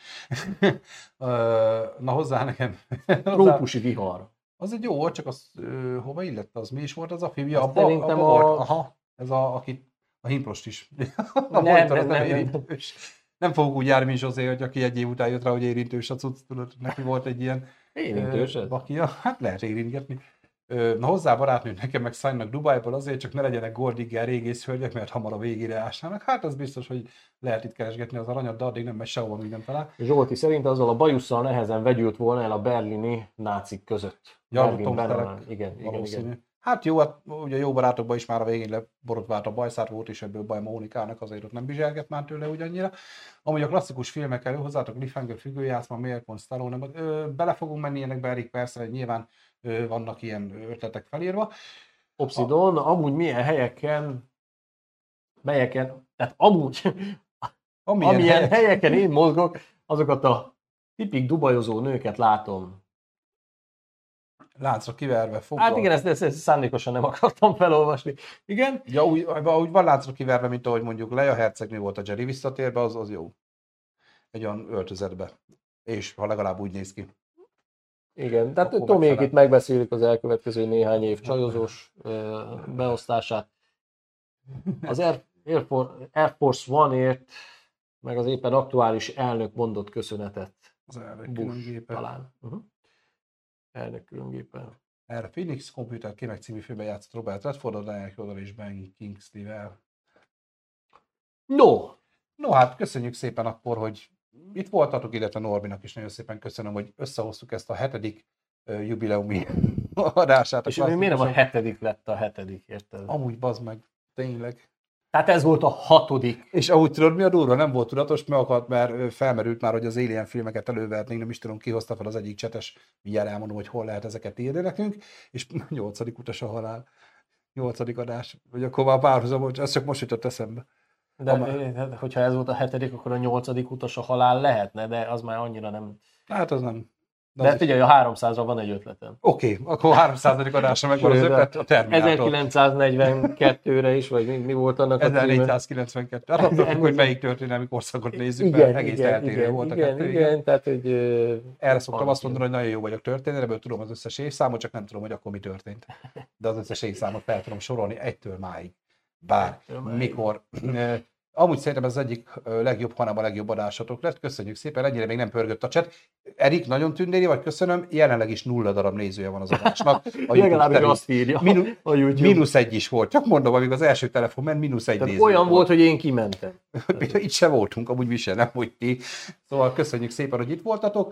Na hozzá nekem. Trópusi vihar. Az egy jó volt, csak az uh, hova illett az? Mi is volt az a film? Ja, abba, abba a... volt. Aha, ez a, aki, a himprost is. a nem, nem, nem, nem, nem. Nem fogunk úgy járni, mint Zsozé, hogy aki egy év után jött rá, hogy érintős a cucc, tudod, neki volt egy ilyen... Érintős ez? Bakia. Hát lehet érintgetni. Na hozzá barátnő, nekem meg szállnak Dubájból azért, csak ne legyenek gordiggel régészhölgyek, mert hamar a végére ásnának. Hát az biztos, hogy lehet itt keresgetni az aranyat, de addig nem megy sehova, még nem talál. Zsolti szerint azzal a bajusszal nehezen vegyült volna el a berlini nácik között. Ja, igen, igen, igen, igen. Hát jó, hát ugye jó barátokban is már a végén leborotvált a bajszát volt, és ebből baj Mónikának, azért ott nem bizselget már tőle ugyannyira. Amúgy a klasszikus filmekkel hozzátok Cliffhanger, Függőjátszma, Miért pont Stallone, bele fogunk menni ilyenekbe, Erik, persze, nyilván ö, vannak ilyen ötletek felírva. Obsidon, a... amúgy milyen helyeken, melyeken, tehát amúgy, amilyen, amilyen helyek... helyeken én mozgok, azokat a tipik dubajozó nőket látom. Láncra kiverve, fogva. Hát igen, ezt, ezt, ezt szándékosan nem akartam felolvasni. Igen? Ja, úgy, úgy van láncra kiverve, mint ahogy mondjuk Leia hercegnő volt a Jerry visszatérbe, az, az jó. Egy olyan öltözetbe. És ha legalább úgy néz ki. Igen, tehát Tomiék itt megbeszélik az elkövetkező néhány év csajozós beosztását. Az Air, Air, Force, Air Force One-ért, meg az éppen aktuális elnök mondott köszönetet. Az elnök különgépe. Talán. Uh-huh. Elnök különgépen. Erre Phoenix Computer Kémek című filmben játszott Robert Redford, a Daniel Craig és Ben Kingsley-vel. No! No, hát köszönjük szépen akkor, hogy itt voltatok, illetve Norbinak is nagyon szépen köszönöm, hogy összehoztuk ezt a hetedik uh, jubileumi adását. És miért nem a hetedik lett a hetedik, érted? Amúgy bazd meg, tényleg. Tehát ez volt a hatodik. És ahogy tudod, mi a durva, nem volt tudatos, mert akart, mert felmerült már, hogy az Alien filmeket elővernénk, nem is tudom, ki hozta fel az egyik csetes, mindjárt elmondom, hogy hol lehet ezeket írni nekünk, és nyolcadik utas a halál. Nyolcadik adás, vagy akkor már párhuzam, ez csak most jutott eszembe. De Amár... hogyha ez volt a hetedik, akkor a nyolcadik utas a halál lehetne, de az már annyira nem... Hát az nem... De, de figyelj, a háromszázra van egy ötletem. Oké, okay, akkor a háromszázadik adásra megvan az ötlet, a Terminátor. ezerkilencszáznegyvenkettőre is, vagy mi, mi volt annak ezernégyszázkilencvenkettő. Hát attól, hogy melyik történelmi korszakot nézzük, igen, mert egész igen, eltérő igen, volt a igen, kettő. Igen, igen, tehát hogy... Erre szoktam azt mondani, hogy nagyon jó vagyok történelemből, tudom az összes évszámot, csak nem tudom, hogy akkor mi történt. De az összes évszámot fel tudom sorolni egytől máig. Bár, mikor... Amúgy szerintem ez az egyik legjobb, hanem a legjobb adásatok lett. Köszönjük szépen, ennyire még nem pörgött a chat. Erik, nagyon tündéri vagy, köszönöm. Jelenleg is nulla darab nézője van az adásnak. Legalábbis azt írja Minu, a YouTube. Mínusz egy is volt. Csak mondom, amíg az első telefon ment, mínusz egy néző. Olyan volt, volt, hogy én kimentem. Itt se voltunk, amúgy mi se, nem úgy ti. Szóval köszönjük szépen, hogy itt voltatok.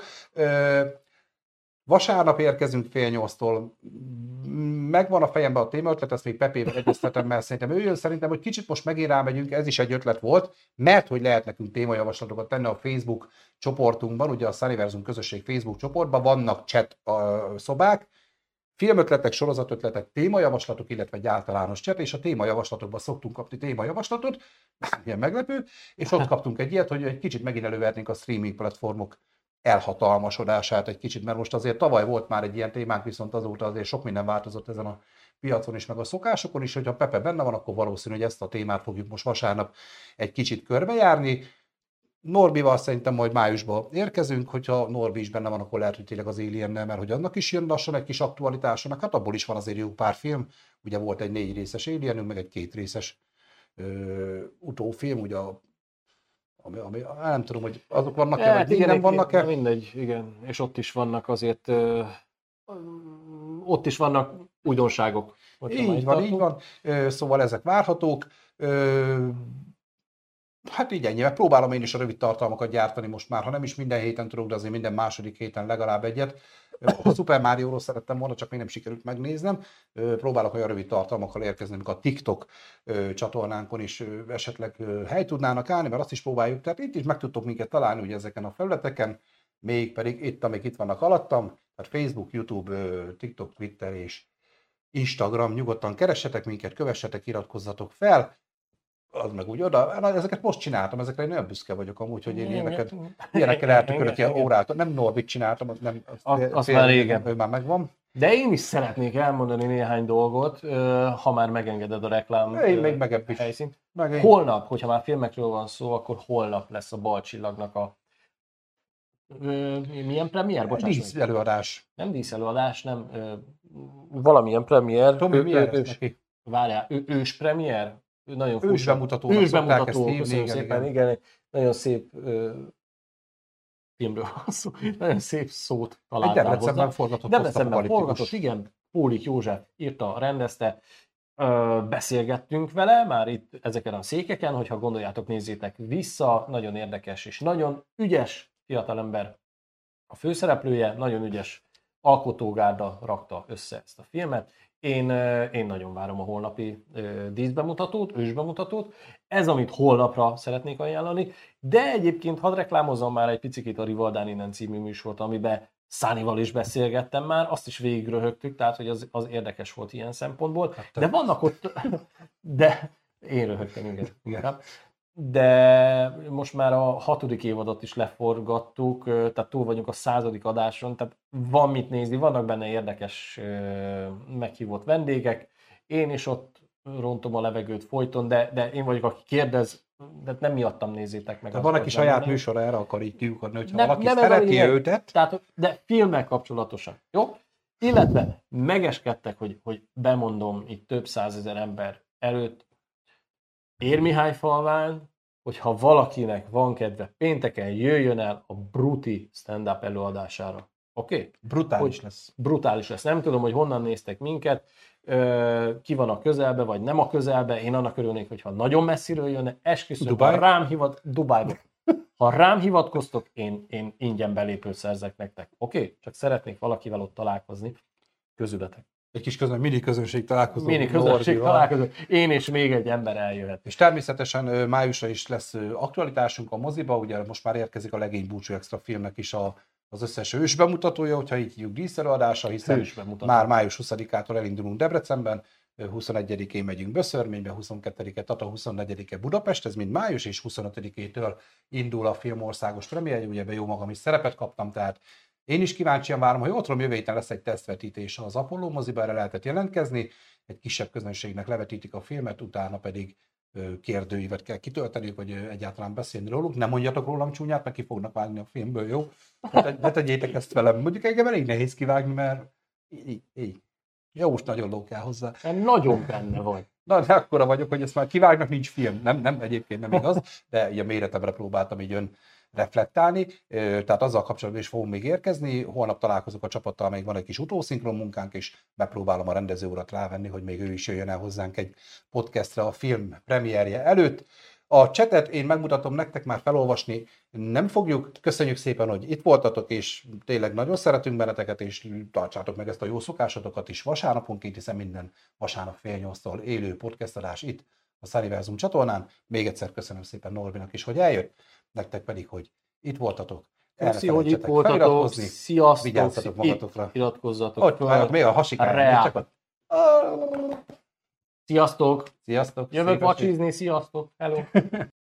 Vasárnap érkezünk fél nyolctól. Megvan a fejemben a témaötlet, ezt még Pepével egyeztetem, mert szerintem ő jön, szerintem, hogy kicsit most megint rámegyünk, ez is egy ötlet volt, mert hogy lehet nekünk témajavaslatokat tenni a Facebook csoportunkban, ugye a Sunniversum közösség Facebook csoportban vannak chat szobák, filmötletek, sorozatötletek, témajavaslatok, illetve egy általános chat, és a témajavaslatokban szoktunk kapni témajavaslatot, ilyen meglepő, és ott kaptunk egy ilyet, hogy egy kicsit megint elővernénk a streaming platformok elhatalmasodását egy kicsit, mert most azért tavaly volt már egy ilyen témánk, viszont azóta azért sok minden változott ezen a piacon is, meg a szokásokon is, hogyha Pepe benne van, akkor valószínű, hogy ezt a témát fogjuk most vasárnap egy kicsit körbejárni. Norbival szerintem majd májusban érkezünk, hogyha Norbi is benne van, akkor lehet, hogy tényleg az Aliennel, mert hogy annak is jön lassan egy kis aktualitása, meg hát abból is van azért jó pár film, ugye volt egy négy részes Alienünk, meg egy két részes ö, utófilm, ugye a Ami, ami, nem tudom, hogy azok vannak-e, hát vagy nem vannak-e? Mindegy, igen. És ott is vannak azért, ö, ott is vannak újdonságok. Így van, így van. Ö, szóval ezek várhatók. Ö, hát így ennyi, mert próbálom én is a rövid tartalmakat gyártani most már, ha nem is minden héten tudok, de azért minden második héten legalább egyet. A Super Mario-ról szerettem volna, csak még nem sikerült megnéznem. Próbálok olyan rövid tartalmakkal érkezni, amikor a TikTok csatornánkon is esetleg hely tudnának állni, mert azt is próbáljuk. Tehát itt is meg tudtok minket találni ugye ezeken a felületeken, még pedig itt, amik itt vannak alattam, tehát Facebook, YouTube, TikTok, Twitter és Instagram, nyugodtan keressetek minket, kövessetek, iratkozzatok fel. az meg úgy oda. Na, ezeket most csináltam, ezekre én nagyon büszke vagyok amúgy, hogy én ilyeneket, ilyenekkel eltükörök ilyen órától. Nem Norbit csináltam, az nem. Az, az, az már régen. Ő már megvan. De én is szeretnék elmondani néhány dolgot, ha már megengeded a reklám én még megebb is. helyszínt. Meg holnap, hogyha már filmekről van szó, akkor holnap lesz a Balcsillagnak a milyen premier? Bocsánat. Díszelőadás. Nem díszelőadás, nem valamilyen premier. Tomi, milyen ő, neki? Várjál, ő, ős premier? Ő nagyon ős bemutató. Ős bemutató, köszönöm igen, szépen, igen. igen. Nagyon szép ö, filmről van szó. Nagyon szép szót találtál hozzá. Debrecenben forgatott. Debrecenben forgatott, igen. Pólik József írta, rendezte. Ö, beszélgettünk vele már itt ezeken a székeken, hogyha gondoljátok, nézzétek vissza. Nagyon érdekes és nagyon ügyes fiatalember a főszereplője, nagyon ügyes alkotógárda rakta össze ezt a filmet. Én, én nagyon várom a holnapi díszbemutatót, ősbemutatót. Ez, amit holnapra szeretnék ajánlani, de egyébként hadd reklámozzam már egy picit a Rivaldán innen című műsort, amiben Szánival is beszélgettem már, azt is végigröhögtük, tehát hogy az, az érdekes volt ilyen szempontból. De vannak ott, de én röhögtem, igen. igen. De most már a hatodik évadot is leforgattuk, tehát túl vagyunk a századik adáson, tehát van mit nézni, vannak benne érdekes meghívott vendégek. Én is ott rontom a levegőt folyton, de, de én vagyok, aki kérdez, de nem miattam nézzétek meg. Tehát van, aki saját nem. műsora erre akar így kiukadni, hogyha nem, valaki nem szereti őtet. Tehát, de filmmel kapcsolatosan, jó? Illetve megeskedtek, hogy, hogy bemondom itt több százezer ember előtt, Érmihályfalván, hogyha valakinek van kedve, pénteken jöjjön el a Bruti stand-up előadására. Oké? Okay? Brutális hogy lesz. Brutális lesz. Nem tudom, hogy honnan néztek minket, ki van a közelbe, vagy nem a közelbe. Én annak örülnék, hogyha nagyon messziről jönne. Esküszöm, Dubai? ha rám hivat... Dubájba. Ha rám hivatkoztok, én, én ingyen belépőt szerzek nektek. Oké? Okay? Csak szeretnék valakivel ott találkozni közületek. Egy kis közön, mini közönség találkozó. Mini közönség találkozó. Én és még egy ember eljöhet. És természetesen májusra is lesz aktualitásunk a moziba, ugye most már érkezik a Legény búcsú extra filmnek is a, az összes ős bemutatója, hogyha így hívjuk díszelőadásra, hiszen már május huszadikától elindulunk Debrecenben, huszonegyedikén megyünk Böszörménybe, huszonkettedike Tata, huszonnegyedike Budapest, ez mind május, és huszonötödikétől indul a film országos premierje, ugye jó magam is szerepet kaptam, tehát én is kíváncsian várom, hogy otthon jövő héten lesz egy tesztvetítés az Apollo moziba, erre lehetett jelentkezni, egy kisebb közönségnek levetítik a filmet, utána pedig kérdőívet kell kitölteniük, vagy egyáltalán beszélni róluk. Nem mondjatok rólam csúnyát, mert ki fognak vágni a filmből, jó? Ne tegyétek ezt velem. Mondjuk engem elég nehéz kivágni, mert így, így. Jós nagyon ló kell hozzá. Nagyon benne vagy. Na, de akkora vagyok, hogy ezt már kivágnak, nincs film. Nem, nem, egyébként nem igaz, de ugye méretemre próbáltam így ön reflektálni, tehát azzal kapcsolatban is fogunk még érkezni. Holnap találkozok a csapattal, még van egy kis utószinkron munkánk, és megpróbálom a rendező urat rávenni, hogy még ő is jöjjön el hozzánk egy podcastre a film premierje előtt. A csetet én megmutatom nektek, már felolvasni nem fogjuk. Köszönjük szépen, hogy itt voltatok, és tényleg nagyon szeretünk benneteket, és tartsátok meg ezt a jó szokásotokat is vasárnaponként, hiszen minden vasárnap fél nyolctól élő podcastadás itt a Sunnyverzum csatornán. Még egyszer köszönöm szépen Norbinak is, hogy eljött, nektek pedig, hogy itt voltatok. Köszi, hogy itt voltatok. Sziasztok. Vigyázzatok magatokra. Iratkozzatok. Ott, még a hasikány. Sziasztok. Sziasztok. Jövök vacsizni, sziasztok. Hello.